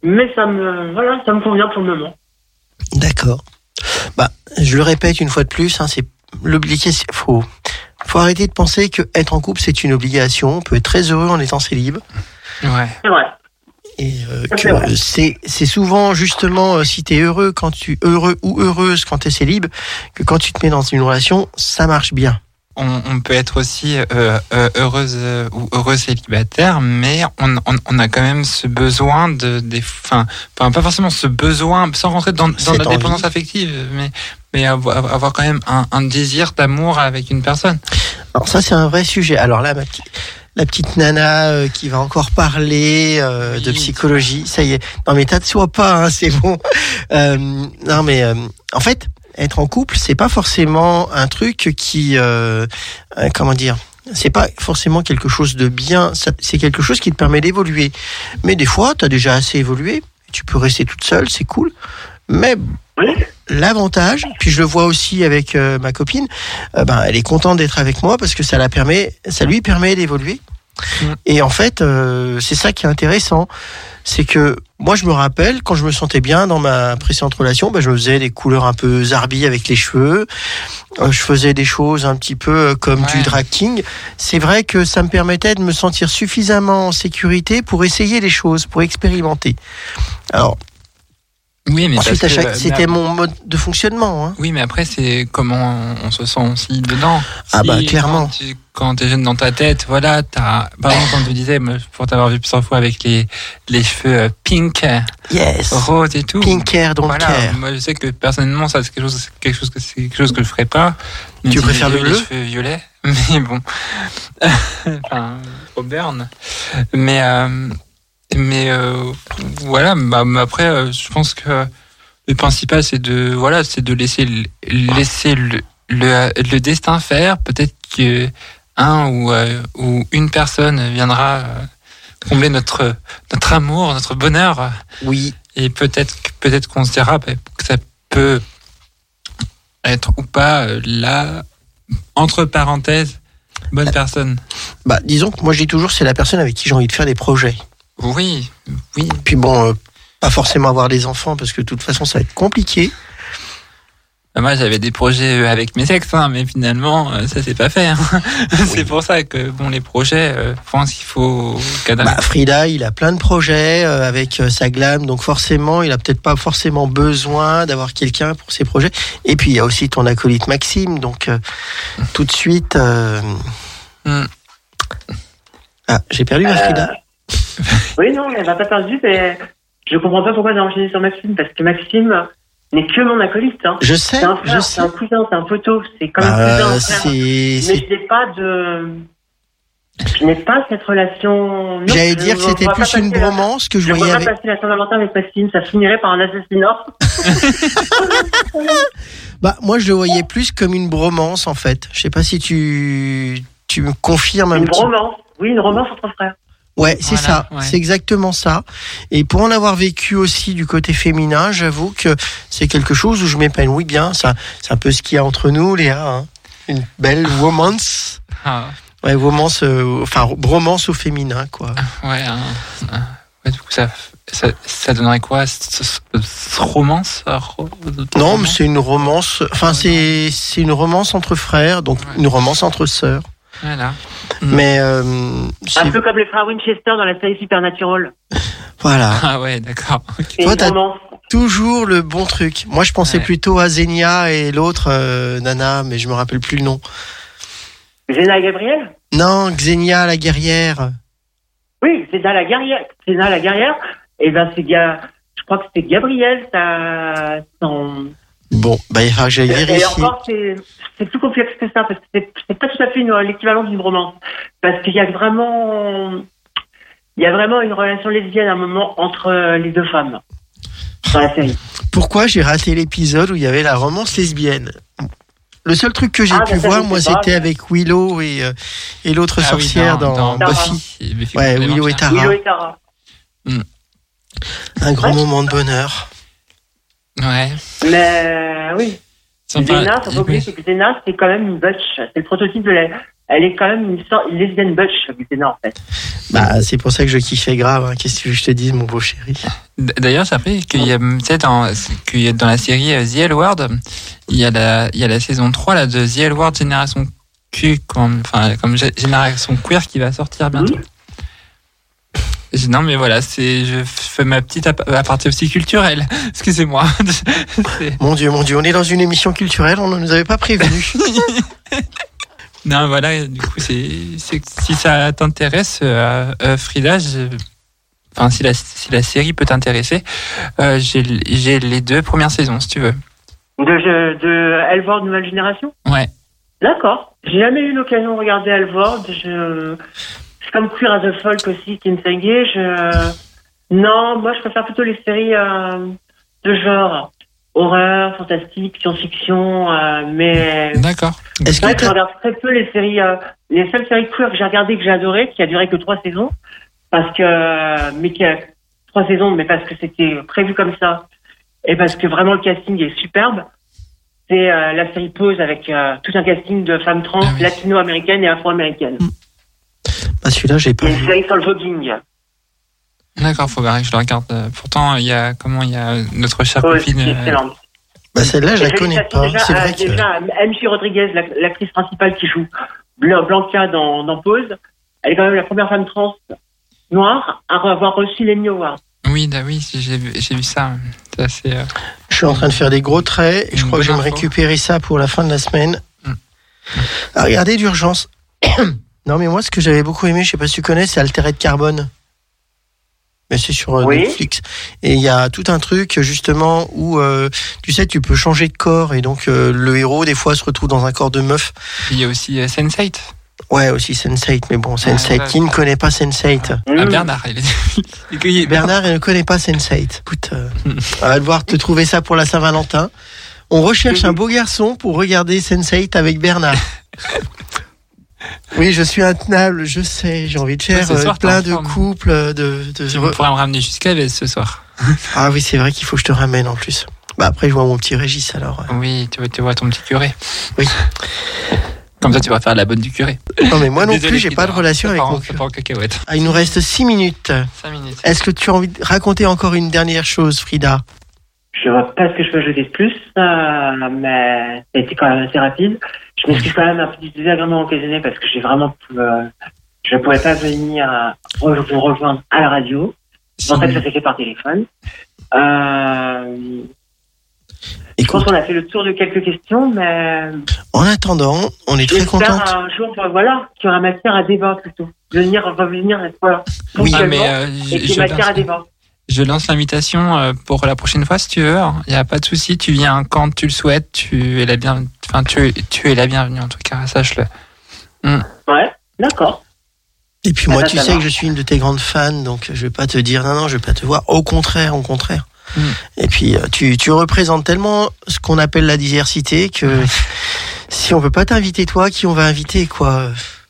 Mais ça me convient pour le moment. D'accord. Bah, je le répète une fois de plus, hein, c'est l'obligation. Faut arrêter de penser que être en couple c'est une obligation. On peut être très heureux en étant célib. Ouais. C'est vrai. Et c'est souvent justement si t'es heureux ou heureuse quand t'es célib, que quand tu te mets dans une relation, ça marche bien. On peut être aussi heureuse ou heureux célibataire, mais on a quand même ce besoin pas forcément ce besoin, sans rentrer dans la dépendance affective, mais avoir quand même un désir d'amour avec une personne. Alors ça, c'est un vrai sujet. Alors là, la petite nana qui va encore parler de psychologie, ça y est. Non mais t'assois pas, hein, c'est bon. Non mais en fait, être en couple, c'est pas forcément un truc qui, comment dire, c'est pas forcément quelque chose de bien. C'est quelque chose qui te permet d'évoluer. Mais des fois, t'as déjà assez évolué. Tu peux rester toute seule, c'est cool. Mais l'avantage, puis je le vois aussi avec ma copine, elle est contente d'être avec moi parce que ça lui permet d'évoluer. Et en fait, c'est ça qui est intéressant, c'est que moi je me rappelle quand je me sentais bien dans ma précédente relation, je me faisais des couleurs un peu zarbi avec les cheveux, je faisais des choses un petit peu comme du drag king. C'est vrai que ça me permettait de me sentir suffisamment en sécurité pour essayer les choses, pour expérimenter. Alors oui, mais ensuite, c'était mon mode de fonctionnement. Hein. Oui, mais après, c'est comment on se sent aussi dedans. Clairement. Quand t'es jeune dans ta tête, voilà, par exemple, quand tu disais, pour t'avoir vu plusieurs fois avec les cheveux pink, rose et tout. Pink hair, don't care. Moi, je sais que personnellement, ça, c'est quelque chose que je ferais pas. Tu préfères le bleu? Les cheveux violets, mais bon. Au burn. Mais voilà, après, je pense que le principal, c'est de laisser le destin faire. Peut-être que ou une personne viendra combler notre amour, notre bonheur. Oui. Et peut-être qu'on se dira que ça peut être ou pas là, entre parenthèses, bonne personne. Disons que moi je dis toujours, c'est la personne avec qui j'ai envie de faire des projets. Oui. Puis pas forcément avoir des enfants parce que de toute façon ça va être compliqué. Moi j'avais des projets avec mes ex, mais finalement ça s'est pas fait. Hein. C'est pour ça que les projets, je pense qu'il faut cadrer. Frida, il a plein de projets avec sa glam, donc forcément il a peut-être pas forcément besoin d'avoir quelqu'un pour ses projets. Et puis il y a aussi ton acolyte Maxime, donc tout de suite. J'ai perdu ma Frida. Oui, non, elle va pas perdu, mais je comprends pas pourquoi j'ai enchaîné sur Maxime, parce que Maxime n'est que mon acolyte. Hein. Je sais, c'est un frère, c'est un cousin, c'est un poteau, c'est quand même cousin, frère. Mais je n'ai pas cette relation. Non, j'allais dire que c'était plus une bromance que je voyais avec. Je ne pas passer la Saint-Valentin avec Maxime, ça finirait par un assassinat. Moi, je le voyais plus comme une bromance, en fait. Je sais pas si tu me confirmes un petit peu. Une bromance, oui, une romance entre frères. Ouais, c'est ça, c'est exactement ça. Et pour en avoir vécu aussi du côté féminin, j'avoue que c'est quelque chose où je m'épanouis bien. Ça, c'est un peu ce qu'il y a entre nous, Léa. Hein. Une belle romance. Ouais, romance, bromance au féminin, quoi. Ouais, du coup, ça donnerait quoi, romance? Non, mais c'est une romance. C'est une romance entre frères, donc une romance entre sœurs. Voilà. Mais un peu comme les frères Winchester dans la série Supernatural. Voilà. Ah ouais, d'accord. Okay. Toi, t'as toujours le bon truc. Moi, je pensais plutôt à Zenia et l'autre Nana, mais je me rappelle plus le nom. Xena et Gabrielle? Non, Xenia la guerrière. Oui, Xena la guerrière. Xena la guerrière. Et je crois que c'était Gabrielle. Bon, il faudra que j'aille vérifier. Et encore, c'est plus complexe que ça, parce que c'est pas tout à fait l'équivalent d'une romance. Parce qu'il y a vraiment une relation lesbienne à un moment entre les deux femmes dans la série. Pourquoi j'ai raté l'épisode où il y avait la romance lesbienne? Le seul truc que j'ai pu voir, moi, c'était avec Willow et l'autre sorcière dans Buffy. Ouais, Willow et Tara. Un grand moment de bonheur. Ouais. Mais oui. Xena, faut pas oublier que Xena, c'est quand même une butch. C'est le prototype de elle est quand même une lesbienne butch, Gutena, en fait. Bah, c'est pour ça que je kiffais grave. Hein. Qu'est-ce que tu veux que je te dise, mon beau chéri? D'ailleurs, j'ai appris qu'il y a, tu sais, dans la série The L Word, il y a la saison 3 là, de The L Word Génération Q, comme Génération Queer qui va sortir bientôt. Non, mais voilà, je fais ma petite aparté aussi culturelle. Excusez-moi. Mon Dieu, on est dans une émission culturelle, on ne nous avait pas prévenu. Non, voilà, du coup, si ça t'intéresse, Frida, si la série peut t'intéresser, j'ai les 2 premières saisons, si tu veux. De Elvord Nouvelle Génération? Ouais. D'accord. J'ai jamais eu l'occasion de regarder Elvord. C'est comme Queer as a Folk aussi, Kinsenge. Non, moi, je préfère plutôt les séries de genre horreur, fantastique, science-fiction, mais... D'accord. Est-ce que je regarde très peu les séries... les seules séries queer que j'ai regardées, que j'ai adorées, qui a duré que 3 saisons, mais qui a 3 saisons, mais parce que c'était prévu comme ça, et parce que vraiment le casting est superbe, c'est la série Pause avec tout un casting de femmes trans, latino-américaines et afro-américaines. Bah, celui-là, j'ai pas vu. Une série sur le voguing. D'accord, faut que je le regarde. Pourtant, il y a notre chère copine. Excellente. Bah, celle-là, je la connais pas. C'est vrai que... Déjà, MC Rodriguez, l'actrice principale qui joue Blanca dans Pause, elle est quand même la première femme trans noire à avoir reçu l'Emmy Award. Oui, j'ai vu ça. C'est assez, Je suis en train de faire des gros traits et je crois que je vais me récupérer ça pour la fin de la semaine. À regarder d'urgence. Non, mais moi, ce que j'avais beaucoup aimé, je sais pas si tu connais, c'est Altered Carbone. Mais c'est sur Netflix. Et il y a tout un truc, justement, où, tu sais, tu peux changer de corps. Et donc, le héros, des fois, se retrouve dans un corps de meuf. Il y a aussi Sense8. Ouais, aussi Sense8. Mais bon, Sense8, qui ne connaît pas Sense8? Bernard, Bernard, il ne connaît pas Sense8. Écoute, on va devoir te trouver ça pour la Saint-Valentin. On recherche un beau garçon pour regarder Sense8 avec Bernard. Oui, je suis intenable, je sais, j'ai envie de faire plein de couples. Tu pourrais me ramener jusqu'à Vez ce soir. Ah oui, c'est vrai qu'il faut que je te ramène en plus. Bah après, je vois mon petit Régis alors. Oui, tu vois ton petit curé. Oui. Comme ça, tu vas faire la bonne du curé. Non, mais moi non plus, j'ai pas de relation avec mon curé. Ah, il nous reste 6 minutes. 5 minutes. Est-ce que tu as envie de raconter encore une dernière chose, Frida? Je vois pas ce que je peux ajouter de plus, mais ça a été quand même assez rapide. Je m'excuse quand même un petit désagrément occasionné parce que je pouvais pas venir vous rejoindre à la radio. C'est pour ça que ça s'est fait par téléphone. Je pense qu'on a fait le tour de quelques questions, mais... En attendant, on est très contents. J'espère un jour, qu'il y aura matière à débat plutôt. Revenir, voilà. Oui, mais et qu'il y ait matière à débat. Je lance l'invitation pour la prochaine fois si tu veux. Il n'y a pas de souci. Tu viens quand tu le souhaites. Tu es la bienvenue en tout cas. Sache-le. Ouais, d'accord. Et puis moi, tu sais que je suis une de tes grandes fans, donc je vais pas te dire non, je vais pas te voir. Au contraire. Et puis tu représentes tellement ce qu'on appelle la diversité que si on peut pas t'inviter toi, qui on va inviter quoi?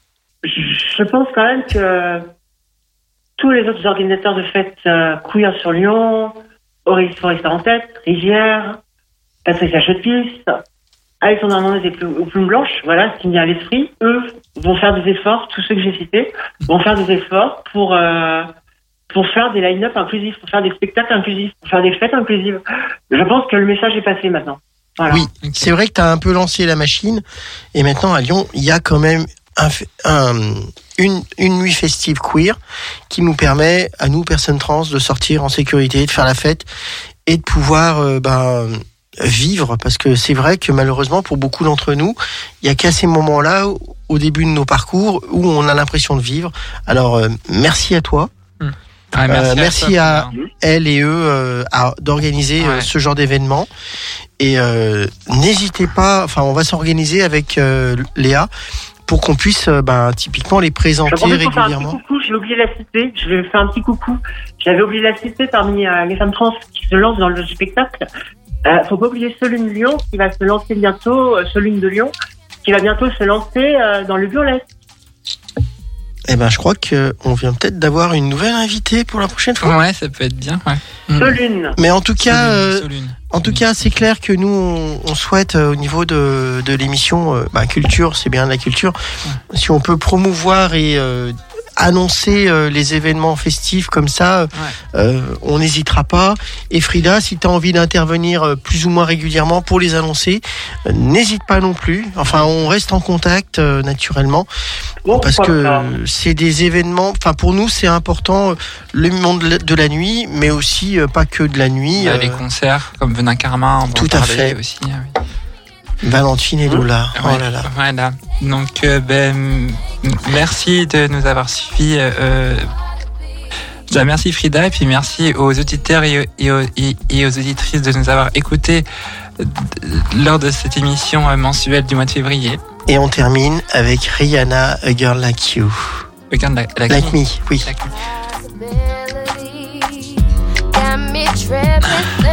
Je pense quand même que tous les autres organisateurs de fêtes queer sur Lyon, Aurélie Foresta en tête, Rivière, Patricia Chotis, Alexandre Hernandez et Plume Blanche, voilà ce qui me vient à l'esprit. Eux vont faire des efforts, tous ceux que j'ai cités, vont faire des efforts pour faire des line-up inclusifs, pour faire des spectacles inclusifs, pour faire des fêtes inclusives. Je pense que le message est passé maintenant. Voilà. Oui, c'est vrai que tu as un peu lancé la machine et maintenant à Lyon, il y a quand même une nuit festive queer qui nous permet à nous personnes trans de sortir en sécurité, de faire la fête et de pouvoir vivre, parce que c'est vrai que malheureusement pour beaucoup d'entre nous il y a qu'à ces moments-là au début de nos parcours où on a l'impression de vivre. Alors merci à toi. Merci à elle et eux d'organiser ce genre d'événement et n'hésitez pas, on va s'organiser avec Léa pour qu'on puisse typiquement les présenter régulièrement. Un petit coucou, j'ai oublié de la citer. Je vais faire un petit coucou. J'avais oublié de la citer parmi les femmes trans qui se lancent dans le spectacle. Faut pas oublier Solune Lyon qui va se lancer bientôt, Solune de Lyon qui va bientôt se lancer dans le burlesque. Eh ben, je crois qu'on vient peut-être d'avoir une nouvelle invitée pour la prochaine fois. Ouais, ça peut être bien. Ouais. Solune. Mais en tout cas, En tout cas, c'est clair que nous, on souhaite au niveau de l'émission culture, c'est bien de la culture, si on peut promouvoir et annoncer les événements festifs comme ça, on n'hésitera pas. Et Frida, si tu as envie d'intervenir plus ou moins régulièrement pour les annoncer, n'hésite pas non plus. Enfin, on reste en contact naturellement, parce que c'est des événements, enfin pour nous c'est important, le monde de la nuit, mais aussi pas que de la nuit. Les concerts comme Venin Karma, tout à fait aussi. Valentine et Lola. Oh là là. Voilà. Donc, merci de nous avoir suivis. Merci Frida, et puis merci aux auditeurs et aux auditrices de nous avoir écoutés lors de cette émission mensuelle du mois de février. Et on termine avec Rihanna, A Girl Like You. A Girl Like Me, oui. Like me.